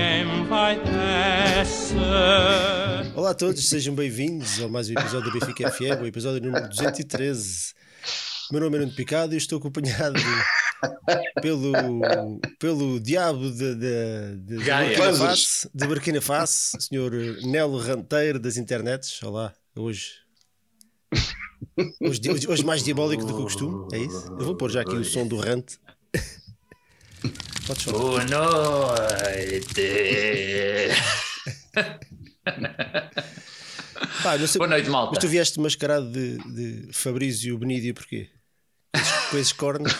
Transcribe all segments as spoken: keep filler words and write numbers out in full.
Olá a todos, sejam bem-vindos ao mais um episódio do Benfica F M, o episódio número duzentos e treze. O meu nome é Nuno Picado e estou acompanhado pelo, pelo diabo de, de, de, de, Burkina Faso, de Burkina Faso, o senhor Nelo Ranteiro das internets. Olá, hoje, hoje, hoje, hoje mais diabólico do que o costume, é isso? Eu vou pôr já aqui o som do rante. Podes falar. Boa noite. Pá, não sei, boa noite, malta. Mas tu vieste mascarado de, de Fabrício Benídio porquê? Com esses cornos?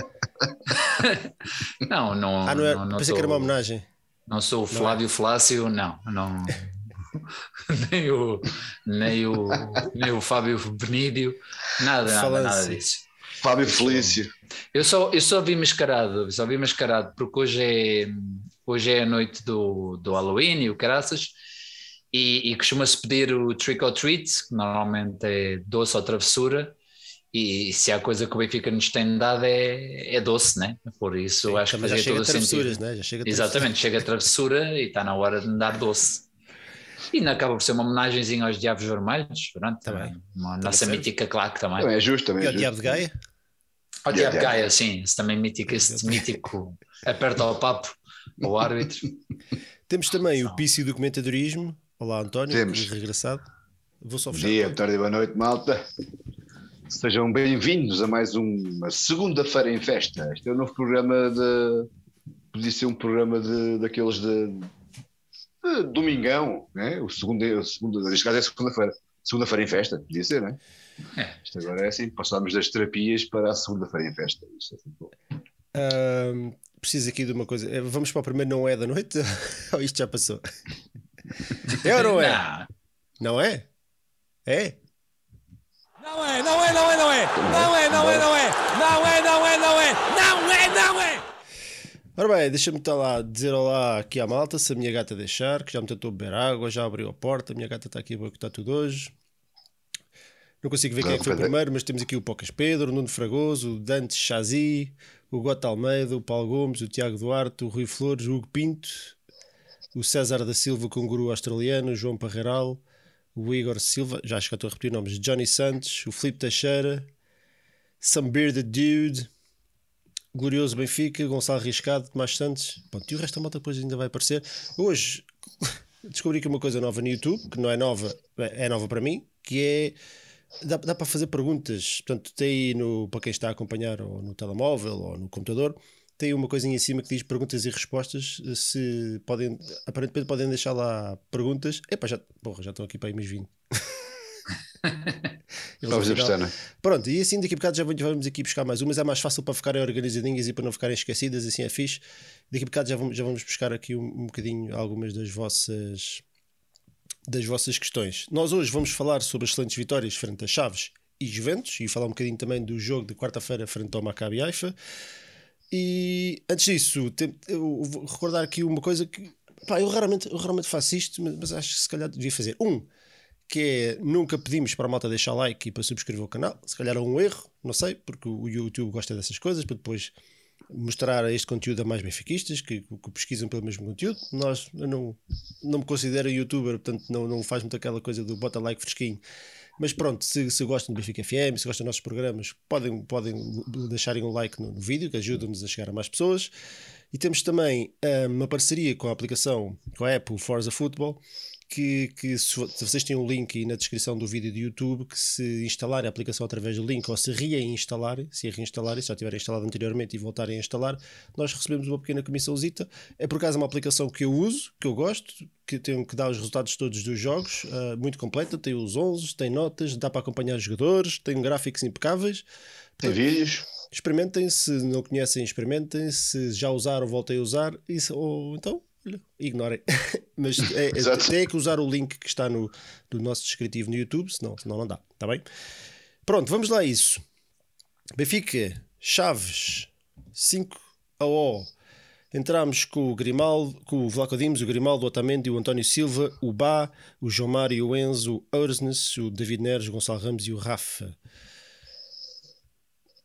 Não, não. Ah, não era, não, não pensei sou, que era uma homenagem. Não sou o Flávio Flácio, não. não nem, o, nem, o, nem o Fábio Benídio, nada, nada, nada disso. Fábio Felício. Eu só, eu só vi mascarado, só vi mascarado porque hoje é, hoje é a noite do, do Halloween e o caraças, e, e costuma-se pedir o trick or treat, que normalmente é doce ou travessura, e se há coisa que o Benfica nos tem dado é, é doce, né? Por isso Sim, acho que fazia todo o sentido. Né? Já chega Exatamente, chega a travessura e está na hora de me dar doce. E não acaba por ser uma homenagenzinha aos Diabos Vermelhos, pronto, também. Uma nossa serve. Mítica claque também. Também é justo, também e é o justo. Diabo de Gaia? O Diabo de Gaia, sim, esse também mítico, esse mítico aperta ao papo, ao árbitro. Temos também o Pício do Comentadorismo. Olá, António, Temos. regressado. Vou só fechar. Bom dia, boa tarde e boa noite, malta. Sejam bem-vindos a mais uma segunda-feira em festa. Este é o novo programa de... Podia ser um programa de, daqueles de, de domingão, né? O segundo, o segundo, neste caso é segunda-feira. Segunda-feira em festa, podia ser, não é? É. Isto agora é assim, passámos das terapias para a segunda-feira em festa. Isto é assim, bom. Uh, preciso aqui de uma coisa. Vamos para o primeiro não é da noite? Ou isto já passou? É ou não é? Não. Não é? É? Não é, não é, não é, não é. Não é, não é, não é. Não é, não é, não é. Não é, não é. Ora bem, deixa-me estar lá dizer olá aqui à malta, se a minha gata deixar, que já me tentou beber água, já abriu a porta, a minha gata está aqui a boicotar tudo hoje. Não consigo ver quem é que foi o primeiro, mas temos aqui o Pocas Pedro, o Nuno Fragoso, o Dante Chazi, o Gota Almeida, o Paulo Gomes, o Tiago Duarte, o Rui Flores, o Hugo Pinto, o César da Silva, o canguru australiano, o João Parreiral, o Igor Silva, já acho que estou a repetir nomes, Johnny Santos, o Filipe Teixeira, Some Bearded Dude, Glorioso Benfica, Gonçalo Riscado, Tomás Santos. Pronto, e o resto da malta depois ainda vai aparecer. Hoje descobri aqui uma coisa nova no YouTube, que não é nova, é nova para mim, que é dá, dá para fazer perguntas. Portanto, tem aí no, para quem está a acompanhar ou no telemóvel ou no computador, tem uma coisinha em cima que diz perguntas e respostas. Se podem, aparentemente podem deixar lá perguntas. Epá, já, porra, já estão aqui para aí meus vinte. Vamos apostar, não é? Pronto, e assim daqui a bocado já vamos aqui buscar mais umas. É mais fácil para ficarem organizadinhas e para não ficarem esquecidas, assim é fixe. Daqui a bocado já vamos, já vamos buscar aqui um, um bocadinho algumas das vossas das vossas questões. Nós hoje vamos falar sobre as excelentes vitórias frente a Chaves e Juventus e falar um bocadinho também do jogo de quarta-feira frente ao Maccabi Haifa. E antes disso, eu vou recordar aqui uma coisa que pá, eu, raramente, eu raramente faço isto, mas, mas acho que se calhar devia fazer. Um, que é, nunca pedimos para a malta deixar like e para subscrever o canal. Se calhar é um erro, não sei, porque o YouTube gosta dessas coisas, para depois mostrar este conteúdo a mais benfiquistas que, que pesquisam pelo mesmo conteúdo. Nós, eu não, não me considero youtuber, portanto não, não faz muito aquela coisa do bota like fresquinho. Mas pronto, se, se gostam do Benfica F M, se gostam dos nossos programas, podem, podem deixarem um like no, no vídeo, que ajuda-nos a chegar a mais pessoas. E temos também um, uma parceria com a aplicação, com a app, o Forza Football, que, que se, se vocês têm um link aí na descrição do vídeo do YouTube, que se instalarem a aplicação através do link ou se reinstalarem, se a reinstalarem, se já tiverem instalado anteriormente e voltarem a instalar, nós recebemos uma pequena comissãozita. É por acaso uma aplicação que eu uso, que eu gosto, que, tem, que dá os resultados todos dos jogos, uh, muito completa, tem os onze, tem notas, dá para acompanhar os jogadores, tem gráficos impecáveis. Tem Portanto, vídeos. Experimentem, se não conhecem, experimentem, se já usaram, voltem a usar, isso, ou então ignorem. Mas é, é, tem que usar o link que está no, no nosso descritivo no YouTube, senão, senão não dá, está bem? Pronto, vamos lá a isso. Benfica, Chaves, cinco a O. Entramos com o Grimaldo, com o Vlaco Dimos, o Grimaldo, o Otamendi, o António Silva, o Bá, o João Mário, o Enzo, o Orsnes, o David Neres, o Gonçalo Ramos e o Rafa.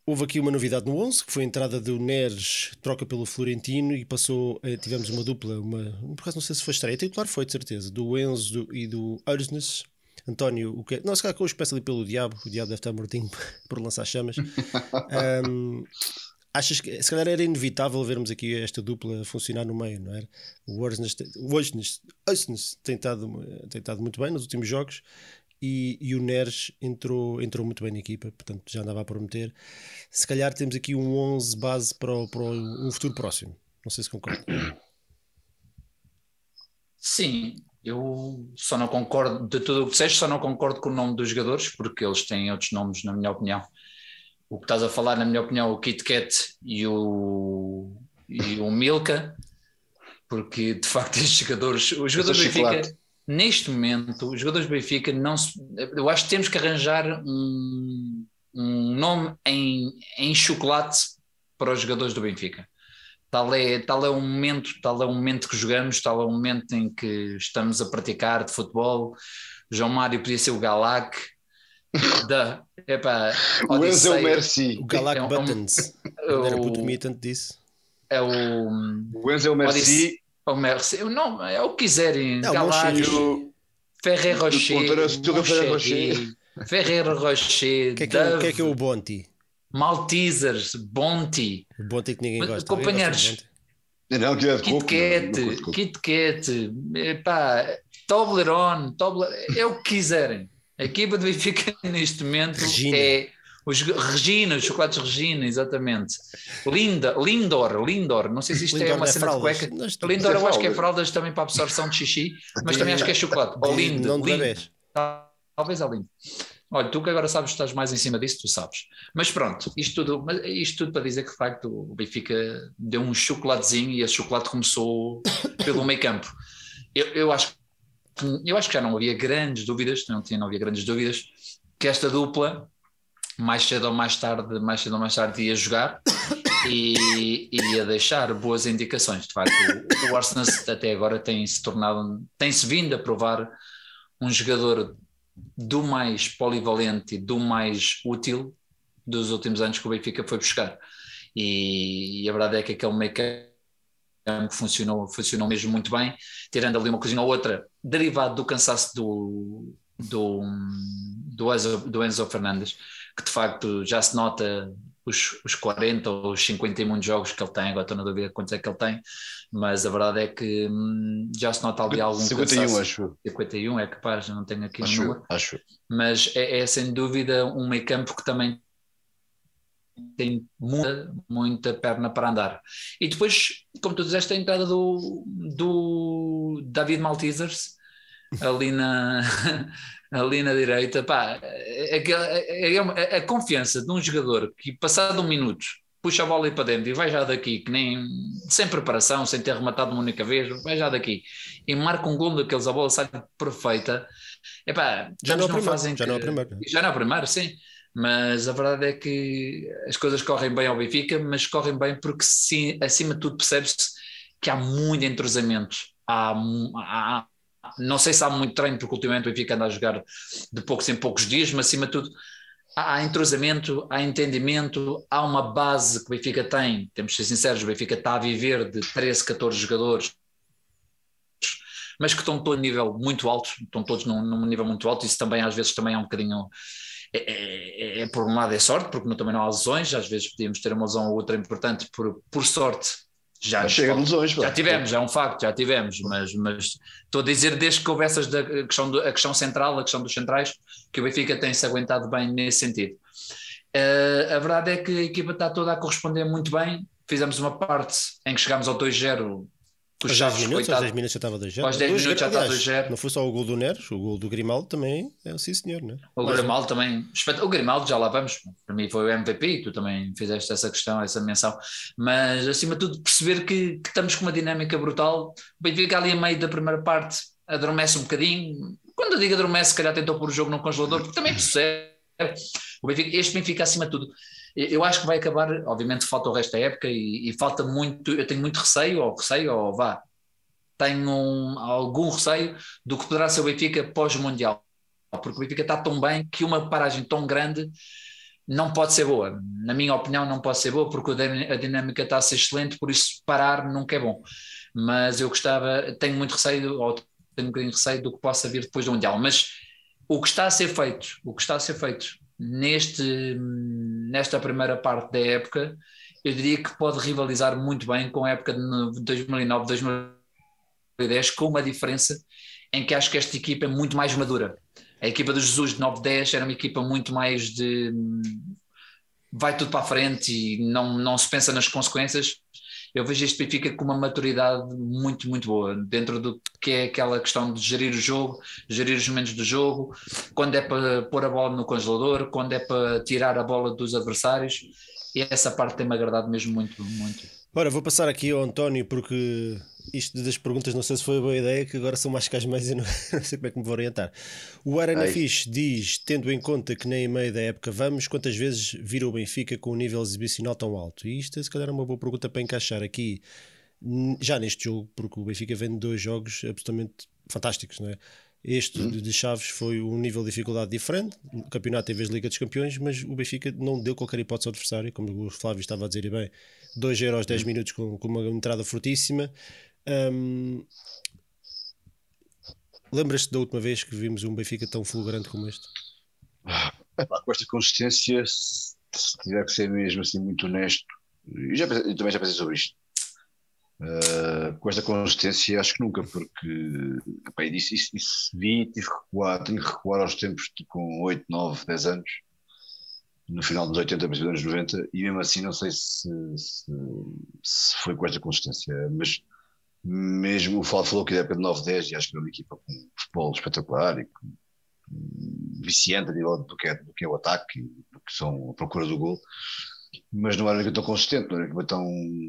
houve aqui uma novidade no onze, que foi a entrada do Neres, troca pelo Florentino, e passou, tivemos uma dupla, uma, por acaso não sei se foi estreia, titular foi de certeza, do Enzo do, e do Arsnes. António, o que é? Não, se calhar que hoje peço ali pelo Diabo, o Diabo deve estar mortinho por lançar chamas. um, achas que se calhar era inevitável vermos aqui esta dupla funcionar no meio, não era? O Arsnes tem estado, tem estado muito bem nos últimos jogos. E, e o Neres entrou, entrou muito bem na equipa, portanto já andava a prometer. Se calhar temos aqui um onze base para, o, para um futuro próximo. Não sei se concordo. Sim, eu só não concordo de tudo o que disseste, só não concordo com o nome dos jogadores, porque eles têm outros nomes, na minha opinião. O que estás a falar, na minha opinião, o Kit Kat e o, e o Milka, porque de facto estes jogadores, os jogadores do Benfica, neste momento, os jogadores do Benfica, não se, eu acho que temos que arranjar um, um nome em, em chocolate para os jogadores do Benfica. Tal é, tal é o momento, tal é o momento que jogamos, tal é o momento em que estamos a praticar de futebol. O João Mário podia ser o Galac. Da, epá, o Enzo é o Merci. O Galac é um, Buttons. É um, era puto comigo tanto disso. É o, o Enzo é o Merci. O Merci. Não, é o que quiserem. É Galac, o Ferreiro Rocher. Ferreiro Rocher. O que é que é, que é, que é o Bonti? Maltesers, Bonti. O Bonti que ninguém gosta. Companheiros, não, que é Kit Kat, Kit Kat, epá, Toblerone, Toblerone, é o que quiserem. A equipa do Benfica neste momento Regina. é os Regina, os chocolates Regina, exatamente. Linda, Lindor, Lindor, não sei se isto Lindor é uma é cena fraldas. de cueca. Neste Lindor eu acho que é fraldas também para absorção de xixi, mas também acho que é chocolate. Ou lindo, não de lindo. Talvez é lindo. Olha, tu que agora sabes, estás mais em cima disso, tu sabes. Mas pronto, isto tudo, isto tudo para dizer que de facto o Benfica deu um chocolatezinho e esse chocolate começou pelo meio campo. Eu, eu, acho, eu acho que já não havia grandes dúvidas, não, tinha, não havia grandes dúvidas, que esta dupla, mais cedo ou mais tarde, mais cedo ou mais tarde ia jogar e ia deixar boas indicações. De facto, o, o Arsenal até agora tem-se tornado, tem-se vindo a provar um jogador do mais polivalente e do mais útil dos últimos anos que o Benfica foi buscar, e, e a verdade é que aquele meio campo funcionou, funcionou mesmo muito bem, tirando ali uma coisinha ou outra derivado do cansaço do, do, do, Enzo, do Enzo Fernandes, que de facto já se nota os, os quarenta ou os cinquenta e muitos jogos que ele tem, agora estou na dúvida quantos é que ele tem, mas a verdade é que hum, já se nota ali algum cinquenta e um, cansaço. acho. cinquenta e um é capaz, não tenho aqui acho, o número, acho. Mas é, é sem dúvida um meio campo que também tem muita, muita perna para andar. E depois, como tu disseste, a entrada do, do David Maltesers ali na, ali na direita, pá, é, é, é, é a confiança de um jogador que passado um minuto puxa a bola aí para dentro e vai já daqui, que nem sem preparação, sem ter rematado uma única vez, vai já daqui e marca um gol daqueles, a bola sai perfeita. Epá, já não, não primeiro, fazem já que, não é o primeiro. Já não é o primeiro, sim. Mas a verdade é que as coisas correm bem ao Benfica, mas correm bem porque sim, acima de tudo percebe-se que há muito entrosamento. Há, há, não sei se há muito treino, porque ultimamente o Benfica anda a jogar de poucos em poucos dias, mas acima de tudo há entrosamento, há entendimento, há uma base que o Benfica tem, temos de ser sinceros, o Benfica está a viver de treze, catorze jogadores, mas que estão todos a nível muito alto, estão todos num, num nível muito alto. Isso também às vezes também é um bocadinho, é, é, é por um lado é sorte, porque não, também não há lesões, às vezes podíamos ter uma lesão ou outra importante, por, por sorte já, chega de lesões, já tivemos, já é um facto, já tivemos, mas, mas estou a dizer desde que houve essas da a questão, do, a questão central, a questão dos centrais, que o Benfica tem-se aguentado bem nesse sentido. Uh, a verdade é que a equipa está toda a corresponder muito bem. Fizemos uma parte em que chegámos ao dois zero. Aos dez minutos, aos dez minutos já estava dois zero. Aos dez minutos já estava dois zero. Não foi só o gol do Neres, o gol do Grimaldo também é sim senhor, não é? O Mas, Grimaldo também, o Grimaldo já lá vamos, para mim foi o M V P, tu também fizeste essa questão, essa menção, mas acima de tudo perceber que, que estamos com uma dinâmica brutal. O Benfica ali a meio da primeira parte adormece um bocadinho, quando eu digo adormece se calhar tentou pôr o jogo num congelador, porque também percebe, o Benfica, este Benfica acima de tudo, eu acho que vai acabar, obviamente falta o resto da época e, e falta muito, eu tenho muito receio, ou receio, ou vá, tenho um, algum receio do que poderá ser o Benfica pós-mundial, porque o Benfica está tão bem que uma paragem tão grande não pode ser boa. Na minha opinião, não pode ser boa, porque a dinâmica está a ser excelente, por isso parar nunca é bom. Mas eu gostava, tenho muito receio, ou tenho um bocadinho de receio do que possa vir depois do Mundial. Mas o que está a ser feito, o que está a ser feito neste, nesta primeira parte da época, eu diria que pode rivalizar muito bem com a época de dois mil e nove, dois mil e dez, com uma diferença em que acho que esta equipa é muito mais madura. A equipa do Jesus de nove dez era uma equipa muito mais de vai tudo para a frente e não, não se pensa nas consequências. Eu vejo este Benfica com uma maturidade muito, muito boa, dentro do que é aquela questão de gerir o jogo, gerir os momentos do jogo, quando é para pôr a bola no congelador, quando é para tirar a bola dos adversários, e essa parte tem-me agradado mesmo muito, muito. Ora, vou passar aqui ao António, porque isto das perguntas não sei se foi uma boa ideia, que agora são mais casmeias e não, não sei como é que me vou orientar. O Arana Fixe diz, tendo em conta que nem em meio da época vamos, quantas vezes vira o Benfica com um nível exibicional tão alto? E isto se calhar é uma boa pergunta para encaixar aqui, já neste jogo, porque o Benfica vem de dois jogos absolutamente fantásticos, não é? Este hum. de Chaves foi um nível de dificuldade diferente, o campeonato em vez de Liga dos Campeões, mas o Benfica não deu qualquer hipótese ao adversário, como o Flávio estava a dizer, e bem, dois euros, dez minutos com, com uma entrada fortíssima. Hum, lembras-te da última vez que vimos um Benfica tão fulgurante como este? É pá, com esta consistência, se tiver que ser mesmo assim muito honesto, eu, já pensei, eu também já pensei sobre isto. Uh, com esta consistência acho que nunca, porque epá, isso, isso, isso vi, tive que recuar, tenho que recuar aos tempos de, com oito, nove, dez anos, no final dos oitenta, nos anos noventa, e mesmo assim não sei se, se, se foi com esta consistência, mas mesmo o Flávio falou que da época de nove, dez, e acho que era uma equipa com futebol espetacular e com, viciante a nível do que, é, do que é o ataque, do que são a procura do gol, mas não era uma equipa tão consistente, não era uma equipa tão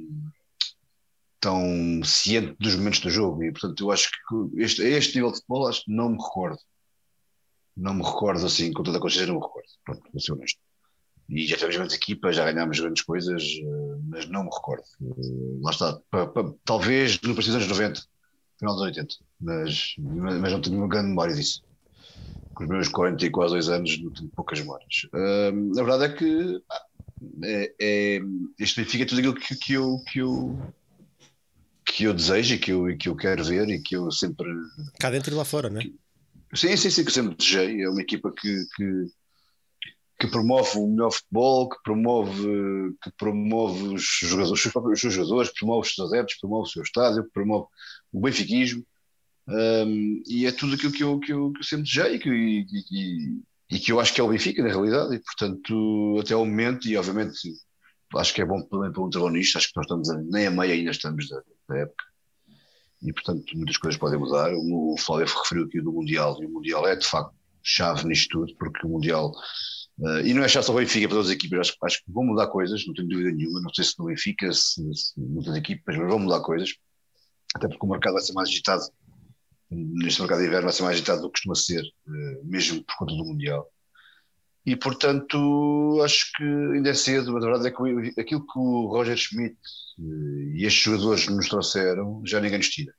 tão ciente dos momentos do jogo, e portanto eu acho que este, este nível de futebol acho que não me recordo não me recordo assim, com toda a consciência não me recordo, pronto, vou ser honesto, e já tivemos grandes equipas, já ganhámos grandes coisas, mas não me recordo, lá está, pa, pa, talvez no princípio dos anos noventa, final dos oitenta, mas, mas não tenho uma grande memória disso, com os meus quarenta e quase dois anos não tenho poucas memórias. Uh, a verdade é que ah, é, é, este Benfica é tudo aquilo que, que eu que eu que eu desejo e que eu, que eu quero ver e que eu sempre... Cá dentro e lá fora, não é? Sim, sim, sim, que eu sempre desejei. É uma equipa que, que, que promove o melhor futebol, que promove, que promove os jogadores, os seus jogadores, promove os seus adeptos, promove o seu estádio, promove o benfiquismo. Um, e é tudo aquilo que eu, que eu, que eu sempre desejei e que, e, e, e que eu acho que é o Benfica, na realidade. E, portanto, até ao momento, e obviamente... acho que é bom também para um trabalhista, acho que nós estamos a, nem a meia ainda estamos da, da época e portanto muitas coisas podem mudar. O, o Flávio referiu aqui do Mundial, e o Mundial é de facto chave nisto tudo, porque o Mundial uh, e não é chave só o Benfica, para todas as equipas, acho, acho que vão mudar coisas, não tenho dúvida nenhuma, não sei se no Benfica, se, se muitas equipas, mas vão mudar coisas, até porque o mercado vai ser mais agitado, neste mercado de inverno vai ser mais agitado do que costuma ser, uh, mesmo por conta do Mundial. E, portanto, acho que ainda é cedo, mas a verdade é que aquilo que o Roger Schmidt e estes jogadores nos trouxeram, já ninguém nos tira.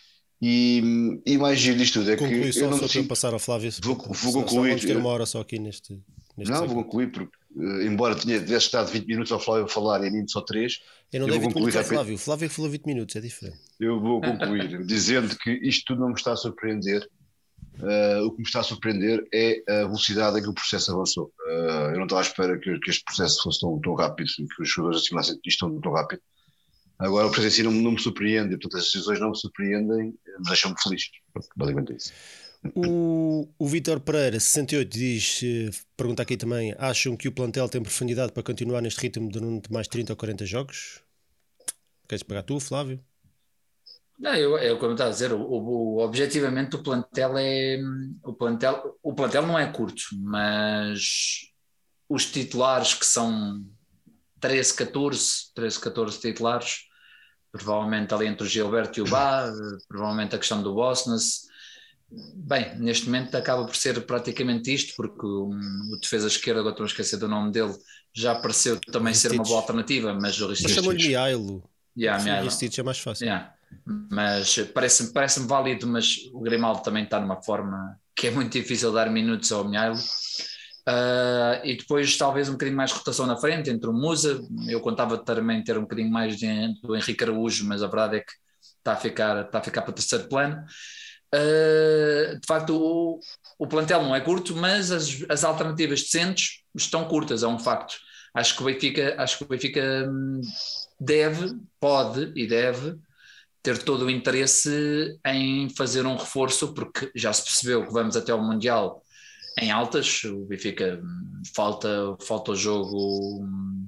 E, e mais giro disto tudo é conclui que... só, eu não só sinto... para passar ao Flávio. Vou, vou concluir. Vamos ter uma hora só aqui neste... neste não, ciclo. vou concluir, porque embora tenha, tivesse estado vinte minutos ao Flávio a falar e a mim só três... Eu não eu dei vinte minutos ao Flávio, o Flávio falou vinte minutos, é diferente. Eu vou concluir dizendo que isto tudo não me está a surpreender. Uh, o que me está a surpreender é a velocidade em que o processo avançou. Uh, eu não estava à espera que, que este processo fosse tão, tão rápido, que os jogadores assimilassem isto tão, tão rápido. Agora o processo em si não, não me surpreende, portanto as decisões não me surpreendem, mas deixam-me feliz. Basicamente é isso. O, o Vítor Pereira, sessenta e oito, diz, pergunta aqui também, acham que o plantel tem profundidade para continuar neste ritmo durante mais trinta ou quarenta jogos? Queres pegar tu, Flávio? Não, eu, eu como estava a dizer, o, o, objetivamente o plantel é o plantel, o plantel não é curto, mas os titulares que são treze, catorze, treze, catorze titulares, provavelmente ali entre o Gilberto e o Bá, provavelmente a questão do Bosnas, bem, neste momento acaba por ser praticamente isto, porque o, o defesa esquerda, agora estou a esquecer do nome dele, já pareceu também ser uma boa alternativa, mas o Ristich... Mas chamou-lhe Mihailo. Yeah, o Ristich é mais fácil. Yeah. Mas parece-me parece válido, mas o Grimaldo também está numa forma que é muito difícil dar minutos ao Mihailo. Uh, e depois talvez um bocadinho mais rotação na frente entre o Musa. Eu contava também ter um bocadinho mais de, do Henrique Araújo, mas a verdade é que está a ficar, está a ficar para o terceiro plano. Uh, de facto o, o plantel não é curto, mas as, as alternativas decentes estão curtas, é um facto. Acho que o Benfica, acho que o Benfica deve, pode e deve ter todo o interesse em fazer um reforço, porque já se percebeu que vamos até ao Mundial em altas. O Benfica falta, falta o jogo,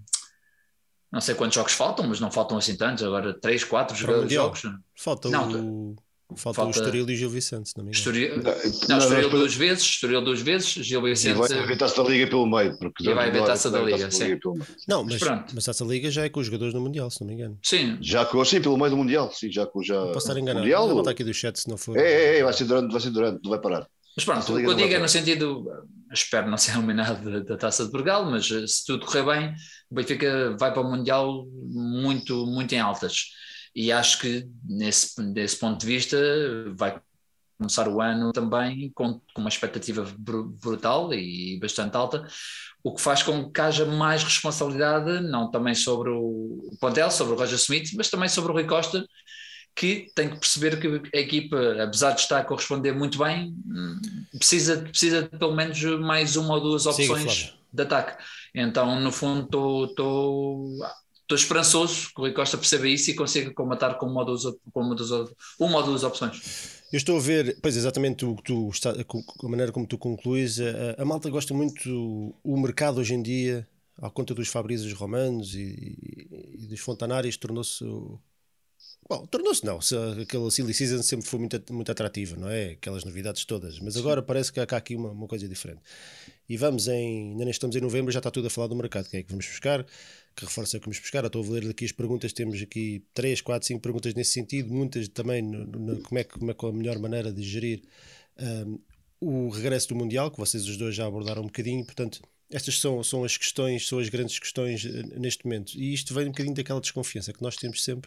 não sei quantos jogos faltam, mas não faltam assim tantos, agora três, quatro jogos. Falta não, o... Falta, falta o Estoril e o Gil Vicente, se não me engano. Estoril, não, Estoril duas vezes, Estoril duas vezes, Gil Vicente. E vai haver taça da Liga pelo meio. Porque e vai haver taça da Liga, sim. Não, mas, mas taça da Liga já é com os jogadores no Mundial, se não me engano. Sim. Já com, sim, pelo meio do Mundial. Sim, já com já. Não posso estar enganado. Mundial, vou botar aqui do chat se não for. É, é, é, vai ser durante, vai ser durante, não vai parar. Mas pronto, o que eu digo é no sentido, espero não ser eliminado da, da Taça de Portugal, mas se tudo correr bem, o Benfica vai para o Mundial muito, muito em altas. E acho que nesse, desse ponto de vista vai começar o ano também com, com uma expectativa brutal e bastante alta, o que faz com que haja mais responsabilidade, não também sobre o plantel, sobre o Roger Smith, mas também sobre o Rui Costa, que tem que perceber que a equipa, apesar de estar a corresponder muito bem, precisa, precisa de pelo menos mais uma ou duas opções Siga, de ataque. Então, no fundo, estou Estou esperançoso que o Rui Costa perceba isso e consiga combatar com uma ou duas, com uma, duas, uma ou duas opções. Eu estou a ver, pois exatamente o que tu está, a maneira como tu concluís, a, a malta gosta muito do o mercado hoje em dia, à conta dos Fabrícios Romanos e, e, e dos Fontanários, tornou-se. Bom, tornou-se não, aquela Silly Season sempre foi muito, muito atrativa, não é? Aquelas novidades todas, mas agora parece que há aqui uma, uma coisa diferente. E vamos em, ainda nem estamos em novembro, já está tudo a falar do mercado, quem é que vamos buscar, que reforço é que vamos buscar. Eu estou a ler aqui as perguntas, temos aqui três, quatro, cinco perguntas nesse sentido, muitas também no, no, como, é que, como é que é a melhor maneira de gerir um, o regresso do Mundial, que vocês os dois já abordaram um bocadinho, portanto estas são, são as questões, são as grandes questões neste momento, e isto vem um bocadinho daquela desconfiança que nós temos sempre,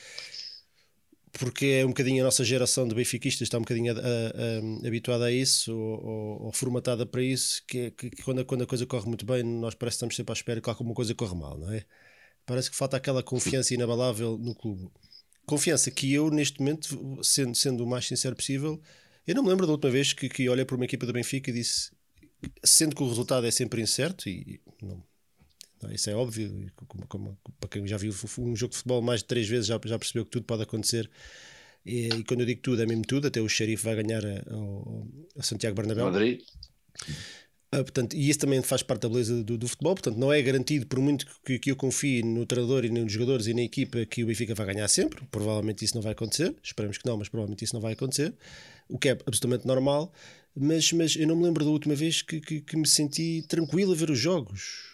porque é um bocadinho a nossa geração de benfiquistas está um bocadinho a, a, a, habituada a isso ou, ou, ou formatada para isso, que, é, que, que quando, a, quando a coisa corre muito bem nós parece que estamos sempre à espera que alguma coisa corre mal, não é? Parece que falta aquela confiança inabalável no clube, confiança que eu neste momento, sendo, sendo o mais sincero possível, eu não me lembro da última vez que, que olhei para uma equipa do Benfica e disse, sendo que o resultado é sempre incerto e não, não, isso é óbvio, como, como, para quem já viu um jogo de futebol mais de três vezes já, já percebeu que tudo pode acontecer, e, e quando eu digo tudo é mesmo tudo, até o Xerife vai ganhar a, a, a Santiago Bernabéu, Madrid. Ah, portanto, e isso também faz parte da beleza do, do futebol, portanto não é garantido, por muito que, que eu confie no treinador e nos jogadores e na equipa, que o Benfica vai ganhar sempre, provavelmente isso não vai acontecer, esperemos que não, mas provavelmente isso não vai acontecer, o que é absolutamente normal, mas, mas eu não me lembro da última vez que, que, que me senti tranquilo a ver os jogos.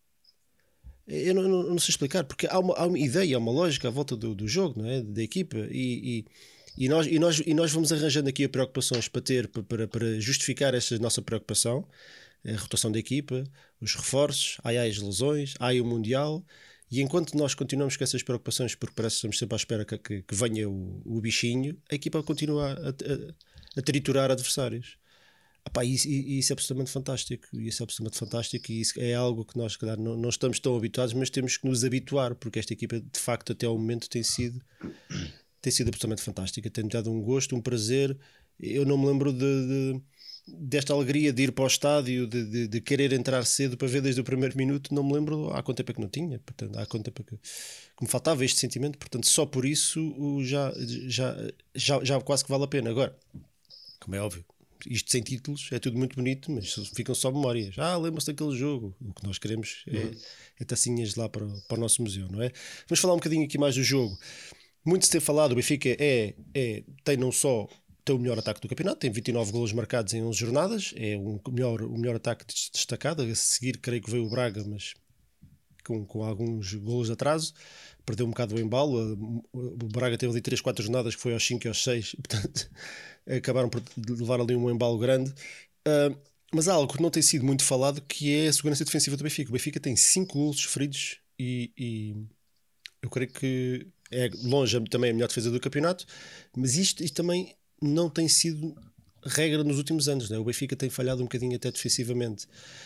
Eu não, não, não sei explicar, porque há uma, há uma ideia, há uma lógica à volta do, do jogo, não é? Da equipa, e, e, e, nós, e, nós, e nós vamos arranjando aqui preocupações para ter, para, para justificar esta nossa preocupação, a rotação da equipa, os reforços, há as lesões, há o Mundial, e enquanto nós continuamos com essas preocupações, porque parece que estamos sempre à espera que, que, que venha o, o bichinho, a equipa continua a, a, a triturar adversários. Epá, isso, isso é absolutamente fantástico, isso é absolutamente fantástico, e isso é algo que nós, claro, não, não estamos tão habituados, mas temos que nos habituar, porque esta equipa de facto até ao momento tem sido tem sido absolutamente fantástica, tem-me dado um gosto, um prazer. Eu não me lembro de, de, desta alegria de ir para o estádio, de, de, de querer entrar cedo para ver desde o primeiro minuto, não me lembro há quanto tempo é que não tinha, portanto, há quanto tempo é que, que me faltava este sentimento, portanto só por isso já, já, já, já quase que vale a pena. Agora, como é óbvio, isto sem títulos é tudo muito bonito, mas ficam só memórias. Ah, lembra-se daquele jogo. O que nós queremos é, uhum. é tacinhas lá para, para o nosso museu, não é? Vamos falar um bocadinho aqui mais do jogo. Muito se tem falado, o Benfica é, é, tem não só tem o melhor ataque do campeonato, tem vinte e nove golos marcados em onze jornadas, é um melhor, o melhor ataque destacado. A seguir, creio que veio o Braga, mas com, com alguns golos de atraso. Perdeu um bocado o embalo. O Braga teve ali três, quatro jornadas que foi aos cinco e aos seis, portanto acabaram por levar ali um embalo grande. Uh, mas há algo que não tem sido muito falado, que é a segurança defensiva do Benfica. O Benfica tem cinco golos sofridos e, e eu creio que é longe também a melhor defesa do campeonato, mas isto, isto também não tem sido regra nos últimos anos, né? O Benfica tem falhado um bocadinho até defensivamente.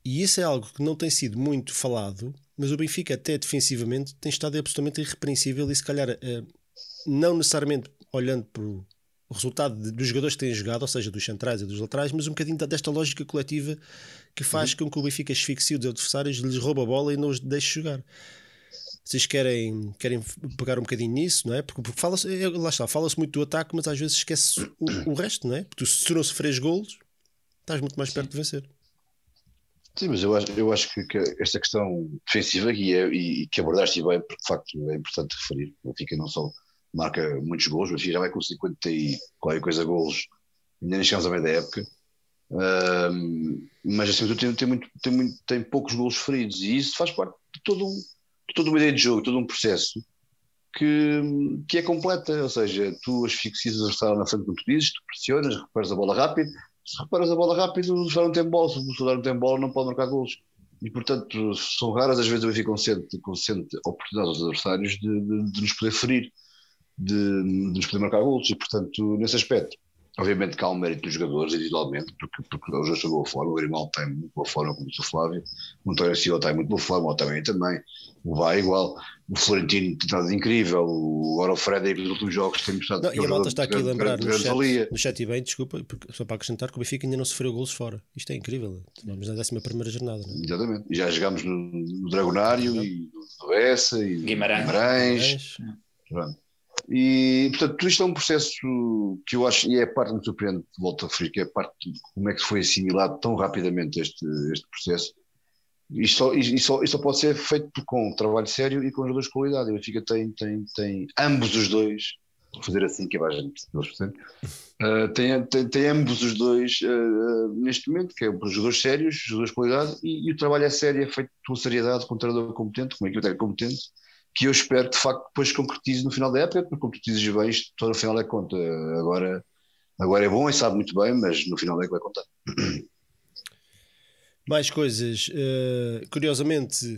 E isso é algo que não tem sido muito falado, mas o Benfica até defensivamente tem estado absolutamente irrepreensível e se calhar não necessariamente olhando para o resultado dos jogadores que têm jogado, ou seja, dos centrais e dos laterais, mas um bocadinho desta lógica coletiva que faz uhum. com que o Benfica asfixie os adversários, lhes rouba a bola e não os deixe jogar. Vocês querem, querem pegar um bocadinho nisso, não é? Porque, porque fala-se, lá está, fala-se muito do ataque, mas às vezes esquece o, o resto, não é? Porque tu, se tu não sofres golos, estás muito mais perto de vencer. Sim, mas eu acho, eu acho que, que esta questão defensiva e, é, e que abordaste bem, porque de facto é importante referir, o Benfica não só marca muitos golos, o Benfica já vai com cinquenta e qualquer coisa golos, ainda nem chegamos à meia da época, um, mas assim tem, tem, muito, tem, muito, tem poucos golos feridos e isso faz parte de todo um, de toda uma ideia de jogo, todo um processo que, que é completa, ou seja, tu asfixias o adversário na frente como tu dizes, tu pressionas, recuperas a bola rápido. Se reparas a bola rápido, o adversário não tem bola, se o adversário não tem bola não pode marcar golos. E portanto são raras as vezes o Benfica consente, consente oportunidades aos adversários de, de, de nos poder ferir, de, de nos poder marcar golos. E portanto nesse aspecto, obviamente que há um mérito dos jogadores individualmente, porque, porque os dois estão de boa forma, o Grimaldo está em muito boa forma, como disse o Flávio, o António Silva está em muito boa forma, o Otávio também, o Vai igual, o Florentino tem estado incrível, o Oro Fred nos últimos jogos tem mostrado não, que e a malta está aqui a lembrar no chat, no chat e bem, desculpa, porque, só para acrescentar que o Benfica ainda não sofreu golos fora. Isto é incrível, vamos na décima primeira jornada, não é? Exatamente, e já jogámos no, no Dragonário não. e no Bessa e Guimarães, Guimarães. Guimarães. E portanto tudo isto é um processo que eu acho, e é a parte que me surpreende, volto a referir, que é a parte de como é que foi assimilado tão rapidamente este, este processo. Isto só, isto, só, isto só pode ser feito com trabalho sério e com jogadores de qualidade. O Benfica tem, tem, tem ambos os dois, vou fazer assim que é mais uh, tem, tem, tem ambos os dois uh, neste momento, que é para os jogadores sérios, jogadores de qualidade, e, e o trabalho é sério, é feito com seriedade, com um treinador competente, com uma equipe competente, que eu espero que de facto depois concretize no final da época, porque como tu dizes bem, isto todo no final é conta. Agora, agora é bom e sabe muito bem, mas no final é que vai contar. Mais coisas, uh, curiosamente,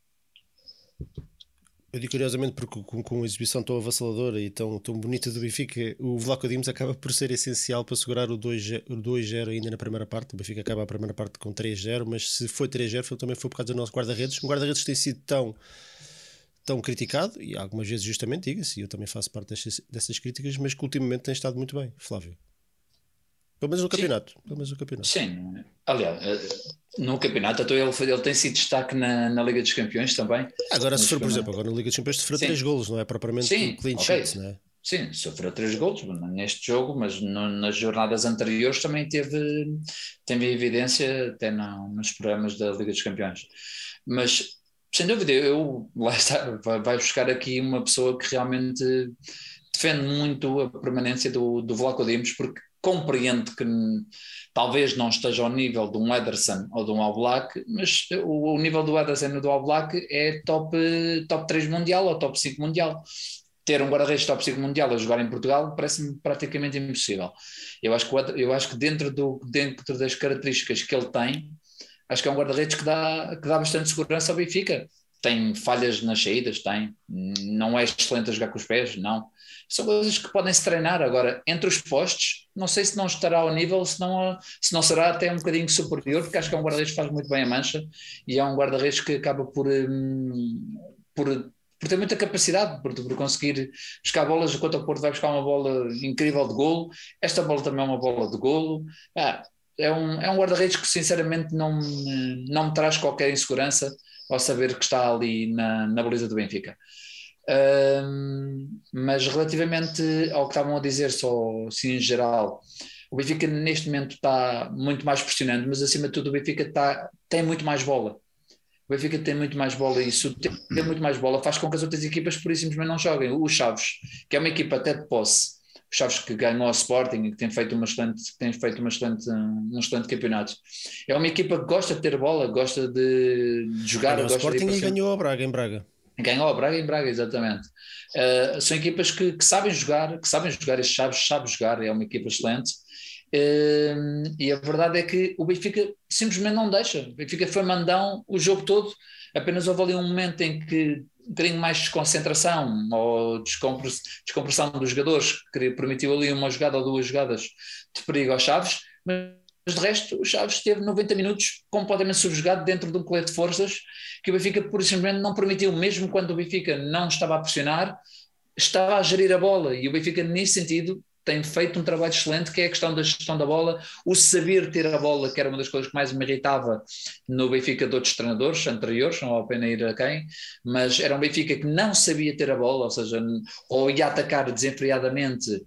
eu digo curiosamente porque com, com a exibição tão avassaladora e tão, tão bonita do Benfica, o Vlaco Dimos acaba por ser essencial para segurar o dois zero ainda na primeira parte. O Benfica acaba a primeira parte com três zero, mas se foi três zero foi, também foi por causa do nosso guarda-redes. Um guarda-redes que tem sido tão, tão criticado, e algumas vezes justamente, diga-se, eu também faço parte destas, dessas críticas, mas que ultimamente tem estado muito bem, Flávio. Pelo menos no campeonato. Pelo menos no campeonato. Sim, aliás, no campeonato então ele, ele tem sido destaque na, na Liga dos Campeões também. Agora se for, por exemplo, agora na Liga dos Campeões sofreu três golos, não é propriamente Sim, clean okay. sheets, não é? Sim, sofreu três golos neste jogo, mas no, nas jornadas anteriores também teve, teve evidência até no, nos programas da Liga dos Campeões. Mas, sem dúvida, eu lá está, vai buscar aqui uma pessoa que realmente defende muito a permanência do, do Vlaco Dimos, porque compreendo que talvez não esteja ao nível de um Ederson ou de um Oblak, mas o, o nível do Ederson e do Oblak é top, top três mundial ou top cinco mundial. Ter um guarda-redes top cinco mundial a jogar em Portugal parece-me praticamente impossível. Eu acho que, eu acho que dentro, do, dentro das características que ele tem, acho que é um guarda-redes que dá, que dá bastante segurança ao Benfica. Tem falhas nas saídas, tem. Não é excelente a jogar com os pés, não. São coisas que podem se treinar. Agora, entre os postos, não sei se não estará ao nível, se não, se não será até um bocadinho superior, porque acho que é um guarda-redes que faz muito bem a mancha e é um guarda-redes que acaba por, hum, por, por ter muita capacidade, por, por conseguir buscar bolas, enquanto o Porto vai buscar uma bola incrível de golo. Esta bola também é uma bola de golo. Ah, é um, é um guarda-redes que sinceramente não, não me traz qualquer insegurança ao saber que está ali na, na baliza do Benfica. Um, mas relativamente ao que estavam a dizer, só assim em geral, o Benfica neste momento está muito mais pressionante, mas acima de tudo o Benfica está, tem muito mais bola. O Benfica tem muito mais bola e isso tem, tem muito mais bola faz com que as outras equipas por isso simplesmente não joguem. O Chaves, que é uma equipa até de posse, o Chaves que ganhou ao Sporting e que tem feito uma excelente, tem feito uma excelente, um excelente campeonato, é uma equipa que gosta de ter bola, gosta de, de jogar. Ganhou ao Sporting e ganhou ao Braga em Braga. Ganhou ao Braga em Braga, exatamente. Uh, são equipas que, que sabem jogar, que sabem jogar, este Chaves sabe jogar, é uma equipa excelente. Uh, e a verdade é que o Benfica simplesmente não deixa. O Benfica foi mandão o jogo todo, apenas houve ali um momento em que um bocadinho mais de desconcentração ou descompressão dos jogadores, que permitiu ali uma jogada ou duas jogadas de perigo aos Chaves, mas de resto o Chaves esteve noventa minutos completamente subjugado dentro de um colete de forças que o Benfica por simplesmente não permitiu, mesmo quando o Benfica não estava a pressionar, estava a gerir a bola, e o Benfica nesse sentido tem feito um trabalho excelente, que é a questão da gestão da bola, o saber ter a bola, que era uma das coisas que mais me irritava no Benfica de outros treinadores anteriores, não vale a pena ir a quem, mas era um Benfica que não sabia ter a bola, ou seja, ou ia atacar desenfreadamente,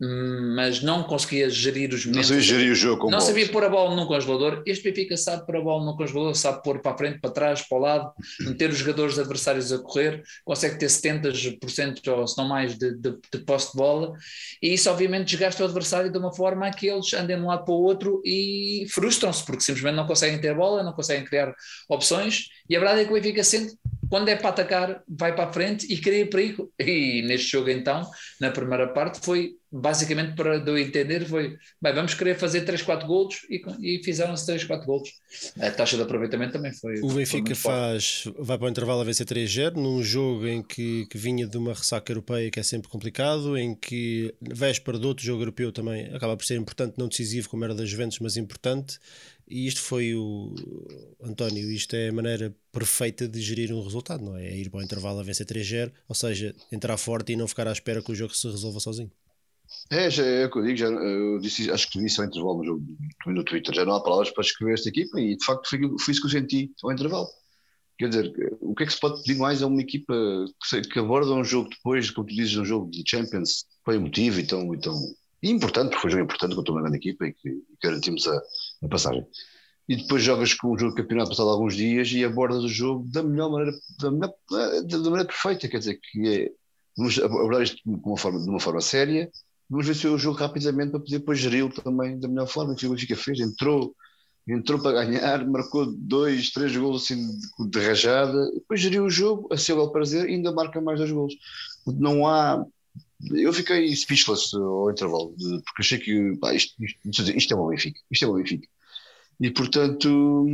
mas não conseguia gerir os momentos. Não sabia gerir o jogo com Não bola. sabia pôr a bola num congelador. Este Benfica sabe pôr a bola num congelador, sabe pôr para a frente, para trás, para o lado, meter os jogadores adversários a correr, consegue ter setenta por cento ou se não mais de, de, de posse de bola, e isso obviamente desgasta o adversário de uma forma que eles andem de um lado para o outro e frustram-se, porque simplesmente não conseguem ter a bola, não conseguem criar opções, e a verdade é que o Benfica sente, quando é para atacar, vai para a frente e cria perigo. E neste jogo então, na primeira parte, foi basicamente, para eu entender, foi, bem, vamos querer fazer três, quatro golos, e, e fizeram-se três, quatro golos. A taxa de aproveitamento também foi... O Benfica foi faz, vai para o intervalo a vencer três zero, num jogo em que, que vinha de uma ressaca europeia, que é sempre complicado, em que véspera de outro jogo europeu também acaba por ser importante, não decisivo como era da Juventus, mas importante. E isto foi o António, isto é a maneira perfeita de gerir um resultado, não é? É ir para o intervalo a vencer três zero, ou seja, entrar forte e não ficar à espera que o jogo se resolva sozinho. É, já é o que eu digo, já, eu disse, acho que disse ao intervalo no jogo no Twitter, já não há palavras para descrever esta equipa, e de facto foi, foi isso que eu senti ao intervalo. Quer dizer, o que é que se pode pedir mais a uma equipa que, que aborda um jogo depois, como tu dizes, um jogo de Champions, foi emotivo e tão, e tão e importante, porque foi um jogo importante contra uma grande equipa e que e garantimos a, a passagem. E depois jogas com um jogo de campeonato passado alguns dias e abordas o jogo da melhor maneira, da, melhor, da maneira perfeita, quer dizer, que é vamos abordar isto de uma forma, de uma forma séria, vamos vencer o jogo rapidamente para poder depois geri-lo também da melhor forma, que o Benfica fez, entrou, entrou para ganhar, marcou dois, três golos assim de, de rajada, depois geriu o jogo, a seu bel prazer, e ainda marca mais dois golos. Não há... Eu fiquei speechless ao intervalo, porque achei que pá, isto, isto, isto é bom Benfica, isto é bom Benfica. E portanto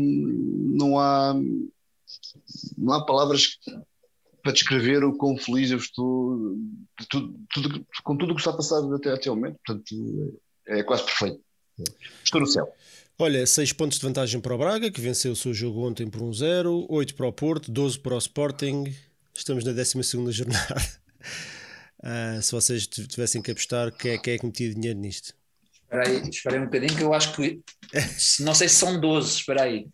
não há não há palavras para descrever o quão feliz eu estou de tudo, tudo, com tudo o que está a passar até, até ao momento. Portanto é quase perfeito, estou no céu. Olha, seis pontos de vantagem para o Braga, que venceu o seu jogo ontem por um zero, oito para o Porto, doze para o Sporting. Estamos na décima segunda jornada. Uh, se vocês tivessem que apostar, quem é, quem é que metia dinheiro nisto? Espera aí, espera aí um bocadinho, que eu acho que não sei se são doze, espera aí.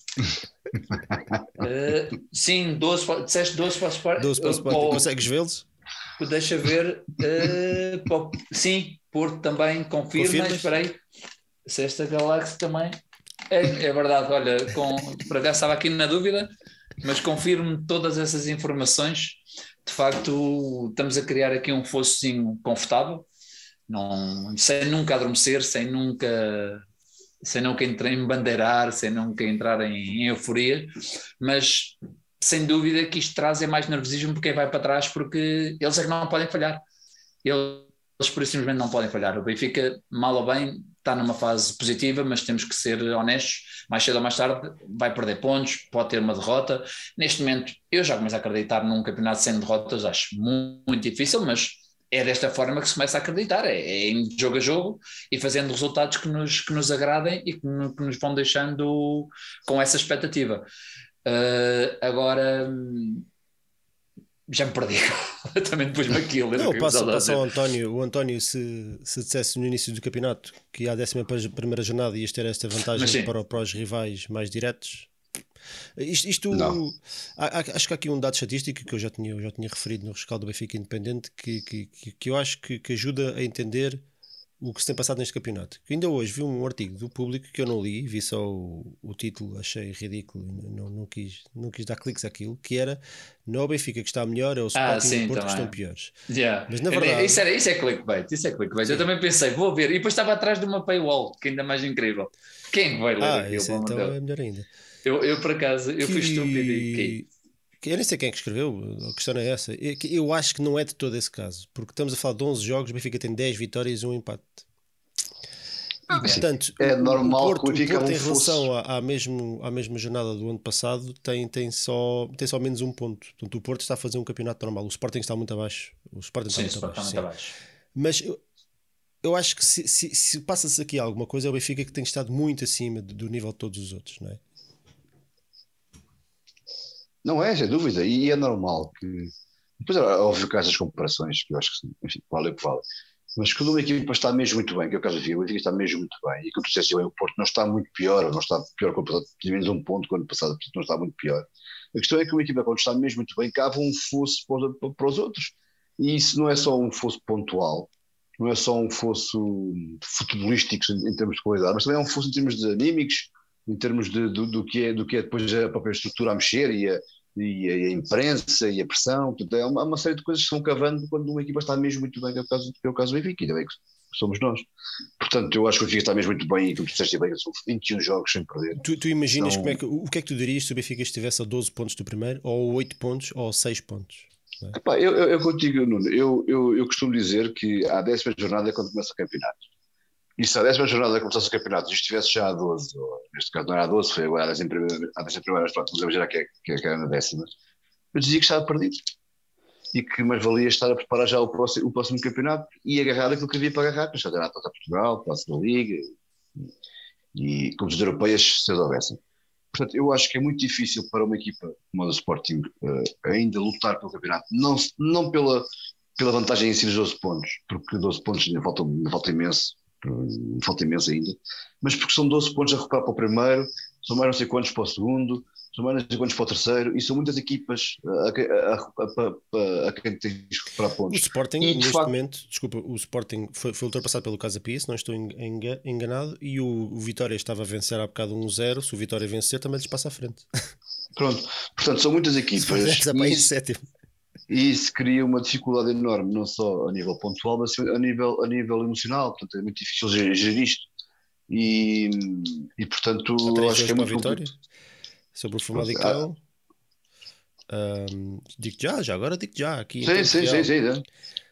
Uh, sim, doze, disseste doze para o Sporting. doze para o Sporting, uh, consegues vê-los? Deixa ver. Uh, para, sim, Porto também confirma. Espera aí, se esta Galaxy também. É, é verdade, olha, com, por acaso estava aqui na dúvida, mas confirmo todas essas informações. De facto, estamos a criar aqui um fossozinho confortável, não, sem nunca adormecer, sem nunca, sem nunca entrar em bandeirar, sem nunca entrar em, em euforia, mas sem dúvida que isto traz é mais nervosismo porque quem vai para trás, porque eles é que não podem falhar. Eles por isso simplesmente não podem falhar. O Benfica, mal ou bem, está numa fase positiva, mas temos que ser honestos, mais cedo ou mais tarde vai perder pontos, pode ter uma derrota. Neste momento eu já começo a acreditar num campeonato sem derrotas, acho muito, muito difícil, mas é desta forma que se começa a acreditar, é, é em jogo a jogo e fazendo resultados que nos, que nos agradem e que, no, que nos vão deixando com essa expectativa. Uh, agora... já me perdi também depois daquilo. Não, passa, passa ao António. O António, se, se dissesse no início do campeonato que à décima primeira jornada ias ter esta vantagem para, para os rivais mais diretos, isto, isto há, acho que há aqui um dado estatístico que eu já tinha, eu já tinha referido no rescaldo do Benfica Independente que, que, que, que eu acho que, que ajuda a entender o que se tem passado neste campeonato. Que ainda hoje vi um artigo do Público que eu não li, vi só o, o título, achei ridículo, não, não, quis, não quis dar cliques àquilo, que era não é o Benfica que está melhor, é o Sporting ah, sim, e o Porto também. Que estão piores. Yeah. Mas na verdade... Isso, era, isso é clickbait, isso é clickbait. Eu também pensei, vou ver, e depois estava atrás de uma paywall, que ainda mais incrível. Quem vai ler ah, aquilo? Isso, então é melhor ainda. Eu, eu por acaso, eu que... fui estúpido e... Que... Eu nem sei quem é que escreveu, a questão é essa. Eu acho que não é de todo esse caso, porque estamos a falar de onze jogos, o Benfica tem dez vitórias e um empate. E, portanto, é normal o Porto, que o Porto em fosse... relação à, à, mesmo, à mesma jornada do ano passado tem, tem, só, tem só menos um ponto. Portanto, o Porto está a fazer um campeonato normal. O Sporting está muito abaixo. O Sporting Sim, está muito abaixo, está muito abaixo. Mas eu, eu acho que se, se, se passa-se aqui alguma coisa, é o Benfica que tem estado muito acima do, do nível de todos os outros, não é? Não é, sem dúvida, e é normal que. Depois é óbvio que há essas comparações, que eu acho que, enfim, vale o que vale. Mas quando uma equipa está mesmo muito bem, que é o caso do Vigo, o Benfica está mesmo muito bem, e que tu disseste bem, o Porto não está muito pior, ou não está pior que o passado, tinha menos um ponto quando passado, portanto não está muito pior. A questão é que uma equipa, quando está mesmo muito bem, cava um fosso para, para os outros. E isso não é só um fosso pontual, não é só um fosso futebolístico em, em termos de qualidade, mas também é um fosso em termos de anímicos, em termos de, do, do, que é, do que é depois a própria estrutura a mexer e a, e a, e a imprensa e a pressão. Portanto, é uma, uma série de coisas que se vão cavando quando uma equipa está mesmo muito bem, que é o caso, que é o caso do Benfica, ainda bem que somos nós. Portanto, eu acho que o Benfica está mesmo muito bem, e como tu disseste bem, são vinte e um jogos sem perder. Tu, tu imaginas São... como é que, o que é que tu dirias se o Benfica estivesse a doze pontos do primeiro, ou a oito pontos, ou a seis pontos? É? Epá, eu, eu, eu contigo, Nuno, eu, eu, eu costumo dizer que a décima jornada é quando começa o campeonato. E se a décima jornada começasse o campeonato e estivesse já a doze, ou neste caso não era a doze, foi agora a décima primeira, a décima primeira, pronto, vamos imaginar que, é, que, é, que era na décima, eu dizia que estava perdido. E que mais valia estar a preparar já o próximo, o próximo campeonato e agarrar aquilo que havia para agarrar, que já era a Taça Portugal, a Taça da Liga e, e Copas Europeias, se eles houvessem. Portanto, eu acho que é muito difícil para uma equipa como a do Sporting uh, ainda lutar pelo campeonato, não, não pela, pela vantagem em si dos doze pontos, porque doze pontos ainda falta, ainda falta imenso, uh, falta imenso ainda, mas porque são doze pontos a recuperar para o primeiro, são mais não sei quantos para o segundo, são mais não sei quantos para o terceiro, e são muitas equipas a, a, a, a, a quem tens que recuperar pontos. O Sporting, e, de neste facto, momento, desculpa, o Sporting foi, foi ultrapassado pelo Casa Pia, se não estou enganado, e o, o Vitória estava a vencer há bocado um zero, se o Vitória vencer também lhes passa à frente. Pronto, portanto são muitas equipas. E isso, sétimo. E isso cria uma dificuldade enorme, não só a nível pontual, mas a nível, a nível emocional. Portanto, é muito difícil gerir isto. E, e portanto, acho que é muito Vitória. Sobre o Famalicão. Ah. Um, digo já, já agora digo já. Aqui sim, sim, sim, sim, sim.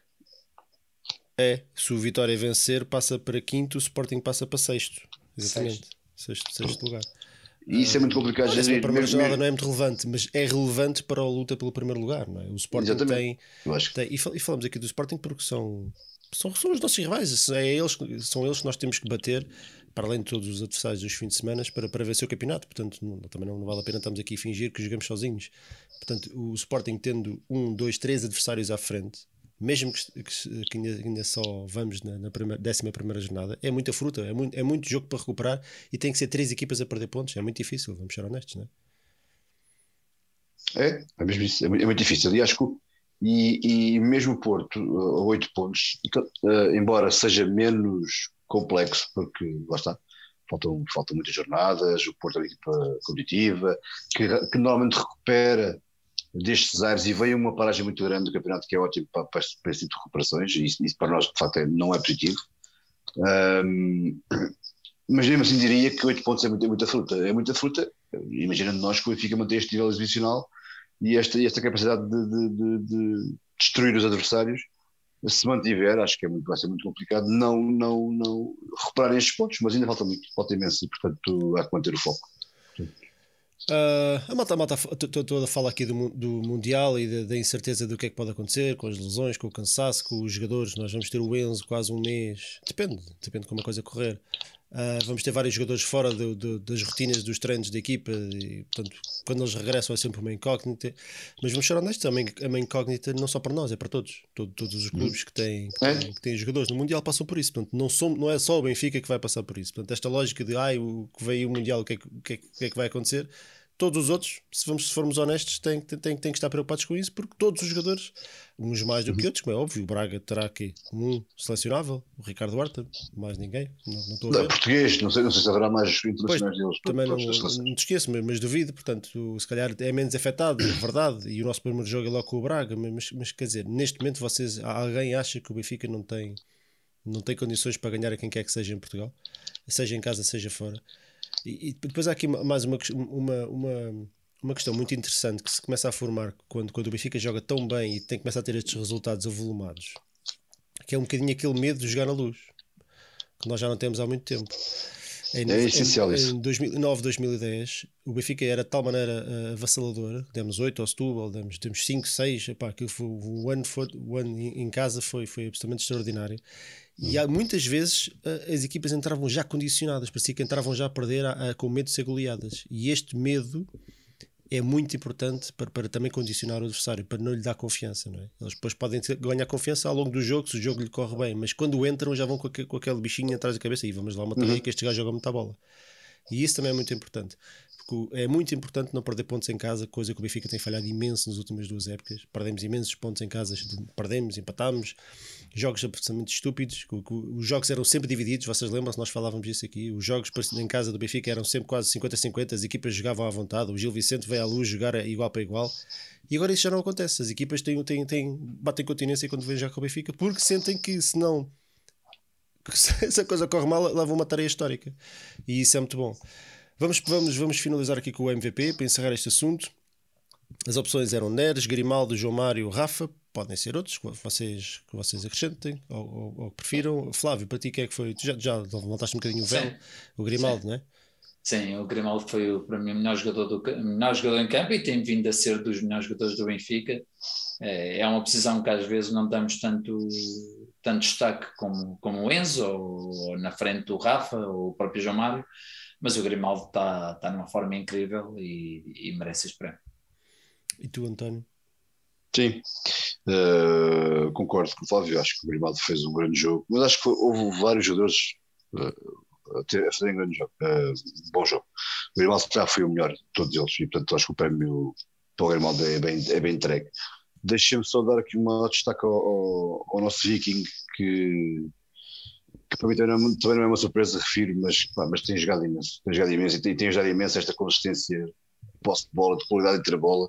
É, se o Vitória vencer, passa para quinto, o Sporting passa para sexto. Exatamente. Sexto, sexto, sexto lugar. E isso é muito complicado de gerir. A primeira jornada não é muito relevante, mas é relevante para a luta pelo primeiro lugar, não é? O Sporting Exatamente. tem, que... tem e, fal, e falamos aqui do Sporting porque são, são, são os nossos rivais, é eles, são eles que nós temos que bater, para além de todos os adversários dos fins de semana, para, para vencer o campeonato. Portanto, não, também não, não vale a pena estarmos aqui a fingir que jogamos sozinhos. Portanto, o Sporting tendo um, dois, três adversários à frente, mesmo que, que, que ainda, ainda só vamos na, na primeira, décima primeira jornada, é muita fruta, é muito, é muito jogo para recuperar e tem que ser três equipas a perder pontos. É muito difícil, vamos ser honestos, não é? É, é mesmo isso, é muito, é muito difícil. E acho que e, e mesmo o Porto, a oito pontos, uh, embora seja menos complexo, porque lá está, faltam, faltam muitas jornadas, o Porto é uma equipa competitiva, que, que normalmente recupera destes ares e veio uma paragem muito grande do campeonato, que é ótimo para, para esse tipo de recuperações, e isso, isso para nós de facto é, não é positivo. Um, mas mesmo assim diria que oito pontos é muita, é muita fruta, é muita fruta, imaginando nós que o Benfica manter este nível exibicional e esta, esta capacidade de, de, de, de destruir os adversários, se mantiver, acho que é muito, vai ser muito complicado não, não, não recuperar estes pontos, mas ainda falta muito, falta imenso, e portanto há que manter o foco. Uh, a malta, a malta toda fala aqui do, do Mundial e da, da incerteza do que é que pode acontecer com as lesões, com o cansaço, com os jogadores. Nós vamos ter o Enzo quase um mês, depende, depende de como a coisa correr. Uh, vamos ter vários jogadores fora do, do, das rotinas dos treinos da equipa e, portanto, quando eles regressam é sempre uma incógnita. Mas vamos ser honestos, é uma incógnita não só para nós, é para todos. Todo, todos os clubes que têm, que, têm, que têm jogadores no Mundial passam por isso. Portanto, não, somos, não é só o Benfica que vai passar por isso. Portanto, esta lógica de ai, o que veio o Mundial, o que é, o que, é, o que, é que vai acontecer? Todos os outros, se, vamos, se formos honestos, têm, têm, têm que estar preocupados com isso, porque todos os jogadores, uns mais do que outros, como é óbvio, o Braga terá aqui um selecionável, o Ricardo Horta, mais ninguém, não, não estou a ver. Não, português, não sei, não sei se haverá mais internacionais deles. Também não, não te esqueço, mas, mas duvido, portanto, se calhar é menos afetado, é verdade, e o nosso primeiro jogo é logo com o Braga, mas, mas quer dizer, neste momento vocês, alguém acha que o Benfica não tem, não tem condições para ganhar a quem quer que seja em Portugal, seja em casa, seja fora? E, e depois há aqui mais uma, uma, uma, uma questão muito interessante que se começa a formar quando, quando o Benfica joga tão bem e tem que começar a ter estes resultados avolumados, que é um bocadinho aquele medo de jogar na luz, que nós já não temos há muito tempo. Em, É essencial em, isso. Em dois mil e nove, dois mil e dez, o Benfica era de tal maneira uh, avassalador, demos oito ao Setúbal, demos, demos cinco, seis, epá, aquilo foi, o ano, foi, o ano em casa foi, foi absolutamente extraordinário. E há, muitas vezes uh, as equipas entravam já condicionadas, parecia que entravam já a perder a, a, com medo de ser goleadas. E este medo é muito importante para, para também condicionar o adversário, para não lhe dar confiança, não é? Eles depois podem ter, ganhar confiança ao longo do jogo, se o jogo lhe corre bem, mas quando entram já vão com, aquele, com aquele bichinho atrás da cabeça e vamos lá matar uhum. aí que este gajo joga muita bola. E isso também é muito importante, porque é muito importante não perder pontos em casa, coisa que o Benfica tem falhado imenso nas últimas duas épocas. Perdemos imensos pontos em casa, perdemos, empatámos, jogos absolutamente estúpidos. Os jogos eram sempre divididos, vocês lembram-se, nós falávamos disso aqui, os jogos em casa do Benfica eram sempre quase cinquenta a cinquenta, as equipas jogavam à vontade, o Gil Vicente veio à luz jogar igual para igual, e agora isso já não acontece. As equipas têm, têm, têm, batem continência quando vêm jogar com o Benfica, porque sentem que se não, se a coisa corre mal, levam uma tarefa histórica, e isso é muito bom. Vamos, vamos, vamos finalizar aqui com o M V P para encerrar este assunto. As opções eram Neres, Grimaldo, João Mário, Rafa. Podem ser outros que vocês, que vocês acrescentem ou, ou, ou que prefiram. Flávio, para ti, quem é que foi? Tu já, já voltaste um bocadinho o véu, o Grimaldo, Sim. Não é? Sim, o Grimaldo foi para mim o melhor jogador, do, melhor jogador em campo e tem vindo a ser dos melhores jogadores do Benfica. É, é uma posição que às vezes não damos tanto, tanto destaque como, como o Enzo, ou, ou na frente do Rafa, ou o próprio João Mário. Mas o Grimaldo está tá numa forma incrível e, e merece esse prémio. E tu, António? Sim, uh, concordo com o Flávio. Acho que o Grimaldo fez um grande jogo, mas acho que foi, houve vários jogadores uh, a, ter, a fazerem um grande jogo, uh, bom jogo. O Grimaldo já foi o melhor de todos eles e, portanto, acho que o prémio para o Grimaldo é bem, é bem entregue. Deixem-me só dar aqui uma destaque ao, ao, ao nosso Viking, que. que para mim também não, também não é uma surpresa, refiro, mas, pá, mas tem jogado imenso, tem jogado imenso e tem, tem jogado imenso esta consistência de posse de bola, de qualidade entre a bola,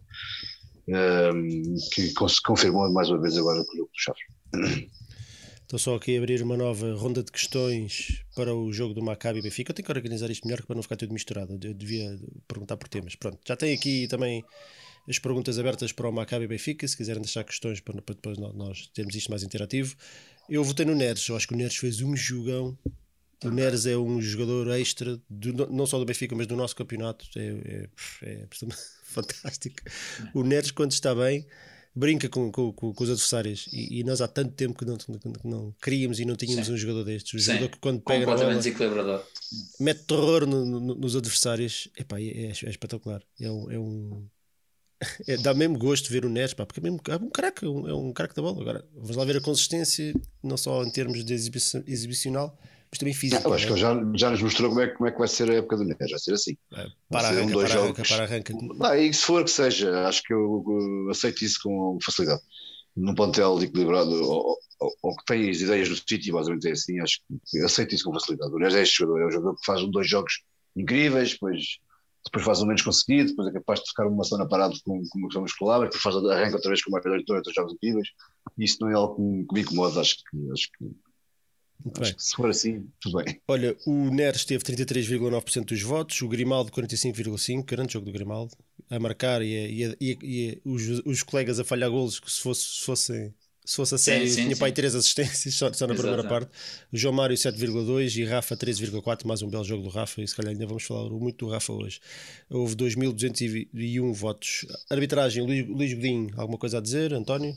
um, que se confirmou mais uma vez agora com o jogo do Chaves. Estou só aqui a abrir uma nova ronda de questões para o jogo do Maccabi Benfica. Eu tenho que organizar isto melhor para não ficar tudo misturado. Eu devia perguntar por temas. Pronto, já tem aqui também as perguntas abertas para o Maccabi Benfica, se quiserem deixar questões para, para depois nós termos isto mais interativo. Eu votei no Neres, eu acho que o Neres fez um jogão. O Neres é um jogador extra, do, não só do Benfica, mas do nosso campeonato. É, é, é fantástico. O Neres, quando está bem, brinca com, com, com os adversários. E, e nós há tanto tempo que não, que não queríamos e não tínhamos Sim. um jogador destes. Um Sim. jogador que, quando pega na bola, mete terror no, no, nos adversários. Epá, é, é, é espetacular. É um. É um É, dá mesmo gosto de ver o Neres, pá, porque é, mesmo, é um craque, é um, é um craque da bola. Agora vamos lá ver a consistência, não só em termos de exibici- exibicional, mas também físico. Eu acho que ele já, já nos mostrou como é, como é que vai ser a época do Neres, vai ser assim. É, para arranca, um, dois para jogos. Arranca, para arranca. Não, e se for que seja, acho que eu, eu aceito isso com facilidade. Num plantel equilibrado ou, ou, ou que tem as ideias do sítio, basicamente é assim, acho que eu aceito isso com facilidade. O Neres é este jogador, é um jogador que faz um, dois jogos incríveis, depois. Depois faz um menos conseguido, depois é capaz de ficar uma semana parado com, com uma questão muscular, depois faz, arranca outra vez com mais dois, dois jogos incríveis. Isso não é algo que, que me incomoda, acho que, acho, que, acho que se for assim, tudo bem. Olha, o Neres teve trinta e três vírgula nove por cento dos votos, o Grimaldo quarenta e cinco vírgula cinco por cento, grande jogo do Grimaldo, a marcar e, a, e, a, e, a, e a, os, os colegas a falhar golos, que se, fosse, se fossem... Se fosse a série, sim, sim, tinha sim. Pai três assistências só, só na Exato. Primeira parte. O João Mário sete vírgula dois e Rafa treze vírgula quatro, mais um belo jogo do Rafa. E se calhar ainda vamos falar muito do Rafa hoje. Houve dois mil duzentos e um votos. Arbitragem, Luís, Luís Godinho, alguma coisa a dizer, António?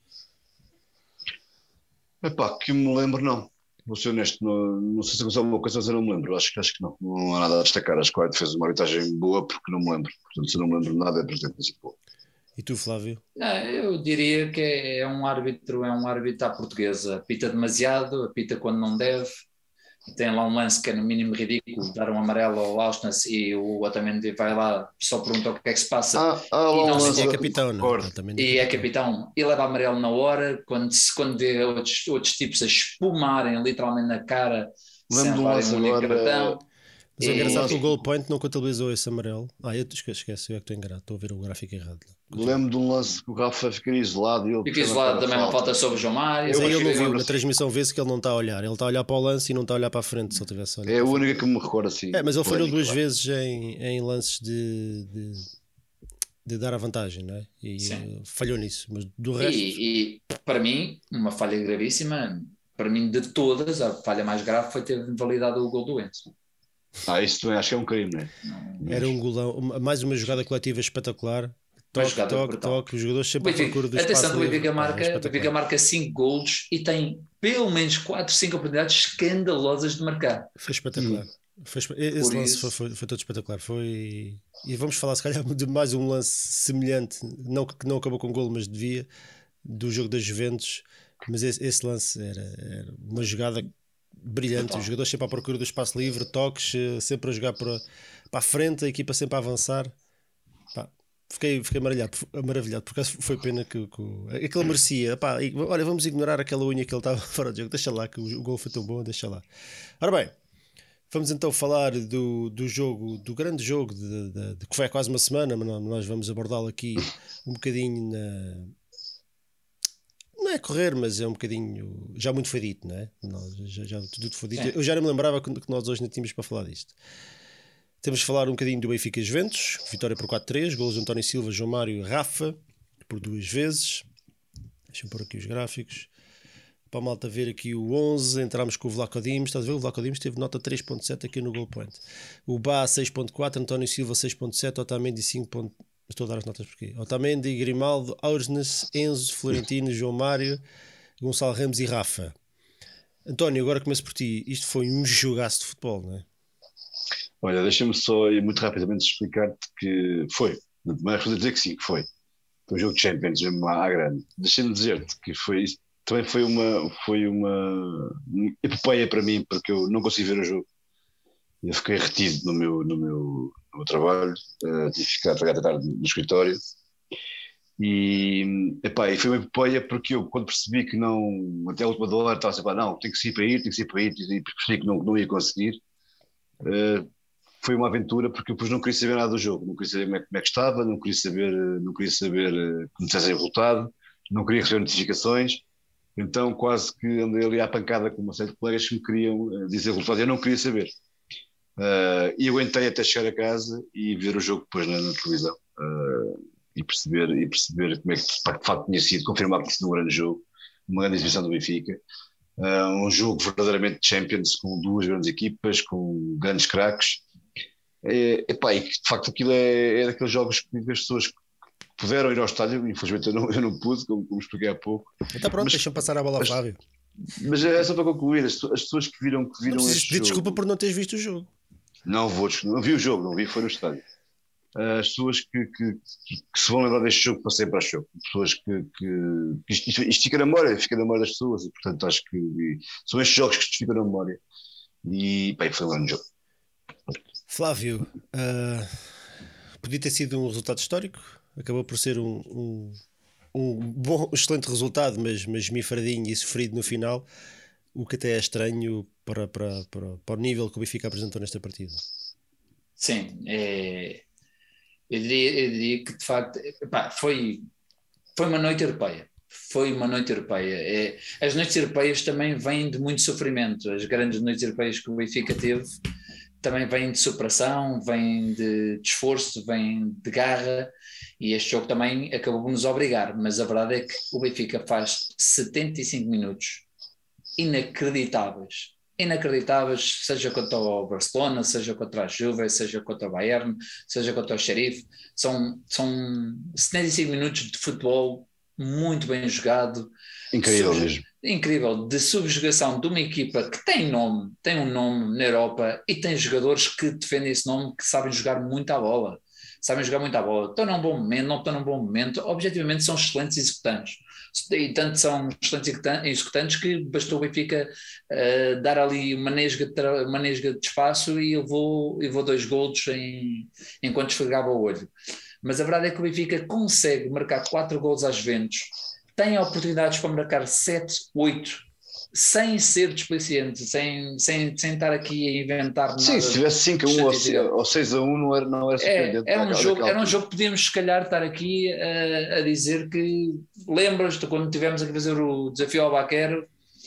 Epá, que me lembro, não. Vou ser honesto, não, não sei se aconteceu alguma coisa, mas eu não me lembro. Acho, acho que não. Não há nada a destacar. Acho que o Ed fez uma arbitragem boa porque não me lembro. Portanto, se eu não me lembro de nada, é presidente assim boa. E tu, Flávio? Não, eu diria que é um árbitro, é um árbitro à portuguesa. Apita demasiado, apita quando não deve. Tem lá um lance que é no mínimo ridículo, dar um amarelo ao Lausnas e o Otamendi vai lá, só pergunta o que é que se passa. Ah, ah, e não se é capitão, não? E é capitão. E leva amarelo na hora, quando, se, quando vê outros, outros tipos a espumarem literalmente na cara, sem levarem um único cartão. Mas é engraçado que o goal point não contabilizou esse amarelo. Ah, eu te esqueço, esquece, eu é que estou enganado, estou a ver o gráfico errado. Lembro de um lance que o Rafa fica isolado. E ele fica isolado também, uma falta sobre o João Mário. Mas aí ele não viu, na transmissão vê-se que ele não está a olhar. Ele está a olhar para o lance e não está a olhar para a frente, se ele tivesse olhado. É a única que me recordo assim. É, mas ele falhou duas claro. vezes em, em lances de, de, de dar a vantagem, não é? E Sim. falhou nisso. Mas do resto... E, e para mim, uma falha gravíssima, para mim de todas, a falha mais grave foi ter invalidado o gol do Enzo. Ah, isso também acho que é um crime, não é? Era um golão, mais uma jogada coletiva espetacular. Toque, toque, toque, os jogadores sempre à procura do espaço. Atenção que o Benfica livre. marca, É o Benfica marca cinco golos e tem pelo menos quatro, cinco oportunidades escandalosas de marcar. Foi espetacular. Hum. Foi, esse Por lance foi, foi, foi todo espetacular. Foi... E vamos falar se calhar de mais um lance semelhante, não, que não acabou com golo, mas devia, do jogo das Juventus. Mas esse, esse lance era, era uma jogada brilhante. Os jogadores sempre à procura do espaço livre, toques, sempre a jogar para, para a frente, a equipa sempre a avançar. Pá, fiquei, fiquei maravilhado, maravilhado, porque foi pena que, que aquele merecia. Pá, olha, vamos ignorar aquela unha que ele estava fora de jogo. Deixa lá, que o, o gol foi tão bom, deixa lá. Ora bem, vamos então falar do, do jogo, do grande jogo de, de, de que foi há quase uma semana, mas nós vamos abordá-lo aqui um bocadinho na... Não é correr, mas é um bocadinho... Já muito foi dito, não é? Nós, já, já tudo foi dito. É. Eu já não me lembrava que nós hoje não tínhamos para falar disto. Temos de falar um bocadinho do Benfica Juventus, vitória por quatro a três, golos de António Silva, João Mário e Rafa, por duas vezes. Deixa-me pôr aqui os gráficos. Para a malta ver aqui o onze, entramos com o Vlaco Dimos. Estás a ver? O Vlaco Dimos teve nota três ponto sete aqui no Goal Point. O Bá seis ponto quatro, António Silva seis ponto sete, Otamendi cinco ponto... Estou a dar as notas porquê. Otamendi, Grimaldo, Aursnes, Enzo, Florentino, João Mário, Gonçalo Ramos e Rafa. António, agora começo por ti. Isto foi um jogaço de futebol, não é? Olha, deixa-me só ir muito rapidamente explicar-te que foi. Mas vou dizer que sim, que foi. Foi um jogo de Champions, mesmo à grande. Deixa-me dizer-te que foi isso. Também foi uma, foi uma epopeia para mim, porque eu não consegui ver o jogo. Eu fiquei retido no meu, no meu, no meu trabalho, uh, tive que ficar a tarde no escritório. E, epá, e foi uma epopeia porque eu, quando percebi que não, até a última hora, estava assim, não, tem que sair para ir, tem que sair para ir, e percebi que não, não ia conseguir. Uh, foi uma aventura porque eu depois não queria saber nada do jogo, não queria saber como é, como é que estava, não queria saber, não queria saber uh, como se fosse o resultado, não queria receber notificações. Então quase que andei ali à pancada com uma série de colegas que me queriam dizer o resultado, eu não queria saber. Uh, e aguentei até chegar a casa e ver o jogo depois na, na televisão uh, e, perceber, e perceber como é que de facto tinha sido, confirmar que tinha sido um grande jogo, uma grande exibição do Benfica. Uh, um jogo verdadeiramente de Champions, com duas grandes equipas, com grandes craques. E, epá, e de facto aquilo é, é daqueles jogos que as pessoas puderam ir ao estádio, infelizmente eu não, eu não pude, como, como expliquei há pouco. Está pronto, deixa-me passar a bola ao Fábio. Mas é só para concluir, as, as pessoas que viram, que viram este pedir jogo... Desculpa por não teres visto o jogo. Não vou, não vi o jogo, não vi, foi no estádio. As pessoas que, que, que se vão lembrar deste jogo para sempre ao jogo. Pessoas que, que, que isto, isto fica na memória, fica na memória das pessoas, e portanto acho que e, são estes jogos que ficam na memória. E bem, foi um grande jogo. Flávio, uh, podia ter sido um resultado histórico, acabou por ser um, um, um bom, excelente resultado, mas, mas mifradinho e sofrido no final, o que até é estranho para, para, para, para o nível que o Benfica apresentou nesta partida. Sim, é, eu, diria, eu diria que de facto epá, foi, foi uma noite europeia. Foi uma noite europeia. É, as noites europeias também vêm de muito sofrimento. As grandes noites europeias que o Benfica teve também vêm de superação, vêm de, de esforço, vêm de garra, e este jogo também acabou por nos obrigar. Mas a verdade é que o Benfica faz setenta e cinco minutos inacreditáveis. Inacreditáveis, seja contra o Barcelona, seja contra a Juve, seja contra o Bayern, seja contra o Sheriff. São, são setenta e cinco minutos de futebol muito bem jogado. Incrível mesmo. Incrível, de subjugação de uma equipa que tem nome, tem um nome na Europa e tem jogadores que defendem esse nome, que sabem jogar muito à bola. Sabem jogar muito à bola. Estão num bom momento, não estão num bom momento. Objetivamente são excelentes executantes. E tanto são excelentes executantes que bastou o Benfica uh, dar ali uma nesga, de, uma nesga de espaço e levou, levou dois golos em, enquanto esfregava o olho. Mas a verdade é que o Benfica consegue marcar quatro golos às Juventus, tem oportunidades para marcar sete, oito, sem ser desplicente, sem, sem, sem estar aqui a inventar nada. Sim, se tivesse cinco a um ou seis a um não era, não era surpreendente. É, era, um jogo, era um jogo que podíamos, se calhar, estar aqui a, a dizer que, lembras-te quando tivemos a fazer o desafio ao Baquero,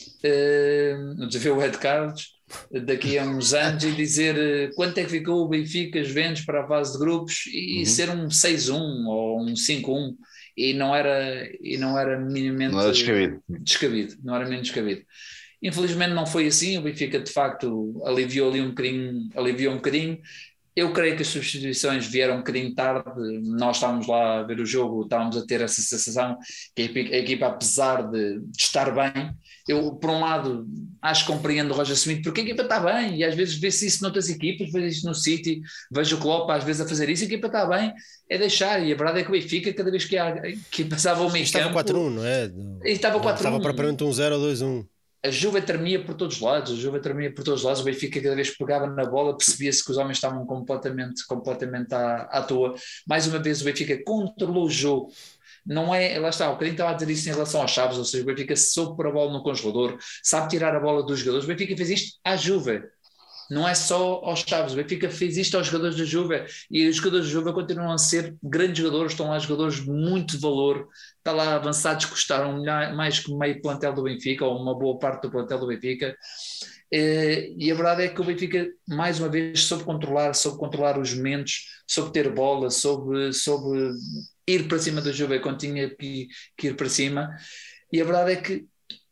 uh, o desafio ao Ed Carlos, daqui a uns anos, e dizer uh, quanto é que ficou o Benfica, as Juventus para a fase de grupos, e uhum. ser um seis a um ou um cinco a um. E não era, e não era minimamente não era descabido. descabido, não era menos descabido. Infelizmente não foi assim, o Benfica de facto aliviou ali um bocadinho, aliviou um bocadinho. Eu creio que as substituições vieram um bocadinho tarde, nós estávamos lá a ver o jogo, estávamos a ter essa sensação que a equipa, a equipa apesar de, de estar bem, eu por um lado acho que compreendo o Roger Smith, porque a equipa está bem, e às vezes vê-se isso noutras equipas, vejo isso no City, vejo o Klopp às vezes a fazer isso, a equipa está bem, é deixar, e a verdade é que o Benfica cada vez que, há, que passava o meio campo... Estava quatro a um, não é? E estava quatro a um. Estava propriamente um zero ou dois a um. A Juve tremia por todos os lados, a Juve tremia por todos os lados, o Benfica cada vez que pegava na bola percebia-se que os homens estavam completamente, completamente à, à toa. Mais uma vez o Benfica controlou o jogo, não é, lá está, o bocadinho estava a dizer isso em relação aos Chaves, ou seja, o Benfica soube pôr a bola no congelador, sabe tirar a bola dos jogadores, o Benfica fez isto à Juve. Não é só aos Chaves, o Benfica fez isto aos jogadores da Juve e os jogadores da Juve continuam a ser grandes jogadores, estão lá jogadores de muito valor, está lá avançados que custaram mais que meio plantel do Benfica ou uma boa parte do plantel do Benfica e a verdade é que o Benfica mais uma vez soube controlar, soube controlar os momentos, soube ter bola, soube, soube ir para cima da Juve quando tinha que, que ir para cima e a verdade é que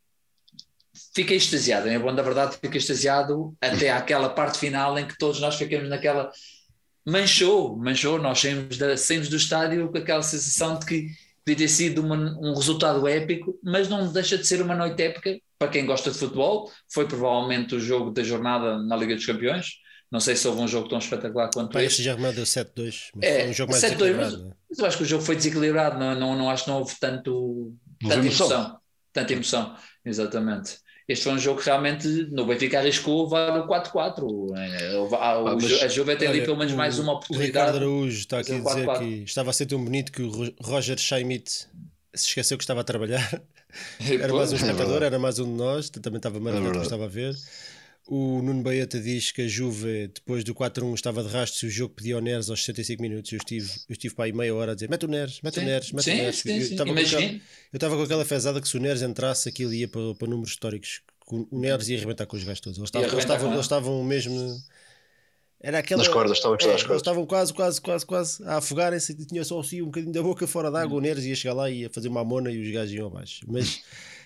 fiquei extasiado, é bom da verdade, fiquei extasiado até àquela parte final em que todos nós ficamos naquela... Manchou, manchou, nós saímos, da, saímos do estádio com aquela sensação de que podia ter sido uma, um resultado épico, mas não deixa de ser uma noite épica para quem gosta de futebol. Foi provavelmente o jogo da jornada na Liga dos Campeões. Não sei se houve um jogo tão espetacular quanto Pai, este. Esse já deu sete a dois, mas é, foi um jogo mais sete a dois, desequilibrado. Mas, mas eu acho que o jogo foi desequilibrado, não, não, não acho que não houve tanto, tanta emoção. emoção. Tanta emoção, exatamente. Este foi um jogo que realmente no Benfica arriscou levar o quatro a quatro. A, a, a Juve tem ali pelo menos mais uma oportunidade. O Ricardo Araújo está aqui a dizer quatro a quatro. que estava a ser tão bonito que o Roger Schmidt se esqueceu que estava a trabalhar. Era mais um espectador, era mais um de nós. Também estava maravilhoso que estava a ver. O Nuno Baeta diz que a Juve, depois do quatro a um, estava de rastros e o jogo pedia o Neres aos sessenta e cinco minutos. Eu estive, eu estive para aí meia hora a dizer: mete o Neres, mete sim, o Neres, mete sim, o Neres. Sim, eu estava com aquela, eu estava com aquela fezada que se o Neres entrasse, aquilo ia para, para números históricos. O Neres ia arrebentar com os gajos todos. Eles estavam, eles estavam, eles estavam mesmo. Era aquela, nas cordas, estavam, é, nas cordas. Eles estavam quase, quase, quase, quase a afogarem-se e tinha só assim um bocadinho da boca fora d'água. Hum. O Neres ia chegar lá e ia fazer uma amona e os gajos iam abaixo. Mas.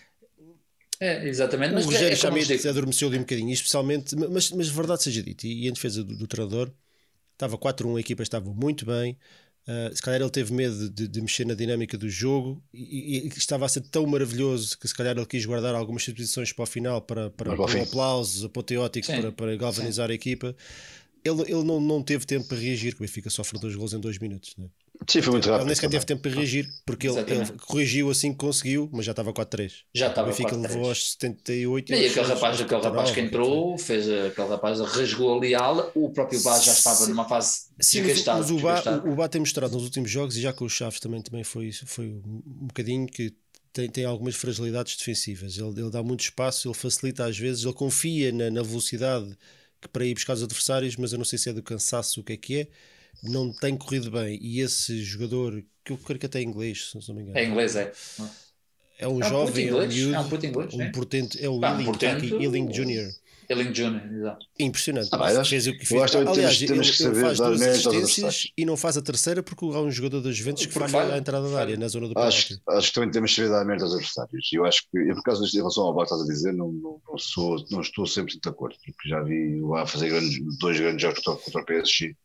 É, exatamente. O mas Rogério é, é Schmidt adormeceu ali um bocadinho, especialmente, mas, mas verdade seja dito, e, e em defesa do, do treinador, estava quatro a um, a equipa estava muito bem, uh, se calhar ele teve medo de, de mexer na dinâmica do jogo e, e, e estava a ser tão maravilhoso que se calhar ele quis guardar algumas substituições para o final, para, para, para um aplauso apoteótico, para, para galvanizar sim. a equipa. Ele, ele não, não teve tempo para reagir, que o Benfica sofre dois gols em dois minutos, né? Sim, foi muito rápido. Ele nem sequer teve tempo para reagir, porque ele, ele corrigiu assim que conseguiu, mas já estava quatro a três. Já estava o Benfica levou aos setenta e oito. E aquele rapaz, aquele rapaz que entrou, fez aquele rapaz rasgou ali a ala, o próprio Bá já estava sim, numa fase desgastada. Mas o Bá, o, o Bá tem mostrado nos últimos jogos, e já com os Chaves também, também foi, foi um bocadinho que tem, tem algumas fragilidades defensivas. Ele, ele dá muito espaço, ele facilita às vezes, ele confia na, na velocidade que para ir buscar os adversários, mas eu não sei se é do cansaço, o que é que é, não tem corrido bem. E esse jogador, que eu creio que até é inglês, se não me engano. É inglês, é. É um, é um jovem, é um miúdo, é um puto inglês, um é. portento, é o Pá, Ealing, portanto, aqui, Ealing Júnior Ealing Júnior, exato. Impressionante. Ah, eu fez acho, o que fez. Eu Aliás, temos, temos ele, ele faz duas assistências assistências e não faz a terceira porque há um jogador das Juventus que falha falha, à entrada da área, na zona do acho, penalti. acho que também temos de saber dar merda aos adversários. E eu acho que, por causa disto, em relação ao Bá que estás a dizer, não, não, não, sou, não estou sempre de acordo, porque já vi o Bá fazer grandes, dois grandes jogos contra, contra o P S G.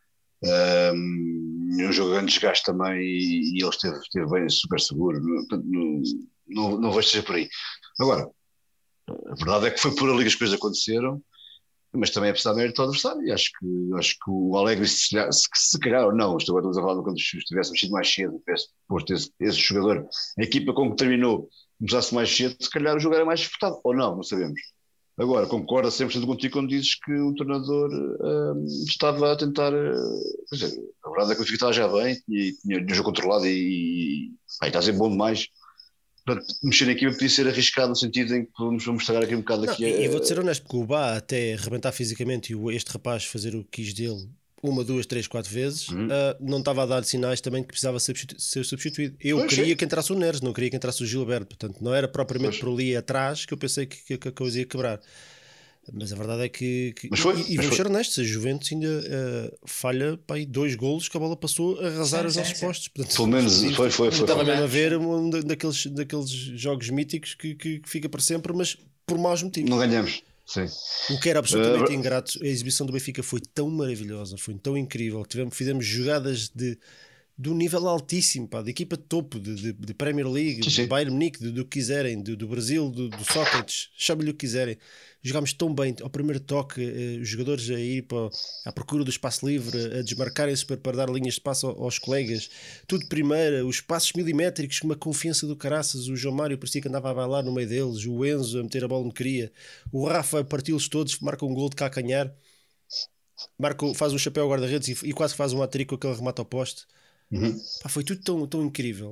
Um, um jogo de grande desgaste também e, e ele esteve, esteve bem, super seguro. Não, não, não, não vejo ser por aí. Agora, a verdade é que foi por ali que as coisas aconteceram, mas também é preciso dar mérito ao adversário. E acho que, acho que o Alegre, se, se, se calhar ou não, estou agora a falar quando estivesse mexido mais cedo, tivesse posto esse, esse jogador, a equipa com que terminou, começasse mais cedo, se calhar o jogo era mais disputado, ou não, não sabemos. Agora, concordo cem por cento contigo quando dizes que o treinador um, estava a tentar. Uh, quer dizer, a verdade é que o Benfica estava já bem, tinha, tinha o jogo controlado e, e aí, está a ser bom demais. Portanto, mexer na equipa podia ser arriscado no sentido em que vamos mostrar aqui um bocado não, aqui. E, a, e vou-te ser honesto, porque o Bá até arrebentar fisicamente e este rapaz fazer o que quis dele uma, duas, três, quatro vezes, uhum. uh, não estava a dar sinais também que precisava ser, ser substituído. Eu pois queria sim. que entrasse o Neres, não queria que entrasse o Gilberto, portanto não era propriamente pois. por ali atrás que eu pensei que, que a coisa ia quebrar. Mas a verdade é que, que mas foi, e, e mas vamos foi. ser honestos, a Juventus ainda uh, falha para aí dois golos que a bola passou a arrasar sim, os sim, nossos sim. postos. Portanto, pelo menos foi, foi, foi. Estava mesmo a ver um daqueles, daqueles jogos míticos que, que, que fica para sempre, mas por maus motivos. Não ganhamos. Sim. O que era absolutamente uh, ingrato. A exibição do Benfica foi tão maravilhosa, foi tão incrível. Tivemos, fizemos jogadas de, de um nível altíssimo, pá, de equipa de topo, de, de, de Premier League, sim, sim. de Bayern Munique, do, do que quiserem, do, do Brasil, do, do Sócrates, chamem-lhe o que quiserem. Jogámos tão bem, ao primeiro toque, eh, os jogadores a ir para, à procura do espaço livre, a desmarcarem-se para, para dar linhas de passo aos colegas, tudo de primeira, os passos milimétricos, com uma confiança do caraças. O João Mário parecia que andava a bailar no meio deles, o Enzo a meter a bola onde queria, o Rafa partiu-los todos, marca um gol de calcanhar, marca, faz um chapéu ao guarda-redes e, e quase faz um hat-trick com aquele remate ao poste. Uhum. Pá, foi tudo tão, tão incrível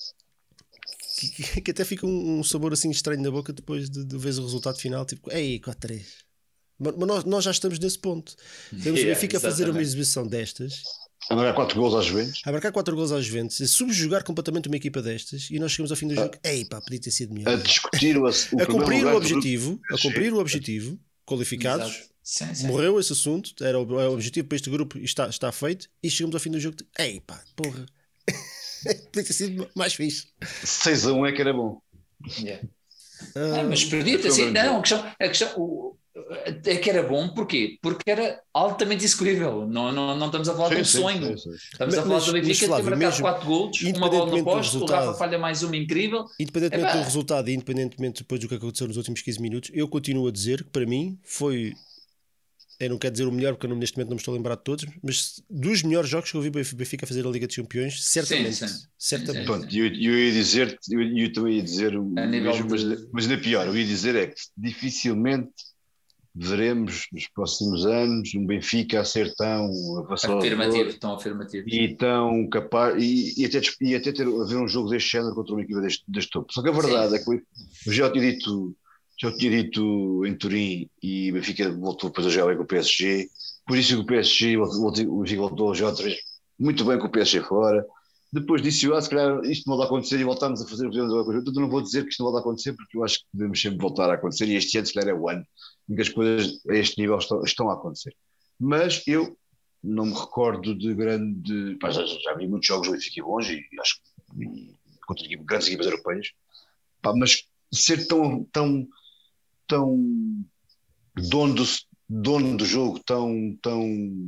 que, que, que até fica um, um sabor assim estranho na boca depois de, de ver o resultado final, tipo, ei, quatro a três. Mas, mas nós, nós já estamos nesse ponto. Temos yeah, o Benfica a fazer uma exibição destas, a marcar quatro gols às Juventus, a marcar quatro gols às Juventus, a subjugar completamente uma equipa destas, e nós chegamos ao fim do jogo, ah, ei pá, podia ter sido melhor. A discutir o, o a cumprir o objetivo, do... a cumprir o objetivo, qualificados. Sim, sim. Morreu esse assunto, era o, o objetivo para este grupo, está, está feito, e chegamos ao fim do jogo, ei pá, porra. Podia ter sido mais fixe. seis a um é que era bom. Yeah. Uh, ah, mas podia ter sido. Não, a questão, a questão o, é que era bom, porquê? Porque era altamente execuível. Não, não, não estamos a falar sim, de um sim, sonho. Sim, sim. Estamos mas, a falar do Benfica ter marcado quatro golos, uma bola no poste, o Rafa falha mais uma incrível. Independentemente Epá. do resultado e independentemente depois do que aconteceu nos últimos quinze minutos, eu continuo a dizer que para mim foi. Eu não quero dizer o melhor porque eu neste momento não me estou a lembrar de todos, mas dos melhores jogos que eu vi o Benfica fazer a Liga dos Campeões, certamente. Sim, sim. certamente. Pronto, eu, eu ia dizer, eu, eu também ia dizer o mesmo, de... mas, mas ainda pior, eu ia dizer é que dificilmente veremos nos próximos anos um Benfica a ser tão afirmativo, tão afirmativo e tão capaz e, e, até, e até ter haver um jogo deste género contra uma equipa deste, deste topo. Só que a verdade sim. é que eu já tinha dito. Já tinha dito em Turim e o Benfica voltou depois a jogar com o P S G, por isso que o P S G o Benfica voltou a jogar outra vez muito bem com o P S G fora. Depois disse, ah, se calhar isto não vai acontecer e voltámos a fazer o que podemos acontecer. Portanto, não vou dizer que isto não vai acontecer porque eu acho que devemos sempre voltar a acontecer e este ano se calhar é o ano em que as coisas a este nível estão, estão a acontecer. Mas eu não me recordo de grande... Pá, já, já vi muitos jogos do Benfica bons e acho que e, contra grandes equipas europeias, pá, mas ser tão... tão tão dono do, dono do jogo, tão, tão,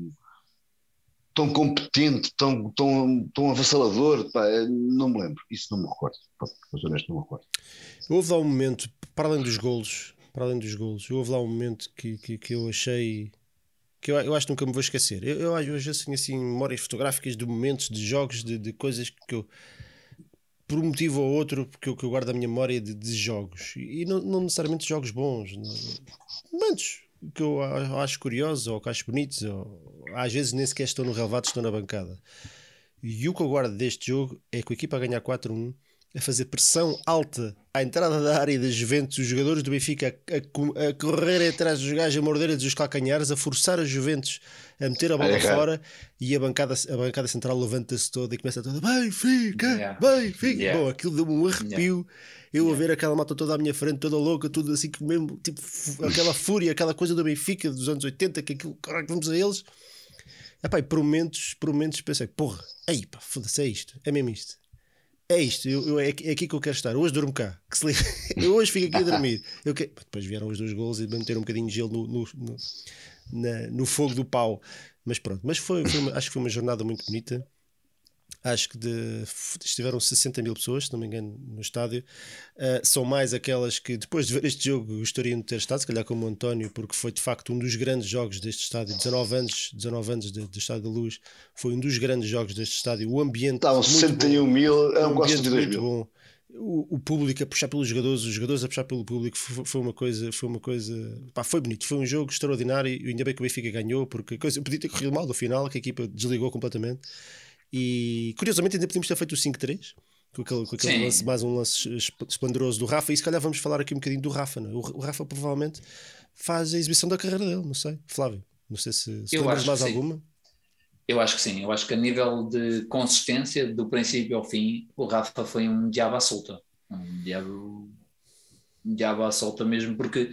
tão competente, tão, tão, tão avassalador, pá, não me lembro, isso não me recordo, mas honesto não me recordo. Houve lá um momento, para além dos golos, para além dos golos, houve lá um momento que, que, que eu achei, que eu, eu acho que nunca me vou esquecer. Eu, eu, eu já tenho assim memórias fotográficas de momentos, de jogos, de, de coisas que eu... por um motivo ou outro, porque eu, que eu guardo a minha memória de, de jogos, e não, não necessariamente jogos bons, momentos que eu acho curiosos ou que acho bonitos, ou às vezes nem sequer estão no relevado, estão na bancada. E o que eu guardo deste jogo é que a equipa a ganhar quatro a um, a fazer pressão alta à entrada da área das Juventus, os jogadores do Benfica a, a, a correr atrás dos gajos, a morder-lhes os calcanhares, a forçar as Juventus a meter a bola é, fora, e a bancada, a bancada central levanta-se toda e começa toda Benfica, yeah. Benfica. Yeah. Bom, aquilo deu-me um arrepio. Yeah. Eu yeah. a ver aquela malta toda à minha frente, toda louca, tudo assim que mesmo, tipo, aquela fúria, aquela coisa do Benfica dos anos oitenta, que aquilo, caralho, vamos a eles. Epá, e por momentos, por momentos pensei, porra, aí pá, foda-se, é isto, é mesmo isto. É isto, eu, eu, é aqui que eu quero estar. Hoje durmo cá, que se liga. Eu hoje fico aqui a dormir. Eu que... Depois vieram os dois golos e meter um bocadinho de gelo no, no, no, na, no fogo do pau. Mas pronto, mas foi, foi uma, acho que foi uma jornada muito bonita. Acho que de, estiveram sessenta mil pessoas, se não me engano, no estádio. Uh, são mais aquelas que, depois de ver este jogo, gostariam de ter estado, se calhar como o António, porque foi de facto um dos grandes jogos deste estádio. dezanove anos, dezanove anos do Estádio da Luz, foi um dos grandes jogos deste estádio. O ambiente. Estavam sessenta e um mil, é um gosto de dois mil. Bom. O, o público a puxar pelos jogadores, os jogadores a puxar pelo público, foi, foi uma coisa, foi uma coisa, pá, foi bonito, foi um jogo extraordinário. E ainda bem que o Benfica ganhou, porque a coisa podia ter corrido mal no final, que a equipa desligou completamente. E curiosamente ainda podíamos ter feito o cinco três com aquele, com aquele lance, mais um lance esplendoroso do Rafa. E se calhar vamos falar aqui um bocadinho do Rafa, não é? o, o Rafa provavelmente faz a exibição da carreira dele, não sei, Flávio, não sei se, se lembras mais alguma. Eu acho que sim, eu acho que a nível de consistência do princípio ao fim o Rafa foi um diabo à solta, um diabo, um diabo à solta mesmo, porque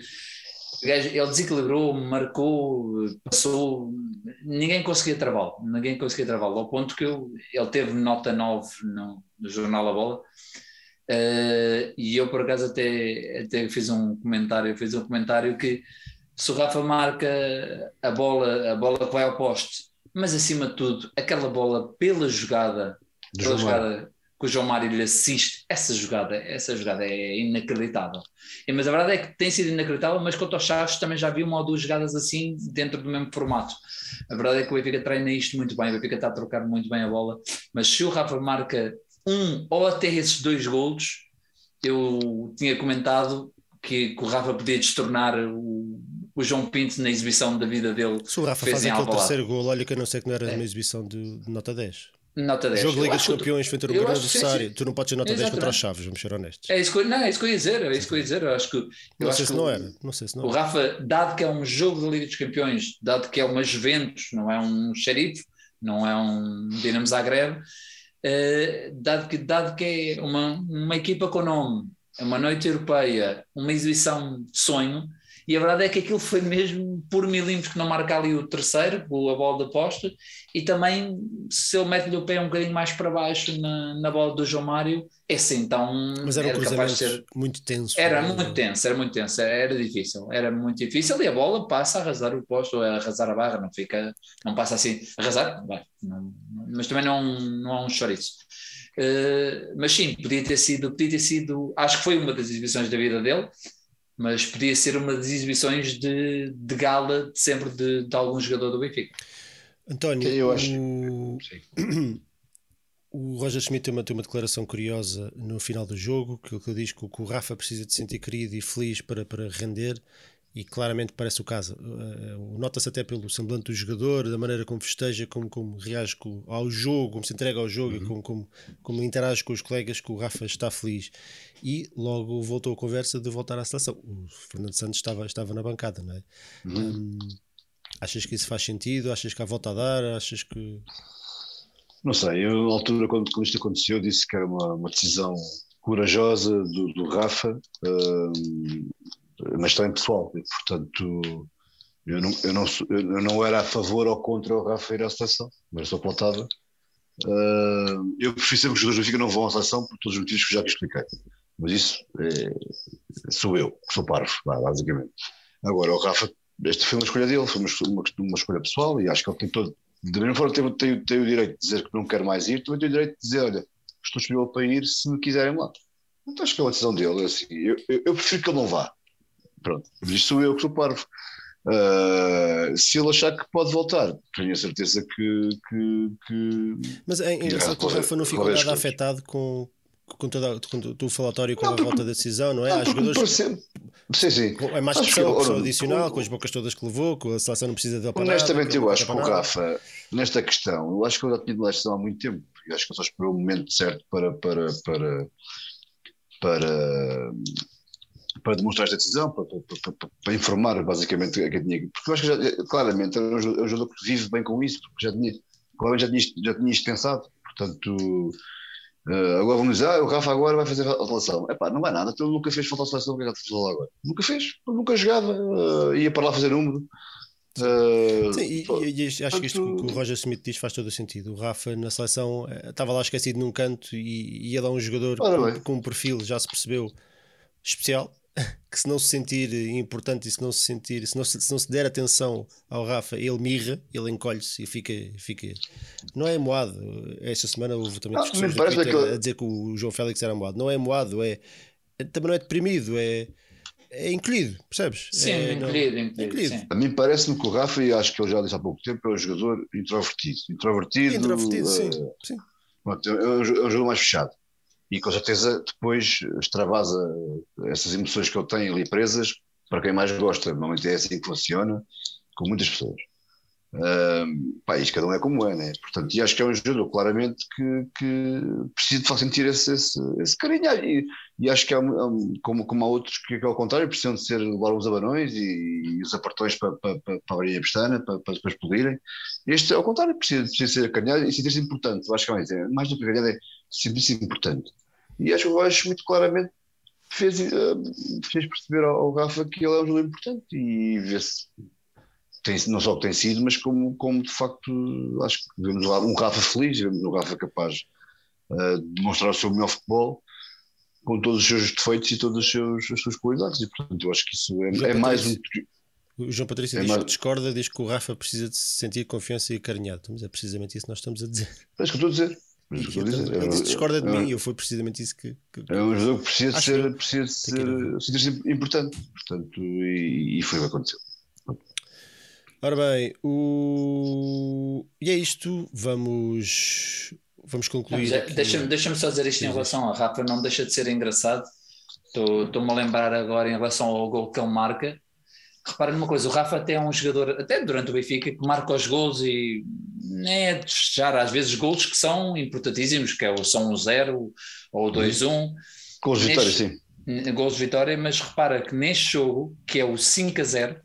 ele desequilibrou, marcou, passou, ninguém conseguia travá-lo, ninguém conseguia travá-lo, ao ponto que eu, ele teve nota nove no, no jornal A Bola, Uh, e eu por acaso até, até fiz um comentário, fiz um comentário que se o Rafa marca a bola, a bola que vai ao poste, mas acima de tudo, aquela bola pela jogada, pela jogada que o João Mário lhe assiste, essa jogada, essa jogada é inacreditável. E, mas a verdade é que tem sido inacreditável, mas quanto aos Chaves também já vi uma ou duas jogadas assim dentro do mesmo formato. A verdade é que o Benfica treina isto muito bem, o Benfica está a trocar muito bem a bola, mas se o Rafa marca um ou até esses dois golos, eu tinha comentado que, que o Rafa podia destornar o, o João Pinto na exibição da vida dele. Se o Rafa faz aquele terceiro gol, olha que eu não sei que não era é. uma exibição de, de nota dez. Nota dez. Jogo de Liga dos Campeões frente ao grande adversário. Tu não podes ter nota Exatamente. dez contra os Chaves, vamos ser honestos. É isso que eu, não, é isso que eu ia dizer, é isso que eu ia dizer. Eu acho que, eu não, acho sei que se não era. não sei se não o era. Rafa, dado que é um jogo de Liga dos Campeões, dado que é uma Juventus, não é um Xerife, não é um Dinamo Zagreb, uh, dado, que, dado que é uma, uma equipa com nome, é uma noite europeia, uma exibição de sonho, e a verdade é que aquilo foi mesmo por milímetros que não marca ali o terceiro, a bola da posta, e também se ele mete-lhe o pé um bocadinho mais para baixo na, na bola do João Mário, é assim, então mas era, era um capaz de ser muito tenso. Era né? muito tenso, era muito tenso, era, era difícil, era muito difícil, e a bola passa a arrasar o posto, ou a arrasar a barra, não fica, não passa assim, arrasar, vai, não, mas também não, não é um chouriço. Uh, mas sim, podia ter sido, podia ter sido, acho que foi uma das exibições da vida dele, mas podia ser uma das exibições de, de gala de sempre de, de algum jogador do Benfica. António, eu acho... o... o Roger Schmidt tem uma, tem uma declaração curiosa no final do jogo, que ele diz que o Rafa precisa de se sentir querido e feliz para, para render, e claramente parece o caso. Uh, nota-se até pelo semblante do jogador, da maneira como festeja, como, como reage ao jogo, como se entrega ao jogo, uhum. e como, como, como interage com os colegas, que o Rafa está feliz. E logo voltou a conversa de voltar à seleção. O Fernando Santos estava, estava na bancada, não é? Uhum. Um, achas que isso faz sentido? Achas que há volta a dar? Achas que... Não sei, eu na altura quando, quando isto aconteceu disse que era uma, uma decisão corajosa do, do Rafa, um, mas também pessoal, e, portanto eu não, eu, não, eu não era a favor ou contra o Rafa ir à seleção, mas só plantava. Uh, eu prefiro sempre que os jogadores do Benfica não vão à seleção por todos os motivos que já te expliquei, mas isso é, sou eu, que sou parvo, basicamente. Agora o Rafa, esta foi uma escolha dele, foi uma, uma, uma escolha pessoal, e acho que ele tem todo, da mesma forma tem, tem, tem o direito de dizer que não quer mais ir, também tem o direito de dizer, olha, estou disponível para ir se me quiserem lá. Então acho que é uma decisão dele, assim, eu, eu, eu prefiro que ele não vá. Pronto, mas isto sou eu que sou parvo. Uh, se ele achar que pode voltar, tenho a certeza que. que, que mas é engraçado que o Rafa não ficou nada afetado com, com, toda, com todo o falatório com não, a volta da decisão, não é? Não, Há jogadores. Sim, sim. É mais pressão, que, pressão adicional, com, com as bocas todas que levou, com a seleção não precisa de honestamente, eu acho que o Rafa, nesta questão, eu acho que eu já tinha de decisão há muito tempo, e acho que ele só esperou o momento certo para. para, para, para para demonstrar esta decisão, para, para, para, para informar basicamente a quem tinha, porque eu acho que já, claramente é um jogador que vive bem com isso, porque já tinha, claramente já tinha, já tinha isto pensado, portanto uh, agora vamos dizer, ah, o Rafa agora vai fazer a seleção, epá, não vai nada, ele nunca fez falta à seleção, o que é que ele fez lá agora? Nunca fez, nunca jogava, uh, ia para lá fazer número. Uh, Sim, e, e, e acho que isto que o Roger Smith diz faz todo o sentido. O Rafa na seleção estava lá esquecido num canto e ia lá um jogador com, com um perfil, já se percebeu, especial, que se não se sentir importante e se não se sentir, se não se, se não se der atenção ao Rafa, ele mirra, ele encolhe-se e fica, fica não é moado. Esta semana houve também discussões no Twitter que... a dizer que o João Félix era moado. Não é moado, é, também não é deprimido, é, é encolhido, percebes? Sim, é, encolhido, não, encolhido, encolhido. Sim. A mim parece-me que o Rafa, e acho que ele já disse há pouco tempo, é um jogador introvertido. Introvertido, introvertido uh, sim, sim. Pronto, é um jogador mais fechado. E com certeza depois extravasa essas emoções que ele tem ali presas para quem mais gosta. Normalmente é assim que funciona, com muitas pessoas. Um, pá, isto cada um é como é, né? Portanto, e acho que é um jogador claramente que, que precisa de sentir esse, esse, esse carinho. E, e acho que há, como, como há outros que, que ao contrário, precisam de ser levar os abanões e, e os apartões para, para, para, para abrir a pestana, para, para depois explodirem. Este, ao contrário, precisa, precisa ser acarinhado e sentir-se importante. Eu acho que é mais do que acarinhado, é sentir-se importante. E acho que o Rocha muito claramente fez, uh, fez perceber ao, ao Rafa que ele é um jogador importante e vê-se. Tem, não só que tem sido, mas como, como de facto acho que vemos lá um Rafa feliz, vemos um Rafa capaz uh, de mostrar o seu melhor futebol, com todos os seus defeitos e todas as, seus, as suas qualidades, e portanto eu acho que isso é, é mais um. O João Patrício é diz mais... que discorda, diz que o Rafa precisa de se sentir confiança e acarinhado. Mas é precisamente isso que nós estamos a dizer. É isso que eu estou a dizer. É isso que eu estou a dizer. Ele disse que discorda de é, mim, eu foi precisamente isso que. que... É um jogador que precisa de ser, precisa de ser, sentir-se importante, portanto, e, e foi o que aconteceu. Ora bem, o... e é isto, vamos, vamos concluir. Não, deixa-me, deixa-me só dizer isto em relação ao Rafa, não deixa de ser engraçado. Estou-me a lembrar agora em relação ao gol que ele marca. Repara numa coisa, o Rafa até é um jogador, até durante o Benfica, que marca os golos e nem é de festejar, às vezes golos que são importantíssimos, que é o são um zero ou o dois um. Golos de vitória, sim. Golos de vitória, mas repara que neste jogo, que é o cinco a zero,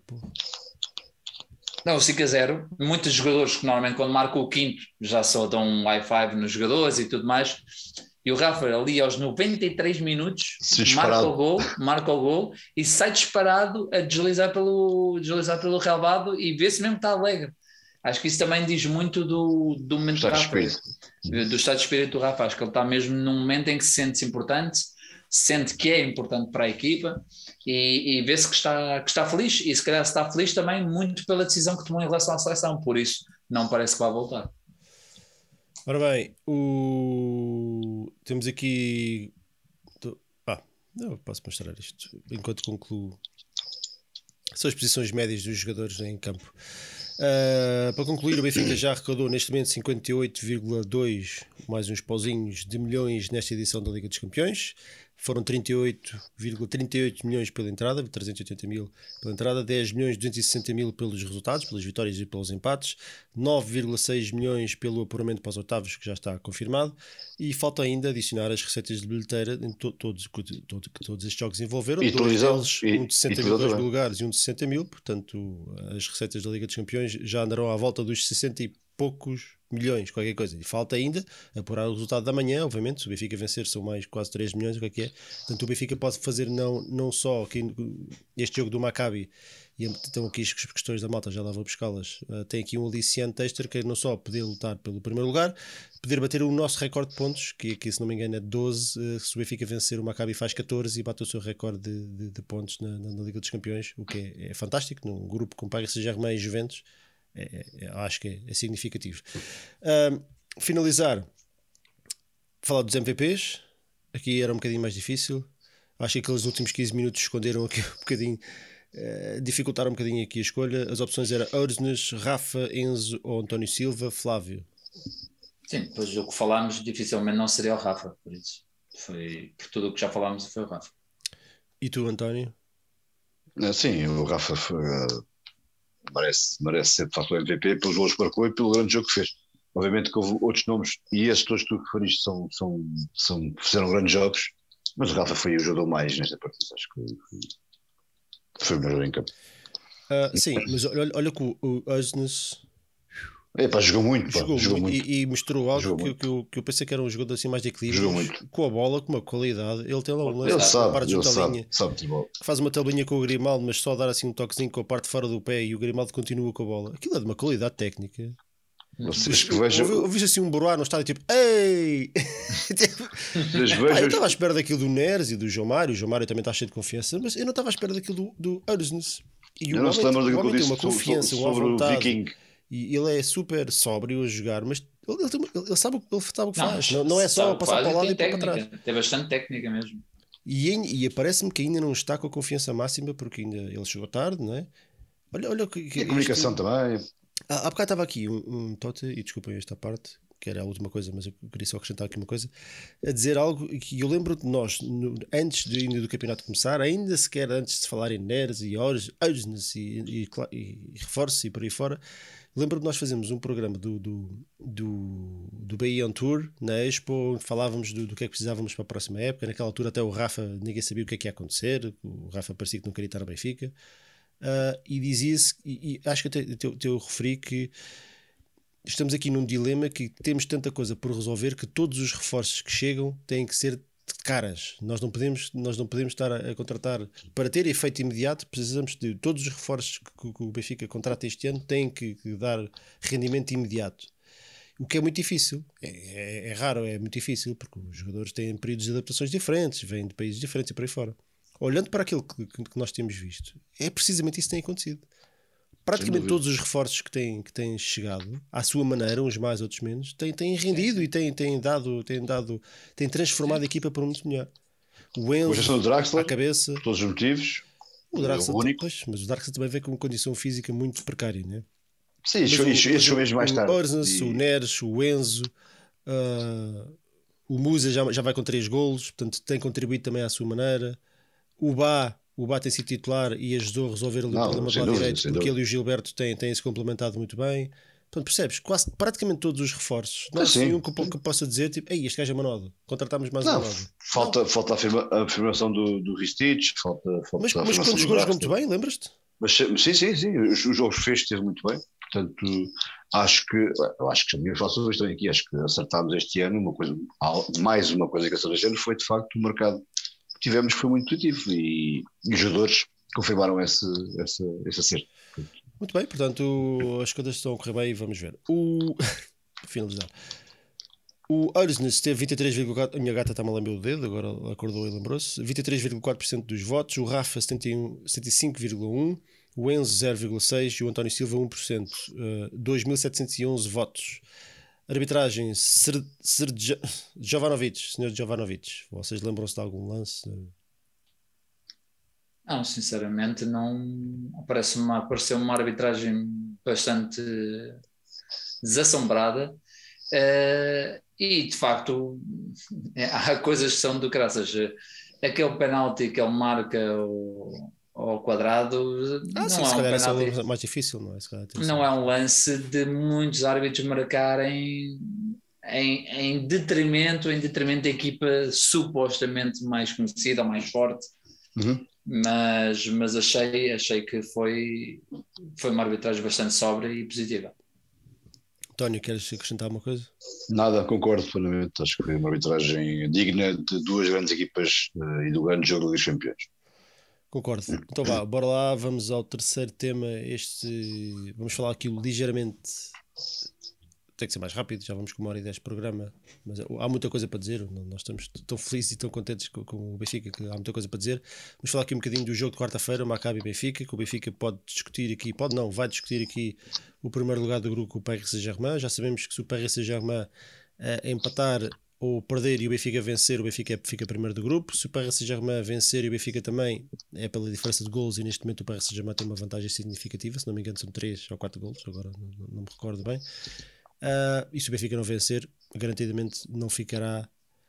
não, o cinco a zero, muitos jogadores que normalmente quando marcam o quinto já só dão um high five nos jogadores e tudo mais, e o Rafa ali aos noventa e três minutos marca o gol, marca o gol e sai disparado a deslizar pelo, deslizar pelo relvado e vê-se mesmo que está alegre. Acho que isso também diz muito do, do momento do Rafa, do estado de espírito do Rafa. Acho que ele está mesmo num momento em que se sente importante, sente que é importante para a equipa e, e vê-se que está, que está feliz, e se calhar está feliz também muito pela decisão que tomou em relação à seleção, por isso não parece que vai voltar. Ora bem, o... temos aqui. Ah, não posso mostrar isto enquanto concluo. São as posições médias dos jogadores em campo. Uh, para concluir, o Benfica já arrecadou neste momento cinquenta e oito vírgula dois mais uns pauzinhos de milhões nesta edição da Liga dos Campeões. Foram trinta e oito vírgula trinta e oito milhões pela entrada, trezentos e oitenta mil pela entrada, dez milhões duzentos e sessenta mil pelos resultados, pelas vitórias e pelos empates, nove vírgula seis milhões pelo apuramento para os oitavos, que já está confirmado, e falta ainda adicionar as receitas de bilheteira em to- todos, todos, que todos estes jogos envolveram, e dois deles, e, um de sessenta mil dois lugares e um de sessenta mil, portanto as receitas da Liga dos Campeões já andarão à volta dos sessenta e poucos milhões, qualquer coisa, e falta ainda apurar o resultado da manhã, obviamente. Se o Benfica vencer são mais quase três milhões, o que é que é, portanto o Benfica pode fazer não, não só aqui, este jogo do Maccabi, e então aqui as questões da malta já lá vou buscá-las, uh, tem aqui um aliciante extra, que é não só poder lutar pelo primeiro lugar, poder bater o nosso recorde de pontos, que aqui se não me engano é doze, uh, se o Benfica vencer o Maccabi faz catorze e bate o seu recorde de, de, de pontos na, na, na Liga dos Campeões, o que é, é fantástico, num grupo com Paris Saint-Germain e Juventus. É, é, acho que é, é significativo. Uh, finalizar, falar dos M V Ps. Aqui era um bocadinho mais difícil. Acho que aqueles últimos quinze minutos esconderam aqui um bocadinho, uh, dificultaram um bocadinho aqui a escolha. As opções eram Orsnes, Rafa, Enzo ou António Silva. Flávio. Sim, depois o que falámos dificilmente não seria o Rafa, por isso foi, por tudo o que já falámos foi o Rafa. E tu, António? Sim, o Rafa foi, merece, merece ser de facto o M V P pelos gols que marcou e pelo grande jogo que fez. Obviamente que houve outros nomes, e esses todos que tu referiste são, são, são, fizeram grandes jogos, mas o Rafa foi o jogador mais nesta partida. Acho que foi, foi o melhor em campo. Uh, sim, mas olha, olha que o Orsnes Epá, jogou muito, pá, jogou, jogou muito, muito. E, e mostrou algo jogou que, muito. que, eu, que eu pensei que era um jogador assim mais de equilíbrio, com a bola, com uma qualidade. Ele tem lá um lance, Ele sabe, para de ele juntar a sabe, linha, sabe de bola. que faz uma tabelinha com o Grimaldo, mas só dar assim um toquezinho com a parte fora do pé e o Grimaldo continua com a bola. Aquilo é de uma qualidade técnica. Vocês que vejam. Eu vi assim um Boroá no estádio, tipo, ei! Pá, eu estava à espera daquilo do Neres e do João Mário. O João Mário também está cheio de confiança, mas eu não estava à espera daquilo do, do Orsnes. E o Eu não homem, se lembra o do que eu homem tem disse uma confiança, sobre, uma sobre vontade. o Viking. E ele é super sóbrio a jogar, mas ele, ele, tem- ele sabe, o que- ele sabe o que Não, faz. Não, não é só sabe, passar faz para o lado e tem para trás. técnica, tem bastante técnica mesmo. E, em- e parece-me que ainda não está com a confiança máxima, porque ainda ele chegou tarde, não é? Olha, olha o que, que E a comunicação isto- também. Ah, há bocado estava aqui um, um Tote, e desculpem esta parte, que era a última coisa, mas eu queria só acrescentar aqui uma coisa, a dizer algo que eu lembro de nós, no- antes de, ainda do campeonato começar, ainda sequer antes de se falar em Neres e Orsnes e, e, cla- e reforços e por aí fora, lembro de nós fazermos um programa do, do, do, do Bahia on Tour, na Expo, onde falávamos do, do que é que precisávamos para a próxima época. Naquela altura até o Rafa, ninguém sabia o que é que ia acontecer, o Rafa parecia que não queria estar no Benfica. Uh, e dizia-se, e, e acho que até, até, até eu referi que estamos aqui num dilema que temos tanta coisa por resolver que todos os reforços que chegam têm que ser de caras. Nós não podemos, nós não podemos estar a, a contratar para ter efeito imediato. Precisamos de todos os reforços que, que o Benfica contrata este ano têm que, que dar rendimento imediato. o que é muito difícil, é, é, é raro, é muito difícil, porque os jogadores têm períodos de adaptações diferentes, vêm de países diferentes e por aí fora. Olhando para aquilo que, que nós temos visto, é precisamente isso que tem acontecido. Praticamente todos os reforços que têm, que têm chegado, à sua maneira, uns mais, outros menos, têm, têm rendido e têm, têm dado, têm dado, têm transformado a equipa para muito melhor. O Enzo, o Draxler, à cabeça, por todos os motivos. o Draxler, é o único. Pois, mas o Draxler também veio com uma condição física muito precária, né? Sim, isso chegou mesmo mais tarde. O Orsnes, e... o Neres, o Enzo, uh, o Musa já, já vai com três golos, portanto tem contribuído também à sua maneira. O Bá, o Bá tem sido titular e ajudou a resolver ali o problema do lado direito, porque ele e o Gilberto têm, têm se complementado muito bem. Portanto, percebes? Quase, praticamente todos os reforços. Não há nenhum que, que possa dizer, tipo, ei, este gajo é Manodo, contratámos mais não, um Manodo. Falta, não. falta a, afirma, a afirmação do, do Ristich, falta, falta mas, mas quando jogou, jogou muito bem, lembras-te? Mas, sim, sim, sim, os, os jogos fez esteve muito bem, portanto, acho que, eu acho que a minha relação estão aqui, acho que acertámos este ano, uma coisa, mais uma coisa que acertámos este ano foi, de facto, o mercado que tivemos foi muito positivo e, e os jogadores confirmaram esse, esse, esse acerto. Muito bem, portanto, as coisas estão a correr bem e vamos ver. O... Finalizar. O Orsnes teve vinte e três vírgula quatro por cento, a minha gata está-me a lamber o dedo, agora acordou e lembrou-se, vinte e três vírgula quatro por cento dos votos, o Rafa setenta e um, setenta e cinco vírgula um por cento, o Enzo zero vírgula seis por cento e o António Silva um por cento, uh, dois mil setecentos e onze votos. Arbitragem, Ser... Ser... Jovanovic, senhor Jovanovic, vocês lembram-se de algum lance? Não, sinceramente não parece uma, pareceu uma arbitragem bastante desassombrada uh, e de facto é, há coisas que são do caraças. Aquele penalti que ele marca ao, ao quadrado ah, não sim, é se um calhar penalti, é mais difícil, não é? Se calhar não é um lance de muitos árbitros marcarem em, em detrimento em detrimento da equipa supostamente mais conhecida ou mais forte. Uhum. Mas, mas achei, achei que foi, foi uma arbitragem bastante sóbria e positiva. António, queres acrescentar alguma coisa? Nada, concordo plenamente. Acho que foi uma arbitragem digna de duas grandes equipas uh, e do grande jogo dos campeões. Concordo. Então vá, bora lá, vamos ao terceiro tema. Este, vamos falar aqui ligeiramente. Tem que ser mais rápido, já vamos com uma hora e dez de programa, mas há muita coisa para dizer. Nós estamos tão felizes e tão contentes com, com o Benfica que há muita coisa para dizer. Vamos falar aqui um bocadinho do jogo de quarta-feira, Maccabi e Benfica, que o Benfica pode discutir aqui, pode não, vai discutir aqui o primeiro lugar do grupo com o Paris Saint-Germain. Já sabemos que se o Paris Saint-Germain uh, empatar ou perder e o Benfica vencer, o Benfica fica primeiro do grupo. Se o Paris Saint-Germain vencer e o Benfica também, é pela diferença de golos, e neste momento o Paris Saint-Germain tem uma vantagem significativa, se não me engano são três ou quatro golos, agora não, não me recordo bem. Uh, e se o Benfica não vencer, garantidamente não ficará.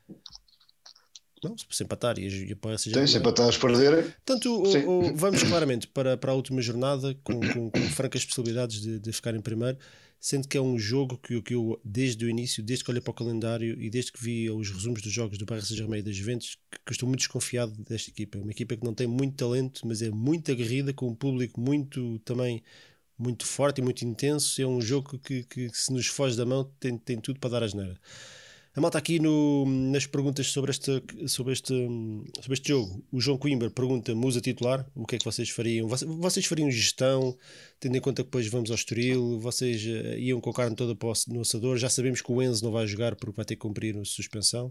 Não, se empatar e, e parece já. Tem, se empatar, se perderem. Portanto, o, o, vamos claramente para, para a última jornada com, com, com francas possibilidades de, de ficar em primeiro, sendo que é um jogo que, que eu, desde o início, desde que olhei para o calendário e desde que vi os resumos dos jogos do Paris Saint-Germain e das Juventus, que, que estou muito desconfiado desta equipa. É uma equipa que não tem muito talento, mas é muito aguerrida, com um público muito também. muito forte e muito intenso. É um jogo que, que, que se nos foge da mão tem, tem tudo para dar asneira. A malta aqui no, nas perguntas sobre este, sobre, este, sobre este jogo, o João Coimbra pergunta: Musa titular, o que é que vocês fariam? Vocês, vocês fariam gestão, tendo em conta que depois vamos ao Estoril? Vocês uh, iam com a carne toda para o, no assador? Já sabemos que o Enzo não vai jogar porque vai ter que cumprir a suspensão.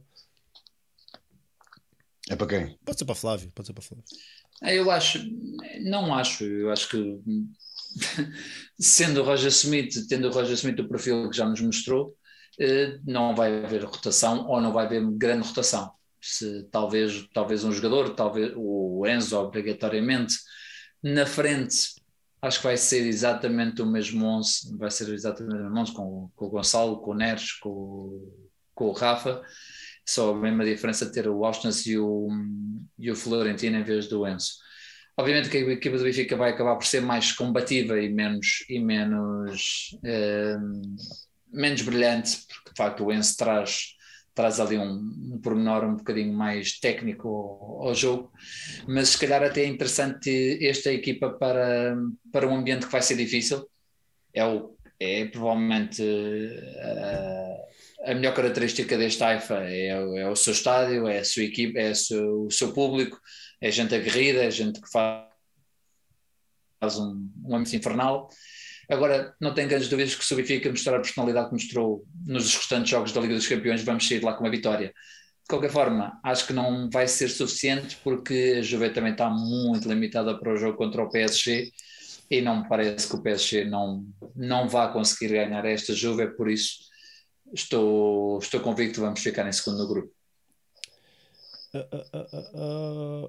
É para quem? Pode ser para Flávio, pode ser para Flávio. Eu acho, não acho, eu acho que sendo o Roger Smith, tendo o Roger Smith o perfil que já nos mostrou, não vai haver rotação ou não vai haver grande rotação. Se, talvez, talvez um jogador, talvez o Enzo obrigatoriamente na frente, acho que vai ser exatamente o mesmo onze, vai ser exatamente o mesmo onze com, com o Gonçalo, com o Neres, com, com o Rafa, só a mesma diferença de ter o Orsnes e o, e o Florentino em vez do Enzo. Obviamente que a equipa do Benfica vai acabar por ser mais combativa e menos, e menos, eh, menos brilhante, porque de facto o Enzo traz, traz ali um, um pormenor um bocadinho mais técnico ao, ao jogo, mas se calhar até é interessante esta equipa para, para um ambiente que vai ser difícil. É, o, é provavelmente a, a melhor característica deste Haifa é, é o seu estádio, é a sua equipa, é o seu, o seu público. É gente aguerrida, é gente que faz um, um ambiente infernal. Agora, não tenho grandes dúvidas que se o Benfica mostrar a personalidade que mostrou nos restantes jogos da Liga dos Campeões, vamos sair de lá com uma vitória. De qualquer forma, acho que não vai ser suficiente, porque a Juve também está muito limitada para o jogo contra o P S G, e não me parece que o P S G não, não vá conseguir ganhar esta Juve, por isso estou, estou convicto que vamos ficar em segundo no grupo. Uh, uh, uh, uh.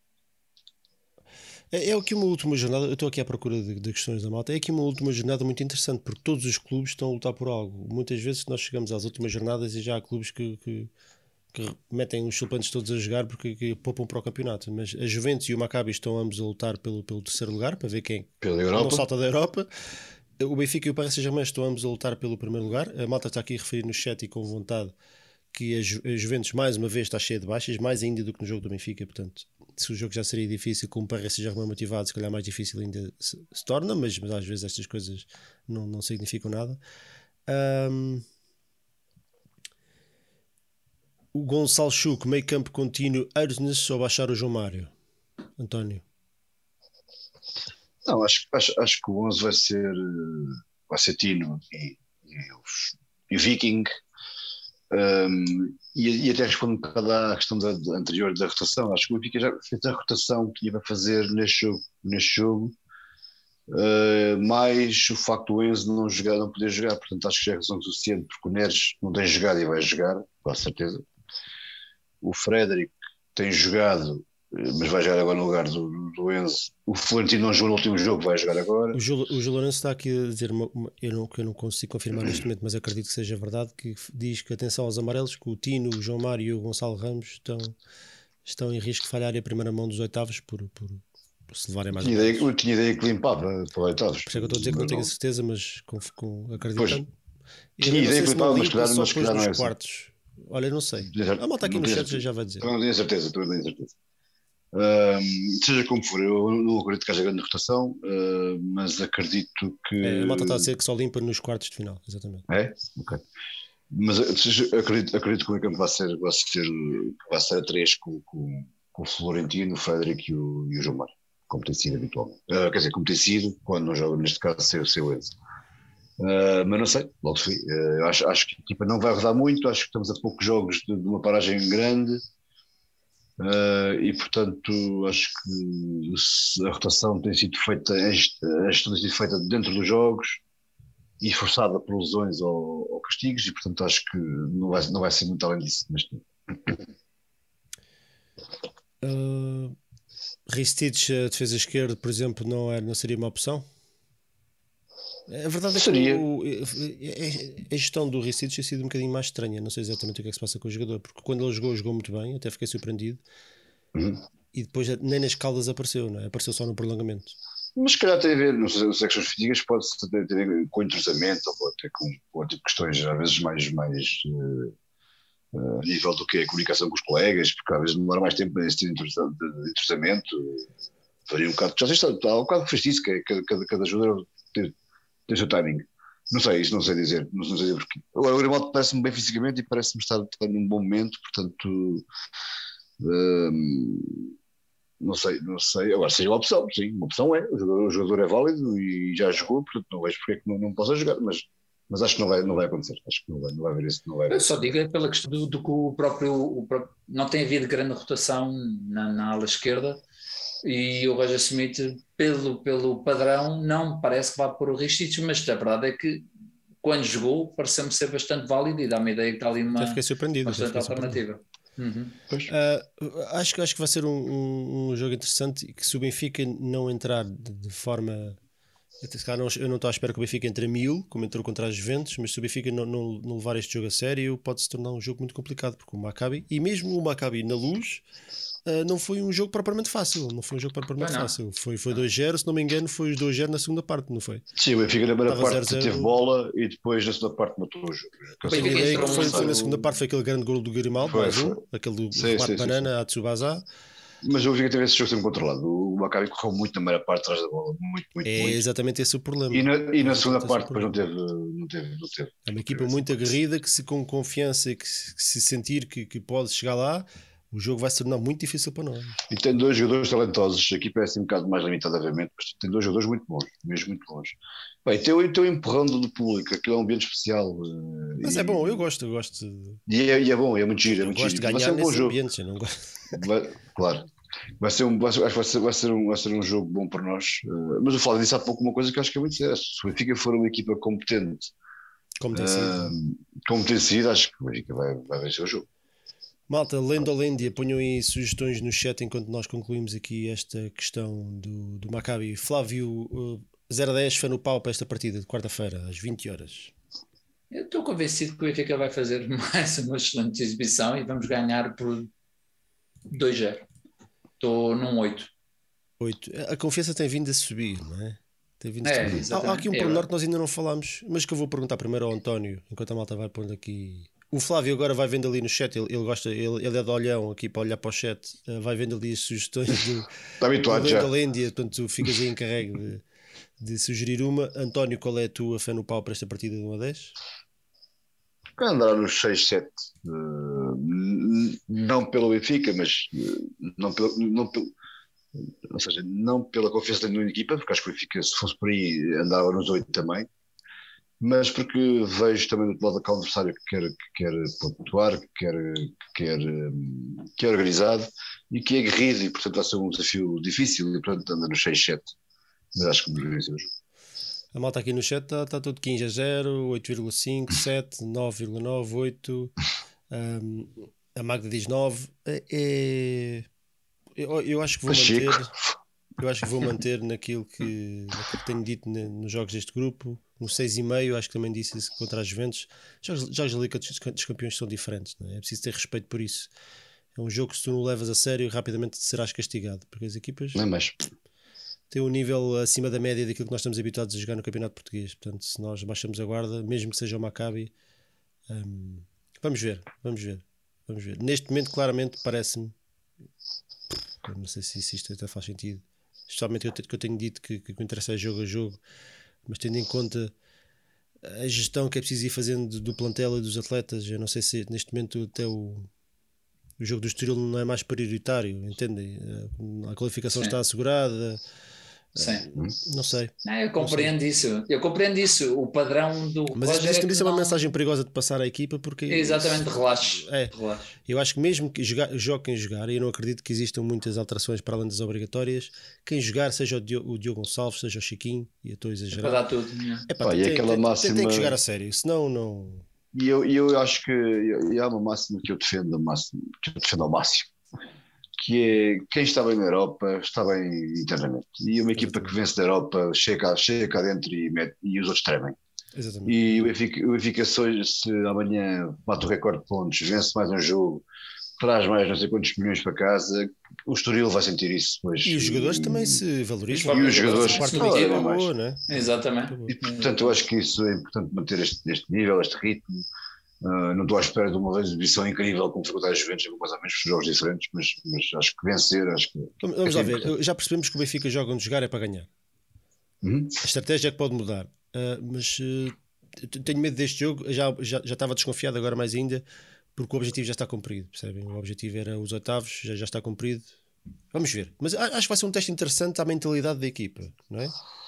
É, é aqui uma última jornada, eu estou aqui à procura de, de questões da malta, é aqui uma última jornada muito interessante, porque todos os clubes estão a lutar por algo. Muitas vezes nós chegamos às últimas jornadas e já há clubes que, que, que metem os suplentes todos a jogar porque que poupam para o campeonato, mas a Juventus e o Maccabi estão ambos a lutar pelo, pelo terceiro lugar, para ver quem não salta da Europa. O Benfica e o Paris Saint-Germain estão ambos a lutar pelo primeiro lugar. A malta está aqui a referir no chat e com vontade que a, Ju- a Juventus mais uma vez está cheia de baixas, mais ainda do que no jogo do Benfica, portanto, se o jogo já seria difícil, com o Paris Saint-Germain motivado, se calhar mais difícil ainda se, se torna, mas, mas às vezes estas coisas não, não significam nada. Um, o Gonçalo Chuco, meio campo contínuo, Arnes ou baixar o João Mário? António? Não, acho, acho, acho que o onze vai ser, eh, vai ser Tino e, e, os- e Viking. Um, e, e até respondo um bocado à questão da, da anterior da rotação. Acho que o Benfica já fez a rotação que ia para fazer neste jogo, neste jogo uh, mais o facto do Enzo não jogar, não poder jogar. Portanto, acho que já é razão suficiente, porque o Neres não tem jogado e vai jogar, com certeza. O Frederic tem jogado, eh, mas vai jogar agora no lugar do, do, do Enzo. O Florentino não jogou no último jogo, vai jogar agora. O Gil, o Gil Lourenço está aqui a dizer, uma, uma- eu, não, que eu não consigo confirmar neste momento, mas acredito que seja verdade, que f- diz que atenção aos amarelos, que o Tino, o João Mário e o Gonçalo Ramos estão, estão em risco de falhar a primeira mão dos oitavos por, por, por se levarem mais Tinha amarelos. ideia, eu tinha ideia que limpava para oitavos. Por isso é que eu estou a dizer que não tenho a certeza, mas com, com, acreditando. E tinha eu não ideia sei que se não limpava, mas limpa calhar- só mas depois calhar não nos é assim. quartos. Olha, eu não sei. A malta aqui Não no tenho chat certeza. já vai dizer. Também não tenho certeza, também não tenho certeza. Ahm, seja como for, eu não acredito que haja grande rotação, ah, mas acredito que. É, a malta está a dizer que só limpa nos quartos de final, exatamente. É? Ok. Mas ah, seja, acredito, acredito que o campo vai ser, vai ser, vai ser a três com, com, com o Florentino, o Frederic e o, e o João Mário, como tem sido habitualmente. Ah, quer dizer, como tem sido, quando não joga, neste caso, ser o seu Enzo. Uh, mas não sei, logo se vê. Uh, acho, acho que a equipa não vai rodar muito, acho que estamos a poucos jogos de, de uma paragem grande, uh, e portanto acho que se a rotação tem sido feita, a gestão tem sido feita dentro dos jogos e forçada por lesões ou, ou castigos, e portanto acho que não vai, não vai ser muito além disso neste momento. Uh, Ristich, a defesa esquerda, por exemplo, não, era, não seria uma opção? A verdade é que Seria. o- a, a gestão do Ristich tem sido um bocadinho mais estranha. Não sei exatamente o que é que se passa com o jogador, porque quando ele jogou, jogou muito bem, até fiquei surpreendido. Uhum. E depois nem nas Caldas apareceu, não é? Apareceu só no prolongamento. Mas se calhar tem a ver, não sei, não sei questões físicas, pode ter, ter a ver com entrosamento ou até com, com tipo de questões às vezes mais, mais uh, uh, a nível do que é a comunicação com os colegas, porque às vezes demora mais tempo esse tipo de entrosa- de entrosamento, varia um bocado, já sei, está, há um bocado que fez isso, que é cada, cada, cada jogador tem, tem o seu timing. Não sei, isso não sei dizer, não sei dizer porquê. Agora o Grimaldo parece-me bem fisicamente e parece-me estar, estar num bom momento, portanto. hum, Não sei, não sei. Agora, seja uma opção, sim, uma opção é. O jogador, o jogador é válido e já jogou, portanto não vejo porque é que não, não possa jogar, mas, mas acho que não vai, não vai acontecer. Acho que não vai, não vai haver isso. Não vai haver Eu só digo é pela questão do, do que o próprio, o próprio. Não tem havido grande rotação na, na ala esquerda, e o Roger Smith, pelo, pelo padrão, não me parece que vá pôr o Ristich, mas a verdade é que quando jogou pareceu-me ser bastante válido e dá-me a ideia que está ali Até uma fiquei surpreendido. até bastante fiquei surpreendido. alternativa. Uhum. Uh, acho, que- acho que vai ser um, um, um jogo interessante e que se o Benfica não entrar de, de forma. Se calhar não, eu não estou à espera que o Benfica entre a mil, como entrou contra as Juventus, mas se o Benfica não, não, não levar este jogo a sério, pode se tornar um jogo muito complicado, porque o Maccabi, e mesmo o Maccabi na Luz, uh, não foi um jogo propriamente fácil. Não foi um jogo propriamente Não, não. fácil. Foi, foi dois zero, se não me engano, foi os dois zero na segunda parte, não foi? Sim, o Benfica na primeira Estava parte zero zero. teve bola e depois na segunda parte matou o jogo. O Tenho Benfica ideia que entrou foi, muito- foi na segunda parte, foi aquele grande golo do Grimaldo, Foi, mais um, foi. aquele do Sim, remate sim, sim, banana a Tsubasa. Mas o Benfica teve esse jogo sempre controlado. O Maccabi correu muito na primeira parte atrás da bola, muito, muito, É muito. exatamente esse o problema. E na, e na É segunda exatamente parte esse o depois não problema. teve, não teve, não teve. É uma equipa muito aguerrida que, se com confiança e que se, que se sentir que, que pode chegar lá, o jogo vai se tornar muito difícil para nós. E tem dois jogadores talentosos. A equipa é assim um bocado mais limitada, obviamente, mas tem dois jogadores muito bons, mesmo muito bons. Bem, tem o teu empurrão do público, aquilo é um ambiente especial. Mas e, é bom, eu gosto, eu gosto. E é, e é bom, é muito giro. É Eu muito gosto de giro. Vai ser ganhar um bom nesses jogo. ambientes, eu não gosto. Vai, claro. Vai ser, um, vai, ser, vai, ser, vai, ser um, vai ser um jogo bom para nós. Uh, mas eu falo disso há pouco, uma coisa que acho que é muito séria. Se o Benfica for uma equipa competente, Como tem sido. uh, como tem sido, acho que o Benfica vai, vai vencer o jogo. Malta, Lendolândia, ponham aí sugestões no chat enquanto nós concluímos aqui esta questão do, do Maccabi. Flávio, uh, zero a dez, fã no pau para esta partida de quarta-feira, às vinte horas. Eu estou convencido que o Benfica vai fazer mais uma excelente exibição e vamos ganhar por dois a zero. Estou num oito. oito. A confiança tem vindo a subir, não é? Tem vindo a É, subir. Há, há aqui um é, pormenor é. que nós ainda não falámos, mas que eu vou perguntar primeiro ao António, enquanto a malta vai pondo aqui. O Flávio agora vai vendo ali no chat, ele, ele gosta, ele, ele é de olhão aqui para olhar para o chat, uh, vai vendo ali as sugestões do, Está habituado do já. Lendolândia, portanto tu ficas aí encarregue de, de sugerir uma. António, qual é a tua fé no pau para esta partida de um a dez? Vai andar nos seis sete. Uh, não pelo Benfica, mas uh, não pelo. Não pelo ou seja, não pela confiança da equipa, porque acho que o Benfica, se fosse por aí, andava nos oito também. Mas porque vejo também do outro lado daquele adversário que quer, que quer pontuar, que quer, que quer, que é organizado e que é aguerrido, e portanto vai ser um desafio difícil, e portanto anda nos seis sete. Mas acho que vamos vencer o jogo. A malta aqui no chat está tá tudo quinze a zero, oito vírgula cinco, sete, nove vírgula nove, oito. Um, a Magda diz nove. É, é, eu, eu acho que vou Pacheco. manter. Eu acho que vou manter naquilo que, naquilo que tenho dito ne, nos jogos deste grupo. No seis e meio, acho que também disse isso contra as Juventus. Jogos, jogos da Liga dos Campeões são diferentes, não é? É preciso ter respeito por isso. É um jogo que, se tu não o levas a sério, rapidamente serás castigado, porque as equipas Não é mais. têm um nível acima da média daquilo que nós estamos habituados a jogar no Campeonato Português. Portanto, se nós baixamos a guarda, mesmo que seja o Maccabi, hum, vamos ver, vamos ver, vamos ver. Neste momento, claramente, parece-me, eu não sei se, se isto até faz sentido, especialmente eu, que eu tenho dito que, que o que interessa é jogo a jogo, mas tendo em conta a gestão que é preciso ir fazendo do plantel e dos atletas, eu não sei se neste momento até o, o jogo do Estoril não é mais prioritário, entendem? A qualificação Sim. está assegurada. Sim. Não sei. Não, eu compreendo isso. Eu compreendo isso. O padrão do. Mas Roger isto, é, isto é uma não... mensagem perigosa de passar à equipa, porque Exatamente, relaxe. É. relaxe. Eu acho que mesmo que jogar, jogue quem jogar, e eu não acredito que existam muitas alterações para além das obrigatórias, quem jogar, seja o Diogo, o Diogo Gonçalves, seja o Chiquinho, e eu estou a exagerar. Para dar tudo. Né? É pá, Pá, e tem, aquela tem, máxima- tem que jogar a sério, senão não. E eu, e eu acho que e há uma máxima que eu defendo, ao máximo, que eu defendo ao máximo, que é quem está bem na Europa está bem internamente. E uma equipa que vence da Europa chega, chega cá dentro e, mete, e os outros tremem. Exatamente. E o Benfica, o Benfica se, hoje, se amanhã bate o recorde de pontos, vence mais um jogo, traz mais não sei quantos milhões para casa, o Estoril vai sentir isso depois. E os jogadores e, também se valorizam. E os jogadores- A parte se positiva é motivam boa, não é? Exatamente. E, portanto, eu acho que isso é importante manter este, este nível, este ritmo. Uh, não estou à espera de uma exibição incrível como foi contra as Juventus, mais ou menos jogos diferentes, mas, mas acho que vencer, acho que. Vamos, vamos é lá ver, importante. já percebemos que o Benfica joga onde jogar é para ganhar. Uhum. A estratégia é que pode mudar, uh, mas uh, tenho medo deste jogo. Já, já, já estava desconfiado, agora mais ainda, porque o objetivo já está cumprido. Percebem? O objetivo era os oitavos, já, já está cumprido. Vamos ver, mas a- acho que vai ser um teste interessante à mentalidade da equipa, não é?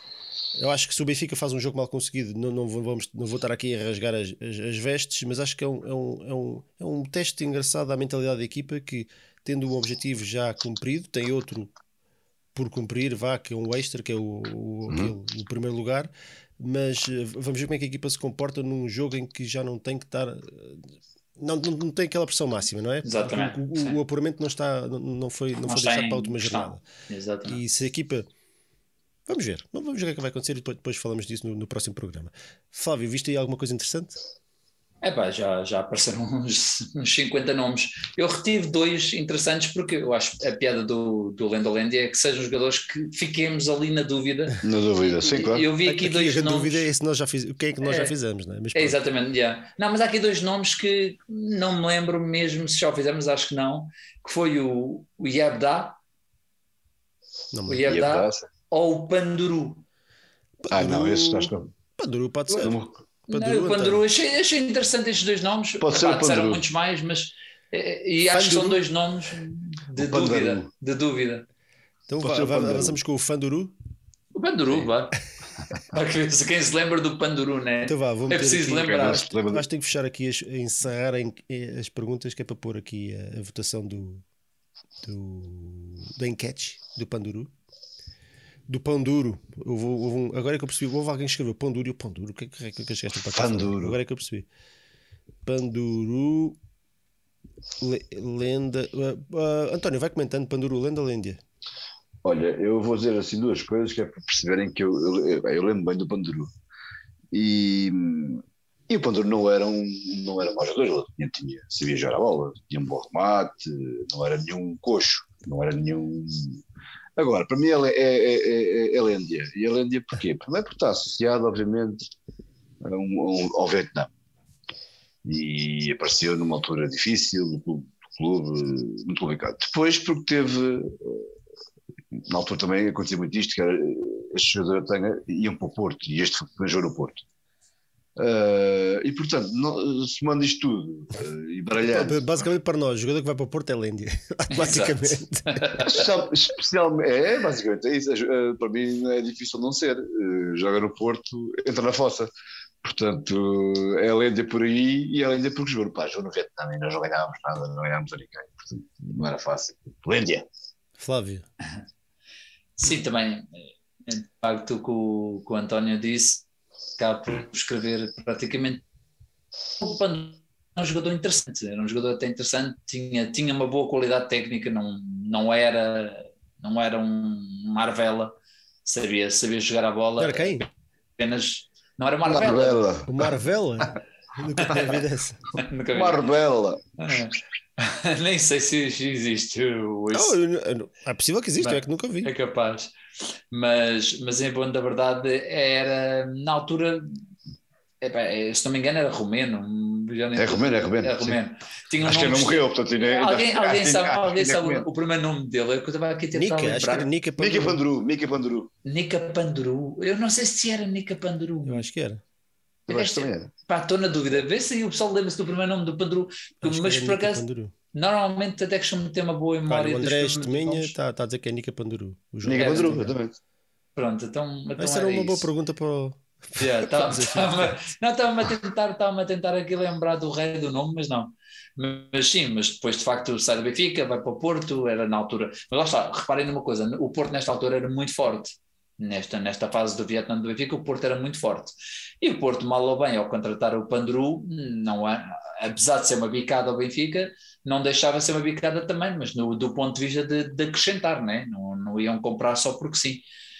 Eu acho que se o Benfica faz um jogo mal conseguido, não, não, vou, vamos, não vou estar aqui a rasgar as, as, as vestes, mas acho que é um, é, um, é, um, é um teste engraçado à mentalidade da equipa que, tendo um objetivo já cumprido, tem outro por cumprir, vá, que é um extra, que é o, o, aquele, o primeiro lugar, mas eh, vamos ver como é que a equipa se comporta num jogo em que já não tem que estar. eh, Não, não, não tem aquela pressão máxima, não é? Exatamente, O, o, sim. o apuramento não, está, não, não foi, não Não foi está deixado em para a última questão. jornada. Exatamente. E se a equipa. Vamos ver, vamos ver o que é que vai acontecer e depois, depois falamos disso no, no próximo programa. Flávio, viste aí alguma coisa interessante? É pá, já, já apareceram uns, uns cinquenta nomes. Eu retive dois interessantes porque eu acho a piada do, do Lendolândia é que sejam jogadores que fiquemos ali na dúvida. Na dúvida, sim, claro. Eu vi aqui, dois a nomes. dúvida é se nós já fiz, o que é que nós É. já fizemos, não é? Mas É, pronto. exatamente, yeah. Não, mas há aqui dois nomes que não me lembro mesmo se já o fizemos, acho que não, que foi o, o Yabda, Não o me E a Yabda verdade- ou o Panduru. Ah, não, esse acho que não. Panduru pode ser. Não- Panduru, Não, o Panduru, achei, achei interessante estes dois nomes. Pode ser Epá, o disseram Panduru. muitos mais, mas eh, e acho que são Panduru. dois nomes de O Panduru. dúvida, de dúvida. Então Pode vá, ser o vá, Panduru. avançamos com o Fanduru. O Panduru, Sim. vá. Quem se lembra do Panduru, né? Então vá, vou É meter preciso aqui- lembrar. Acho que lembra- Acho que tenho que fechar aqui, as, encerrar em- as perguntas, que é para pôr aqui a, a votação do, do da enquete do Panduru. Do Pão Duro. Eu vou, houve um- agora é que eu percebi. Houve alguém que escreveu Pão Duro e o Pão Duro. O que é que é que chegaste para cá? Panduro. Agora é que eu percebi. Panduru. Le- lenda. uh, uh, António, vai comentando. Panduru, lenda, lêndia. Olha, eu vou dizer assim duas coisas que é para perceberem que eu, eu, eu lembro bem do Panduru. E, e o Panduru não era um, não era um mau jogador, ele tinha, tinha, sabia jogar a bola, tinha um bom remate, não era nenhum coxo, não era nenhum. Agora, para mim ele é, é, é, é Lêndia. E a Lêndia porquê? Primeiro porque está associado, obviamente, a um, a um, ao Vietnã. E apareceu numa altura difícil, no clube, no clube muito complicado. Depois porque teve, na altura também acontecia muito isto, que era, este jogador tenha, iam para o Porto, e este foi jogou no Porto. Uh, e portanto, não, somando isto tudo uh, e baralhando, Basicamente para nós, o jogador que vai para o Porto é lêndia. Automaticamente. especial- especialmente, é basicamente é isso. Uh, para mim não é difícil não ser. Uh, joga no Porto, entra na fossa. Portanto, uh, é a lenda por aí e é a lenda porque jogou, pá, jogou no Vietnã e nós não ganhávamos nada, não ganhávamos a ninguém. Portanto, não era fácil. Lêndia. Flávio. Sim, também, eh, de facto, o que o, que o António disse, acaba por escrever praticamente. O Panduru era um jogador interessante, era um jogador até interessante, tinha, tinha uma boa qualidade técnica, não, não, era, não era um Marvela, sabia, sabia jogar a bola. Era quem? Apenas. Não era Marvela. Marbella. O Marvela? Nunca tinha ouvido essa. Nunca vi. Marbella. Ah, nem sei se existe o- Não, isso. eu não- eu não- é possível que exista, Bem, é que nunca vi. É capaz. Mas, mas em bom da verdade, era na altura, epá, é, se não me engano, era romeno. já nem- É romeno, é romeno, É romeno. Tinha um Acho que nome ele não morreu, portanto, ainda, ainda, Alguém, alguém ainda- sabe, acho que alguém ainda sabe comendo. o primeiro nome dele? Eu estava aqui a tentar Nica, acho que lembrar. era Nica Mika Panduru. Panduru, Mika Panduru. Nica Panduru. Eu não sei se era Nica Panduru. Eu acho que era. Eu acho que também era. Pá, estou na dúvida. Vê se aí o pessoal lembra-se do primeiro nome do Panduru. Acho que Mas era por Nica acaso, Panduru. normalmente até costumo ter uma boa Olha, memória o dos André primeiros Esteminha nomes. está tá a dizer que é Nica Panduru. O João. Mika É, Panduru, sim. exatamente. Pronto, então, então Essa era uma boa isso. pergunta para o. Yeah, tá- Desafio. tava- não, estava-me a tentar, estava-me a tentar aqui lembrar do rei do nome, mas não. Mas sim, mas depois de facto sai do Benfica, vai para o Porto, era na altura. Mas lá está, reparem numa coisa: o Porto nesta altura era muito forte. Nesta, nesta fase do Vietnã do Benfica, o Porto era muito forte. E o Porto, mal ou bem, ao contratar o Panduru, não é, apesar de ser uma bicada ao Benfica, não deixava ser uma bicada também, mas no, do ponto de vista de, de acrescentar, né? não, não iam comprar só porque sim.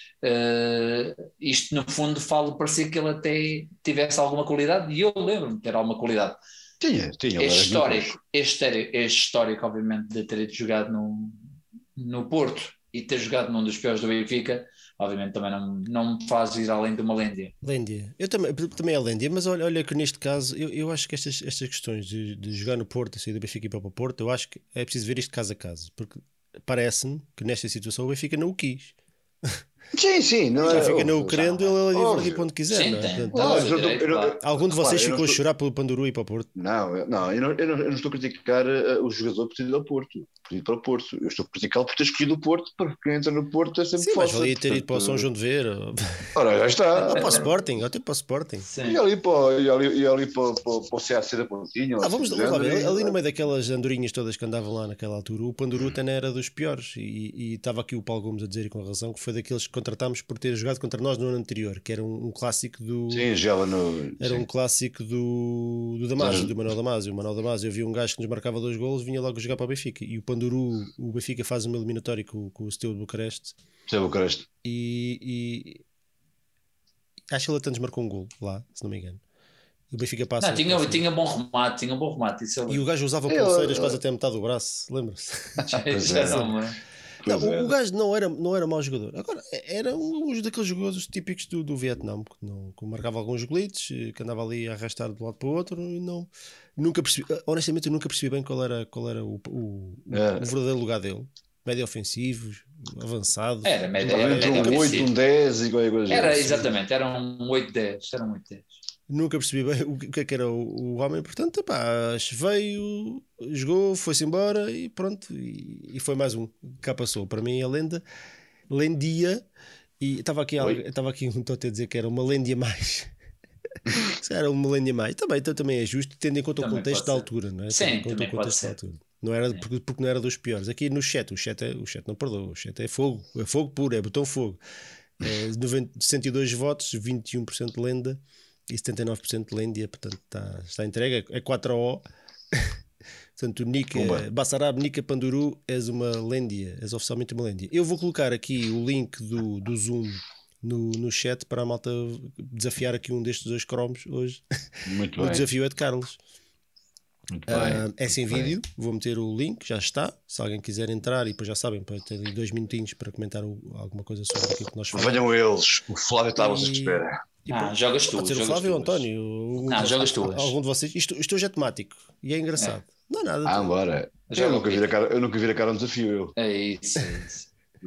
Uh, isto no fundo falo parecia que ele até tivesse alguma qualidade, e eu lembro-me de ter alguma qualidade. Tinha, tinha. ele Este era histórico, este, este histórico, obviamente, de ter jogado no, no Porto e ter jogado num dos piores do Benfica, obviamente também não, não me faz ir além de uma lêndia. Lêndia. Eu também, também é Lêndia, mas olha, olha que neste caso eu, eu acho que estas, estas questões de, de jogar no Porto, sair do Benfica e ir para o Porto, eu acho que é preciso ver isto caso a caso, porque parece-me que nesta situação o Benfica não o quis. Sim, sim. Não Já era, fica não o oh, querendo, ele é livre óbvio. ir para onde quiser. Sim, não é? tem. Portanto, Não, Não, eu não- eu não- claro. algum de Repara, vocês eu não ficou a estou- chorar pelo Panduru e para o Porto? Não, eu- não, eu não, eu não, eu não estou a criticar uh, o jogador por ter ido ao Porto, por ir para o Porto. Eu estou a criticá-lo por ter escolhido o Porto, porque quem entra no Porto é sempre Sim, mas fossa. valia ter ido para o São portanto, João de Ver ou, Ora, já está. ou para o Sporting, ou até para o Sporting. Sim. E ali para, o- e ali, e ali para, para, para o C A C da Pontinha. Ah, ou vamos, assim vamos lá do ver. género, Ali e- no meio daquelas andorinhas todas que andavam lá naquela altura, o Panduru até não era dos piores. E, e estava aqui o Paulo Gomes a dizer, e com razão, que foi daqueles que contratámos por ter jogado contra nós no ano anterior, que era um, um clássico do. Sim, jogava no. Era sim. um clássico do, do Damasio, Sim. do Manuel Damasio. O Manuel Damasio, eu vi um gajo que nos marcava dois golos, vinha logo jogar para o Benfica. E o Panduru, o Benfica faz uma eliminatória com, com o Steaua de Bucareste. Sim, o Bucareste. E, e acho que ele até nos marcou um golo lá, se não me engano. E o Benfica passa. Não, tinha, passa- tinha bom remate, tinha bom remate. Isso eu E o gajo usava Eu- pulseiras eu- quase até a metade do braço, lembra-se? já, Pois já é. não me- Não, Pois é. o, o gajo não era, não era mau jogador. Agora, era um, um daqueles jogadores típicos do, do Vietnã, que, não, que marcava alguns glitches, que andava ali a arrastar de um lado para o outro e não, nunca percebi, honestamente, eu nunca percebi bem qual era, qual era o, o, o, É. o verdadeiro lugar dele. Médio ofensivo, avançado. Era médio, era Entre médio um oito, ofensivo. um dez e qualquer coisa. Era assim. exatamente, era um oito dez. Era um oito dez. Nunca percebi bem o que, o que é que era o, o homem, portanto, epá, veio, jogou, foi-se embora e pronto, e, e foi mais um. Cá passou. Para mim, a lenda, lendia, E estava aqui, estava aqui um Tote a dizer que era uma lêndia mais. Se era uma lêndia mais. Também, então, também é justo, tendo em conta também o contexto da altura, não é? Sim, tendo em conta também o contexto da altura. Não era, porque, porque não era dos piores. Aqui no chat, o chat, é, o chat não perdoa. O chat é fogo, é fogo puro, é botão fogo. É noventa, cento e dois votos, vinte e um por cento de lenda e setenta e nove por cento de lêndia. Portanto, está, está entregue. É quatro a O. Portanto, Nika, Bassarab, Nika Panduru, és uma lêndia, és oficialmente uma lêndia. Eu vou colocar aqui o link do, do Zoom no, no chat para a malta desafiar aqui um destes dois cromos hoje. Muito o bem. desafio é de Carlos. Muito Uh, bem. é sem Muito vídeo, bem. vou meter o link, já está. Se alguém quiser entrar, e depois já sabem, para ter ali dois minutinhos para comentar o, alguma coisa sobre aquilo que nós falamos. Venham eles, o Flávio estava à E- espera. E Ah, pronto, jogas tu. pode ser o jogas Flávio ou o tu hoje. António. um Não, de- jogas tu hoje. Algum de vocês. Isto, isto hoje é temático e é engraçado. Não é nada. Ah, tu- embora. Eu Joga nunca, o vi quê? a cara, eu nunca vi a cara um desafio. Eu. É isso, é isso.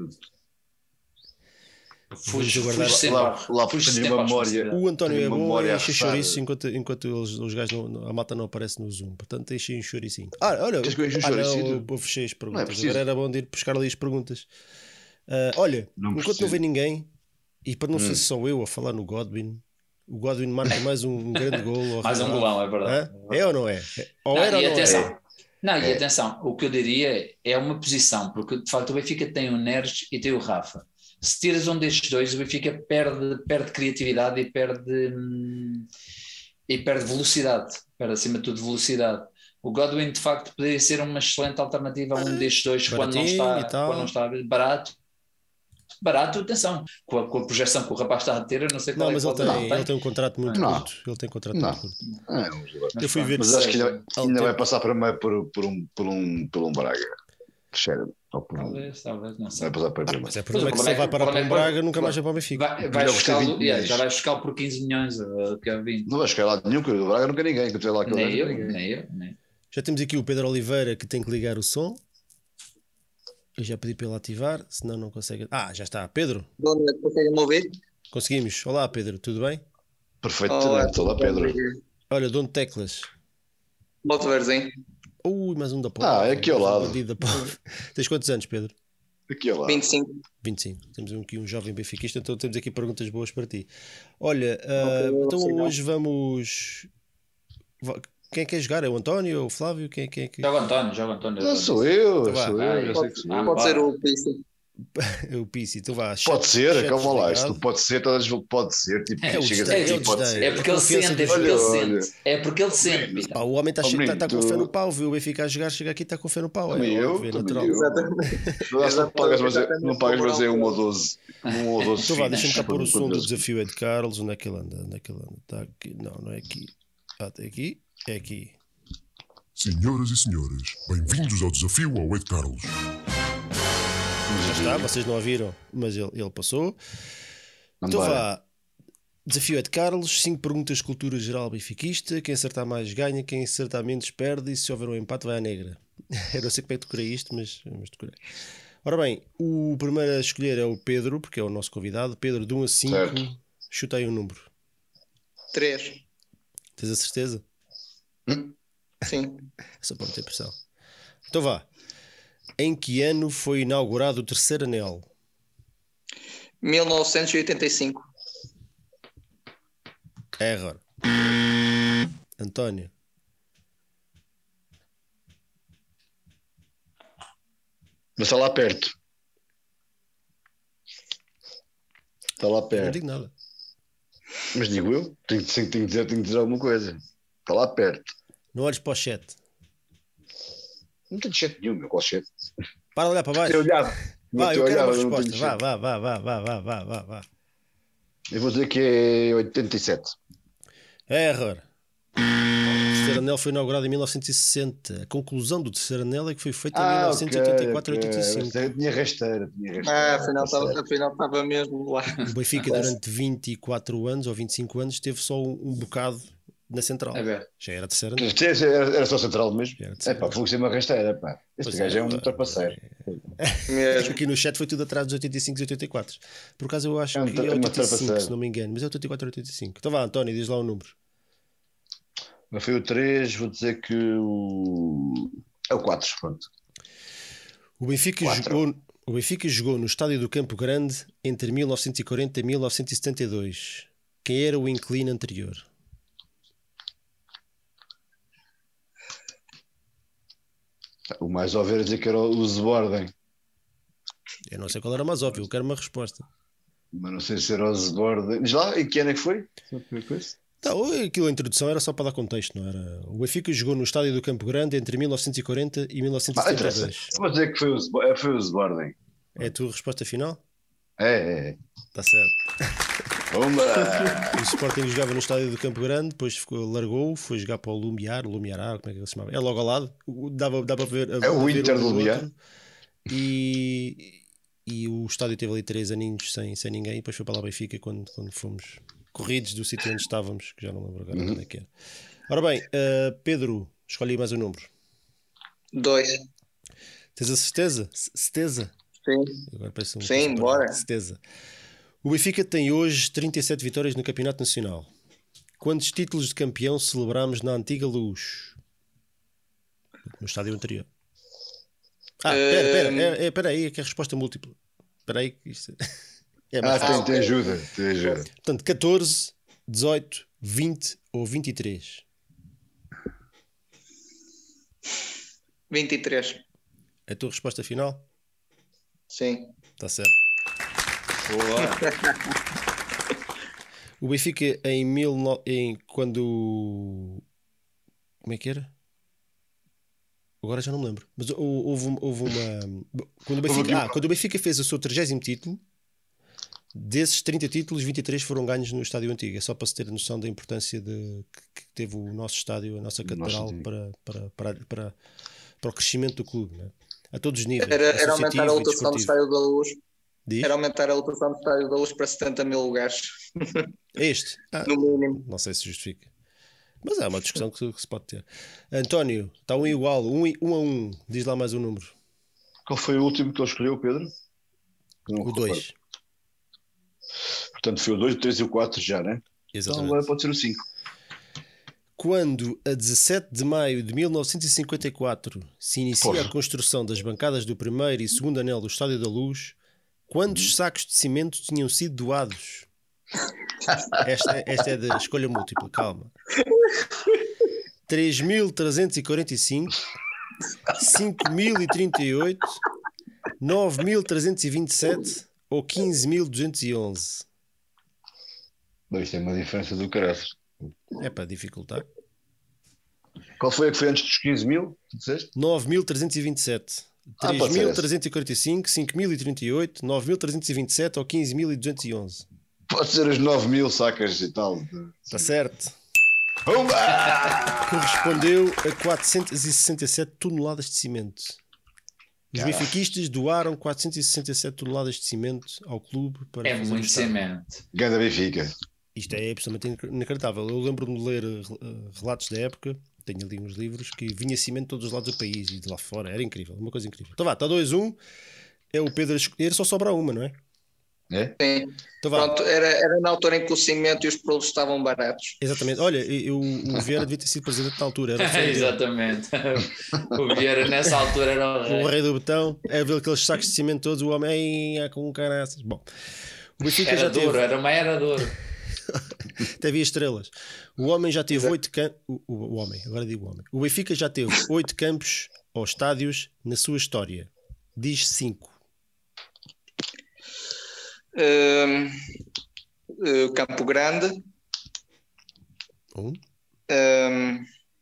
Vamos Fujo, aguardar. fujo sempre, Lá- à- lá fujo tenho sempre uma à memória. responsabilidade. O António Tenho é bom memória e a enche roçar. chouriço enquanto, enquanto os, os gajos não, a malta não aparece no Zoom. Portanto, enche um chouricinho. Ah, olha, Queres que eu enche um ah, não, chouricinho? eu, eu fechei as perguntas. preciso. Agora era bom de ir buscar ali as perguntas. Ah, olha, Não enquanto preciso. não vem ninguém, e para não Hum. ser só eu a falar no Godwin, o Godwin marca mais um, um grande golo. ao Mais um final. golão, é verdade. Hã? É ou não é? Ou Não, era ou e não atenção, é? não, e É. atenção, o que eu diria é uma posição, porque de facto o Benfica tem o Neres e tem o Rafa. Se tiras um destes dois, o Benfica perde, perde criatividade e perde, hum, e perde velocidade, perde acima de tudo velocidade. O Godwin de facto poderia ser uma excelente alternativa a um destes dois quando não, baratinho está, e tal. quando não está barato. Barato, atenção, com a, com a projeção que o rapaz está a ter, eu não sei qual Não, é mas que ele pode- tem, não, ele tem um contrato muito Não. curto. Ele tem um contrato Não. muito curto. Ah, vamos ver. Mas Eu fui pronto. ver Mas se- acho que ainda, Ao ainda tempo. vai passar primeiro por, por, um, por, um, por um Braga. Cheira. Ou por um, Talvez, talvez, não sei. vai passar para Ah, primeiro. mas é problema é que Mas se o ele vai parar problema para é um que- Braga, nunca mais vai para o Benfica. Vai, vai Já gostei buscar, de vinte yeah, milhões. já vai buscar por quinze milhões uh, que é vinte. Não vai chegar lá nenhum, que o Braga nunca ninguém. Que eu lá aquele Nem gajo, eu, ninguém. nem eu, nem. Já temos aqui o Pedro Oliveira que tem que ligar o som. Eu já pedi para ele ativar, senão não consegue. Ah, já está. Pedro, Boa noite, conseguem-me ouvir? conseguimos. Olá, Pedro, tudo bem? Perfeitamente. Olá, Pedro. Olha, dono de teclas. Bota verzinho. Ui, mais um da Pov. Ah, é aqui ao Mais um lado. bandido da Pov. Tens quantos anos, Pedro? Aqui ao lado. vinte e cinco. vinte e cinco. Temos aqui um jovem benfiquista, então temos aqui perguntas boas para ti. Olha, ah, Ok, então sinal. hoje vamos. Va- Quem é que quer jogar? É o António ou o Flávio? Quem é quem é que. Joga António, joga António. Não sou eu, Então vá. sou Ah, eu. já sei que sou Ah, eu. Pode bora. ser o Pisse. É o Pissi. Então vá. chat- Pode ser, chat calma lá. Isto desligado. não pode ser, todas as vezes pode ser. Tipo, É o chega desdém, assim, é o pode desdém. ser. É porque ele Confiança sente, é dos- porque ele Olha, olha. sente. É porque ele sente, Pá, Pita. o homem está Oh, tá, menino, tá com tu- fé no pau, viu o Benfica a jogar, chega aqui e está com fé no pau. Também é eu, óbvio, é também natural. eu. Exatamente. Não, não pagas fazer, Exatamente. não pagas fazer um ou doze. Um ou doze. Então vá, deixa-me cá filhos. pôr o som do Doze. desafio é de Carlos. Onde é que ele anda? Onde é que ele anda? Está aqui. Não, não é aqui. Ah, tem aqui. É aqui. Senhoras e senhores, bem-vindos ao desafio ao Ed Carlos. Já está, vocês não ouviram, mas ele, ele passou. Então Vambora. vá. Desafio é de Carlos. cinco perguntas de cultura geral benfiquista. Quem acertar mais ganha, quem acertar menos perde. E se houver um empate, vai à negra. Eu não sei como é que decorei isto, mas, mas decorei. Ora bem, o primeiro a escolher é o Pedro, porque é o nosso convidado. Pedro, de um a cinco, Certo. chuta aí um número. três. Tens a certeza? Sim. É só para meter pressão. Então vá. Em que ano foi inaugurado o terceiro anel? mil novecentos e oitenta e cinco. Error. António. Mas está lá perto. Está lá Não perto. digo nada. Mas digo eu, tenho, que- tenho, que dizer, tenho que dizer alguma coisa. Está lá perto. Não olhes para o chat. Não tenho chat nenhum, meu. Qual chat? Para de olhar para baixo. Eu olhava. Vá, eu Eu quero uma olhava, não resposta. tenho Vá, chat. vá, vá, vá, vá, vá, vá, vá, vá. Eu vou dizer que é oitenta e sete. Error. O terceiro anel foi inaugurado em mil novecentos e sessenta. A conclusão do terceiro anel é que foi feita em mil novecentos e oitenta e quatro e oitenta e cinco. Eu tinha rasteira, tinha rasteira. Ah, afinal estava, afinal estava mesmo lá. O Benfica durante vinte e quatro anos ou vinte e cinco anos teve só um, um bocado na central. É ver. Já era terceiro anel. Isto Era, era só central mesmo. Já era É terceiro pá, foi ser uma rasteira, pá. Este Pois gajo é, é um pá. trapaceiro. Mesmo. Aqui no chat foi tudo atrás dos oitenta e cinco e oitenta e quatro. Por acaso eu acho É um que tra- é é uma oitenta e cinco, trapaceira. se não me engano. Mas é oitenta e quatro ou oitenta e cinco. Então vá, António, diz lá o número. Mas foi o três, vou dizer que o. É o quatro, pronto. O Benfica Quatro. jogou. O Benfica jogou no estádio do Campo Grande entre mil novecentos e quarenta e mil novecentos e setenta e dois. Quem era o inquilino anterior? O mais óbvio era dizer que era o Zborden. Eu não sei qual era o mais óbvio, eu quero uma resposta. Mas não sei se era o Zborden. Diz lá, e que ano é que foi? Não, aquilo a introdução era só para dar contexto, não era? O Benfica jogou no estádio do Campo Grande entre mil novecentos e quarenta e mil novecentos e setenta e dois. Vou dizer que foi o, Zbo- foi o Zborden. É a tua resposta final? É, é, é. Está certo. Vamos O Sporting jogava no estádio do Campo Grande, depois ficou, largou, foi jogar para o Lumiar, Lumiará, como é que ele se chamava? É logo ao lado, dava, dava para ver. É o ver Inter um do Lumiar. outro. E, e o estádio teve ali três aninhos sem, sem ninguém, e depois foi para lá Benfica quando, quando fomos corridos do sítio onde estávamos, que já não lembro agora Uhum. onde é que era. Ora bem, uh, Pedro, escolhe aí mais um número. Dois. Tens a certeza? C- Certeza? Sim. Agora parece um Sim, passaporte. bora. Certeza. O Benfica tem hoje trinta e sete vitórias no Campeonato Nacional. Quantos títulos de campeão celebramos na antiga Luz? No estádio anterior. Ah, espera, espera, Hum. é, é, espera aí, que é a resposta múltipla. Espera aí, que isto é mais Ah, fácil. tem, tem ajuda, tem ajuda. Portanto, catorze, dezoito, vinte ou vinte e três? vinte e três. É a tua resposta final? Sim. Está certo. O Benfica em mil no... em quando como é que era? Agora já não me lembro. Mas hou- houve, um- houve uma quando o Houve aqui Benfica, ah, uma- quando o Benfica fez o seu trigésimo título, desses trinta títulos, vinte e três foram ganhos no estádio antigo. É só para se ter a noção da importância de que que teve o nosso estádio, a nossa nosso catedral antigo. para, para, para, para, para o crescimento do clube, né? A todos os níveis. Era, era aumentar a associativo e lotação do desportivo. Estádio da Luz. Diz? Era aumentar a lotação do Estádio da Luz para setenta mil lugares, Este? Ah, no mínimo. não sei se justifica. Mas é uma discussão que, que se pode ter. António, está um igual, um, i- um a um. Diz lá mais um número. Qual foi o último que ele escolheu, Pedro? Não O recordo. dois. Portanto, foi o dois, o três e o quatro já, né? Então Exatamente. agora pode ser o cinco. Quando, a dezassete de maio de mil novecentos e cinquenta e quatro, se inicia Porra. a construção das bancadas do primeiro e segundo anel do Estádio da Luz, quantos sacos de cimento tinham sido doados? Esta, esta é da escolha múltipla, calma. três mil trezentos e quarenta e cinco, cinco mil e trinta e oito, nove mil trezentos e vinte e sete ou quinze mil duzentos e onze? Bem, isto é uma diferença do caraças. É para dificultar. Qual foi a que foi antes dos quinze mil? Tu disseste? nove mil trezentos e vinte e sete, Ah, pode ser três mil trezentos e quarenta e cinco, cinco mil e trinta e oito, nove mil trezentos e vinte e sete ou quinze mil duzentos e onze? Pode ser as nove mil sacas e tal. Está certo. Pumba! Correspondeu a quatrocentos e sessenta e sete toneladas de cimento. Os Caraca. benfiquistas doaram quatrocentos e sessenta e sete toneladas de cimento ao clube para É fazer o muito estádio. cimento. Ganda Benfica. Isto é absolutamente inacreditável. Eu lembro-me de ler eh, relatos da época, tenho ali uns livros, que vinha cimento de todos os lados do país e de lá fora. Era incrível, uma coisa incrível. Então vá, está dois a um. É o Pedro a escolher, só sobra uma, não é? É? Sim. Então vá. Pronto, era, era na altura em que o cimento e os produtos estavam baratos. Exatamente. Olha, eu, o Vieira devia ter sido presidente na altura. Era o sonho dele. Exatamente. O Vieira nessa altura era o rei. O rei do betão. É ver aqueles sacos de cimento todos. O homem é com caraças. Bom, o Benfica Era já duro, teve. era uma era duro. Até havia estrelas. O homem já teve oito campos. O, o, o homem, agora digo o homem. O Benfica já teve oito campos ou estádios na sua história. Diz cinco. Hum, eh, Campo Grande. Um. hum,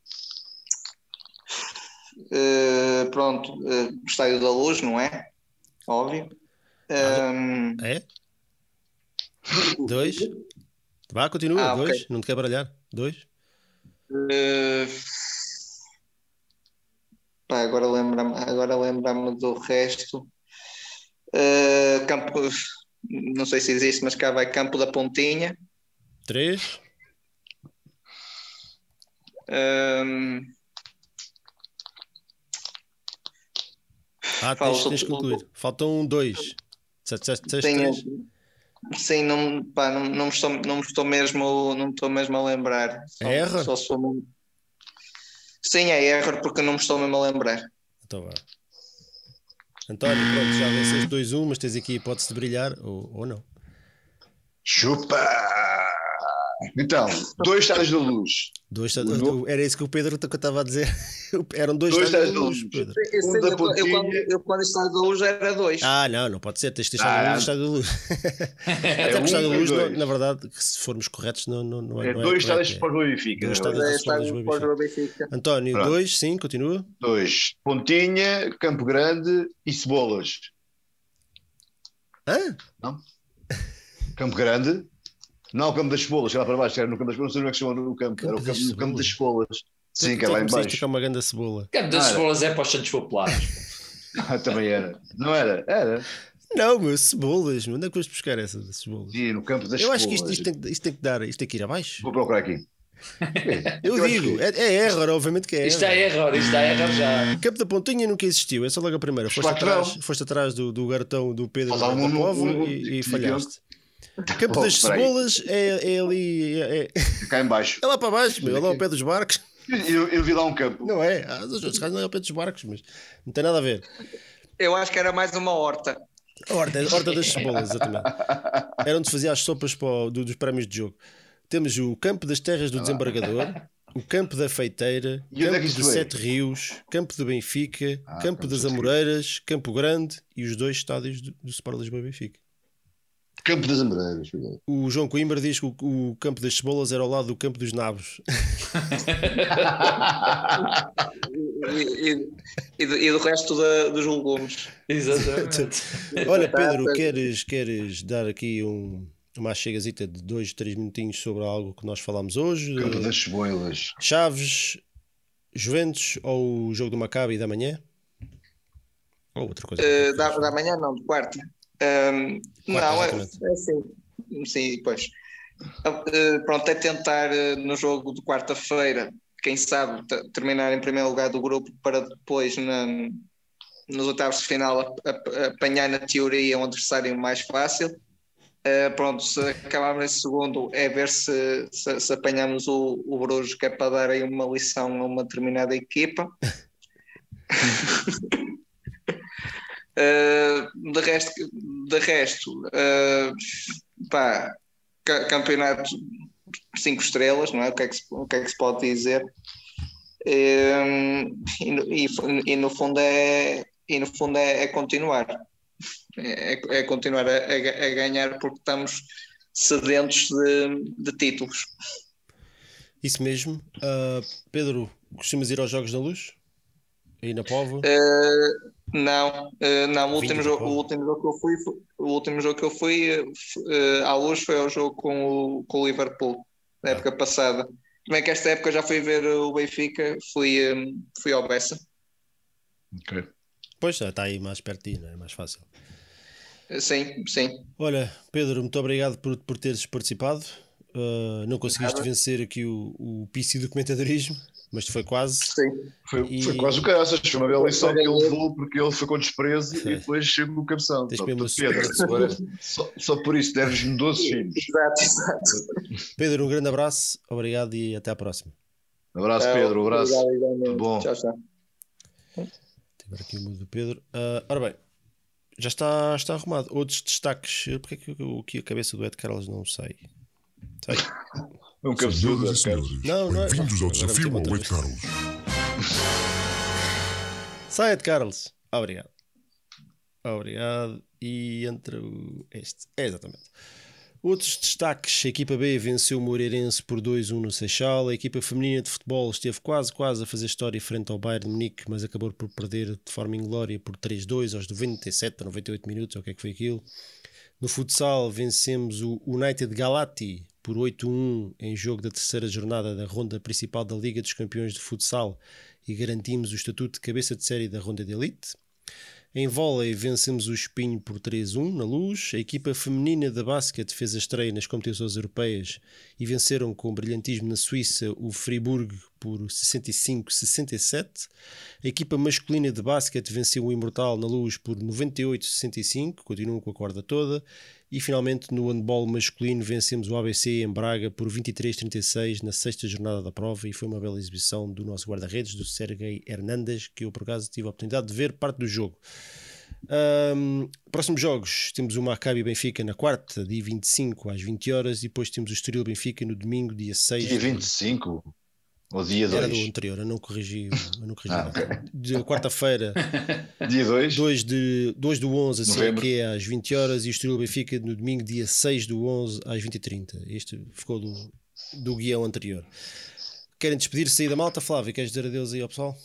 eh, pronto, eh, Estádio da Luz, não é? Óbvio. Hum, É? Dois. Vá, continua. Ah, ok. Dois. Não te quer baralhar. Dois. eh, pá, agora lembra-me agora lembra-me do resto. Eh, campo, não sei se existe, mas cá vai Campo da Pontinha. Três. Hum, Ah, Fala tens, sobre- tens que concluir. Faltam dois. Disseste- disseste- disseste Tenho- três? sim, não, pá, não, não, me estou, não me estou mesmo não me estou mesmo a lembrar. Só, É erro? só se for mesmo- Sim, é erro porque não me estou mesmo a lembrar. Então vá. António, pronto, já venceste dois a um, mas tens aqui a hipótese de brilhar ou, ou não. Chupa! Então, dois estádios da luz. Dois, No... Era isso que o Pedro estava a dizer. Eram dois, dois estádios estádios da da luz, luz. Pedro. Eu, Um da eu, quando, eu quando estava da luz era dois. Ah, não, não pode ser. Tens de estar Ah, no estádio da luz. Até que o um estádio da e luz, não- dois. na verdade, que se formos corretos, não, não, não é. É não é dois correto, estádios para o Benfica. Dois não é? estádios É, do está Sporting para Lisboa o Benfica. António, Pronto. dois, sim, continua. Dois. Pontinha, Campo Grande e Cebolas. Hã? Não? Campo Grande. Não, o Campo das Cebolas, lá para baixo, era no Campo das Cebolas, não sei como é que se chama no campo, Campo era o das campo, no campo das Cebolas. Sim, que é Até lá em comecei a baixo. esticar uma grande cebola. Campo das Ah, era. Cebolas é para os Santos Populares. Ah, também era. Não era? Era. Não, meu, cebolas, meu, onde é que vais buscar essa das cebolas? Sim, no campo das Eu Cebolas. acho que isto, isto, tem, isto tem que dar, isto tem que ir abaixo. Vou procurar aqui. Eu, Eu acho digo, que- é, é error, obviamente que é Isto error. é erro, isto é erro já. Campo da Pontinha nunca existiu, é só logo a primeira. Foste Claro que atrás, não. foste atrás do, do garotão do Pedro Falta da um- Povo um- e, e um- falhaste. Campo Oh, das espera aí. Cebolas é, é ali, é, é, Cá em baixo. é lá para baixo, meu, é lá ao pé dos barcos. Eu, eu vi lá um campo. Não é? Ah, os outros não é ao pé dos barcos, mas não tem nada a ver. Eu acho que era mais uma horta. A horta, a horta das cebolas, exatamente. Era onde se fazia as sopas para o- do- dos prémios de jogo. Temos o Campo das Terras do Desembargador, o Campo da Feiteira, E onde é Campo que de isso é? Sete Rios, Campo do Benfica, Ah, Campo Campo das de Sete Amoreiras, Campo Grande e os dois estádios do, do Sport Lisboa e Benfica. Campo das Amoreiras. O João Coimbra diz que o, o Campo das Cebolas era ao lado do Campo dos Nabos. E, e- e do, e do resto da- dos legumes. Exatamente. Olha, Pedro, queres, queres dar aqui um, uma chegazita de dois, três minutinhos sobre algo que nós falámos hoje? Campo das Cebolas. Chaves, Juventus ou o jogo do Maccabi da manhã? Ou outra coisa? Uh, da, da manhã, não, de quarta. Um, não, é, exatamente. é assim. Sim, pois. Uh, pronto, é tentar uh, no jogo de quarta-feira, quem sabe, t- terminar em primeiro lugar do grupo para depois, na, nos oitavos de final, a- a- apanhar na teoria um adversário mais fácil. Uh, pronto, se acabarmos em segundo, é ver se, se, se apanhamos o, o Bruges, que é para dar aí uma lição a uma determinada equipa. Uh, de resto, de resto uh, pá, ca- campeonato cinco estrelas, não é? O que é que se, o que é que se pode dizer? Um, e, no- e, e no fundo é e no fundo é, é continuar é, é continuar a, a- a ganhar porque estamos sedentos de, de títulos. Isso mesmo. Ah, Pedro, costumas ir aos Jogos da Luz? Aí na Póvoa? Uh, não, uh, não, o Vinte último, de jogo, Póvoa. o último jogo que eu fui, foi- o último jogo que eu fui uh, à Luz foi ao jogo com o, com o Liverpool, na época passada. Como é que esta época já fui ver o Benfica, fui, um, fui ao Bessa. Ok. Pois, já está aí mais perto de ti, não é? Mais fácil. Uh, Sim, sim. Olha, Pedro, muito obrigado por, por teres participado. Ah, não conseguiste Nada. vencer aqui o, o pício do comentadorismo, mas foi quase. Sim. Foi, E- foi quase o caso. Foi uma bela lição que ele levou porque ele foi com desprezo Foi. e depois chegou o cabeção. Tens Portanto, mesmo a Pedro, agora, só, só por isso deves-me doze filhos. Exato, exato. Pedro, um grande abraço, obrigado e até à próxima. Abraço, Pedro. Um abraço. Obrigado, igualmente. Bom. Tchau, tchau. Tiver aqui o mudo do Pedro. Ah, ora bem, já está, está arrumado. Outros destaques. Porque é que eu- aqui a cabeça do Ed Carlos não sai? Sai. É um cabeçudo. Senhoras e senhores, Não, não é- bem-vindos ao Agora desafio meteu-me ao outra Ed vez. Carlos. Sai, Ed Carlos. Obrigado. Obrigado. E entra o. Este. É exatamente. Outros destaques: a equipa B venceu o Moreirense por dois a um no Seixal. A equipa feminina de futebol esteve quase, quase a fazer história frente ao Bayern de Munique, mas acabou por perder de forma inglória por três a dois aos noventa e sete a noventa e oito minutos. Ou o que é que foi aquilo? No futsal vencemos o United Galati por oito a um em jogo da terceira jornada da ronda principal da Liga dos Campeões de Futsal e garantimos o estatuto de cabeça de série da ronda de elite. Em vôlei vencemos o Espinho por três a um na Luz. A equipa feminina de basquete fez a estreia nas competições europeias e venceram com brilhantismo na Suíça o Friburgo por sessenta e cinco a sessenta e sete. A equipa masculina de basquete venceu o Imortal na Luz por noventa e oito a sessenta e cinco, continuam com a corda toda. E finalmente no handball masculino vencemos o A B C em Braga por vinte e três a trinta e seis na sexta jornada da prova e foi uma bela exibição do nosso guarda-redes, do Sergei Hernandes, que eu por acaso tive a oportunidade de ver parte do jogo. Um, próximos jogos, temos o Maccabi Benfica na quarta, dia vinte e cinco às vinte horas, e depois temos o Estoril Benfica no domingo, dia seis. Dia vinte e cinco ou dia dois? Era do anterior, eu não corrigi, eu não corrigi ah, okay. De quarta-feira, dia dois, dois de, dois do onze, assim, Novembro. que é às vinte horas, e o Estoril Benfica no domingo, dia seis do onze às vinte e trinta. Este ficou do, do guião anterior. Querem despedir-se aí da malta? Flávio, queres dizer adeus aí ao pessoal?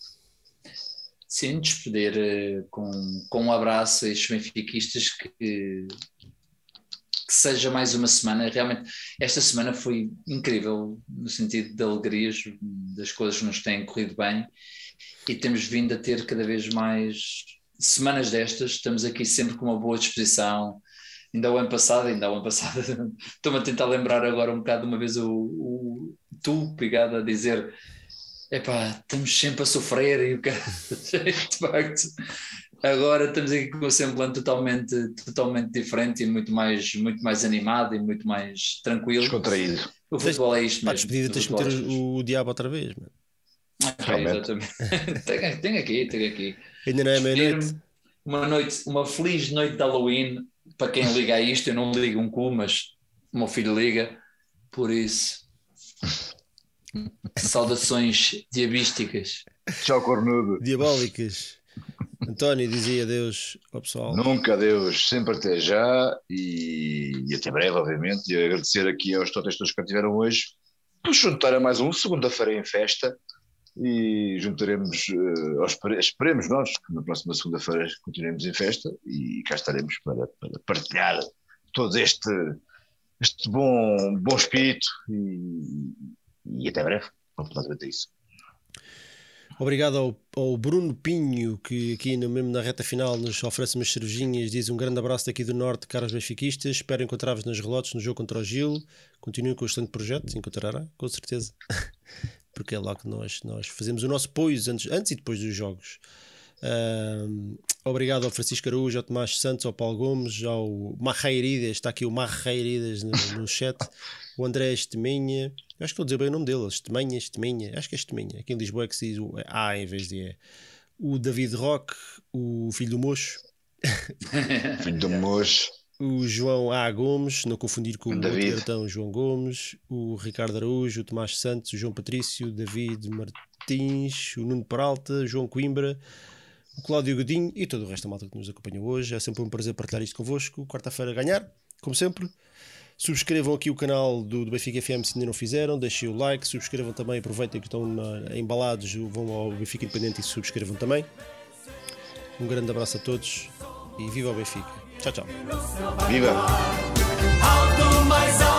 Sim, despedir uh, com, com um abraço a estes benfiquistas, que, que seja mais uma semana. Realmente, esta semana foi incrível no sentido de alegrias, das coisas que nos têm corrido bem, e temos vindo a ter cada vez mais semanas destas. Estamos aqui sempre com uma boa disposição. Ainda o ano passado, ainda o ano passado, estou-me a tentar lembrar agora um bocado, uma vez o, o tu, pegado a dizer: epá, estamos sempre a sofrer, e o cara, de facto, agora estamos aqui com um semblante totalmente, totalmente diferente e muito mais, muito mais animado e muito mais tranquilo. Descontraído. O futebol é isto Para mesmo. despedida tens de meter o, o diabo outra vez, mano. Ah, é, exatamente. tenho, tenho aqui, tenho aqui. Ainda não é meia-noite. Uma noite, uma feliz noite de Halloween para quem liga a isto. Eu não ligo um cu, mas o meu filho liga, por isso. Saudações diabísticas. Tchau, cornudo. Diabólicas. António, dizia adeus ao pessoal. Nunca adeus, sempre até já, e, e até breve, obviamente. E agradecer aqui aos todos que estiveram hoje por juntar a mais um segunda-feira em festa, e juntaremos, uh, aos, esperemos nós que na próxima segunda-feira continuemos em festa, e cá estaremos para, para partilhar todo este, este bom, bom espírito, e, e até breve. Completamente isso. Obrigado ao, ao Bruno Pinho, que aqui no, mesmo na reta final nos oferece umas cervejinhas. Diz: um grande abraço daqui do Norte, caros benfiquistas. Espero encontrar-vos nas relotes no jogo contra o Gil. Continuem com o excelente projeto, encontrará, com certeza. Porque é lá que nós, nós fazemos o nosso apoio antes, antes e depois dos jogos. Um, obrigado ao Francisco Araújo, ao Tomás Santos, ao Paulo Gomes, ao Marreiridas. Está aqui o Marreiridas no, no chat. O André Esteminha. Eu acho que estou a dizer bem o nome dele. Esteminha, Esteminha. Acho que é Esteminha. Aqui em Lisboa é que se diz o A em vez de E. O David Roque, o filho do Mocho. Filho do Mocho. O João A. Gomes, não confundir com o David. Garotão João Gomes. O Ricardo Araújo, o Tomás Santos, o João Patrício, o David Martins, o Nuno Peralta, o João Coimbra, o Cláudio Godinho e todo o resto da malta que nos acompanhou hoje. É sempre um prazer partilhar isto convosco. Quarta-feira a ganhar, como sempre. Subscrevam aqui o canal do, do Benfica F M se ainda não fizeram, deixem o like, subscrevam também, aproveitem que estão na, embalados, vão ao Benfica Independente e subscrevam também. Um grande abraço a todos e viva o Benfica. Tchau, tchau. Viva! Alto mais alto.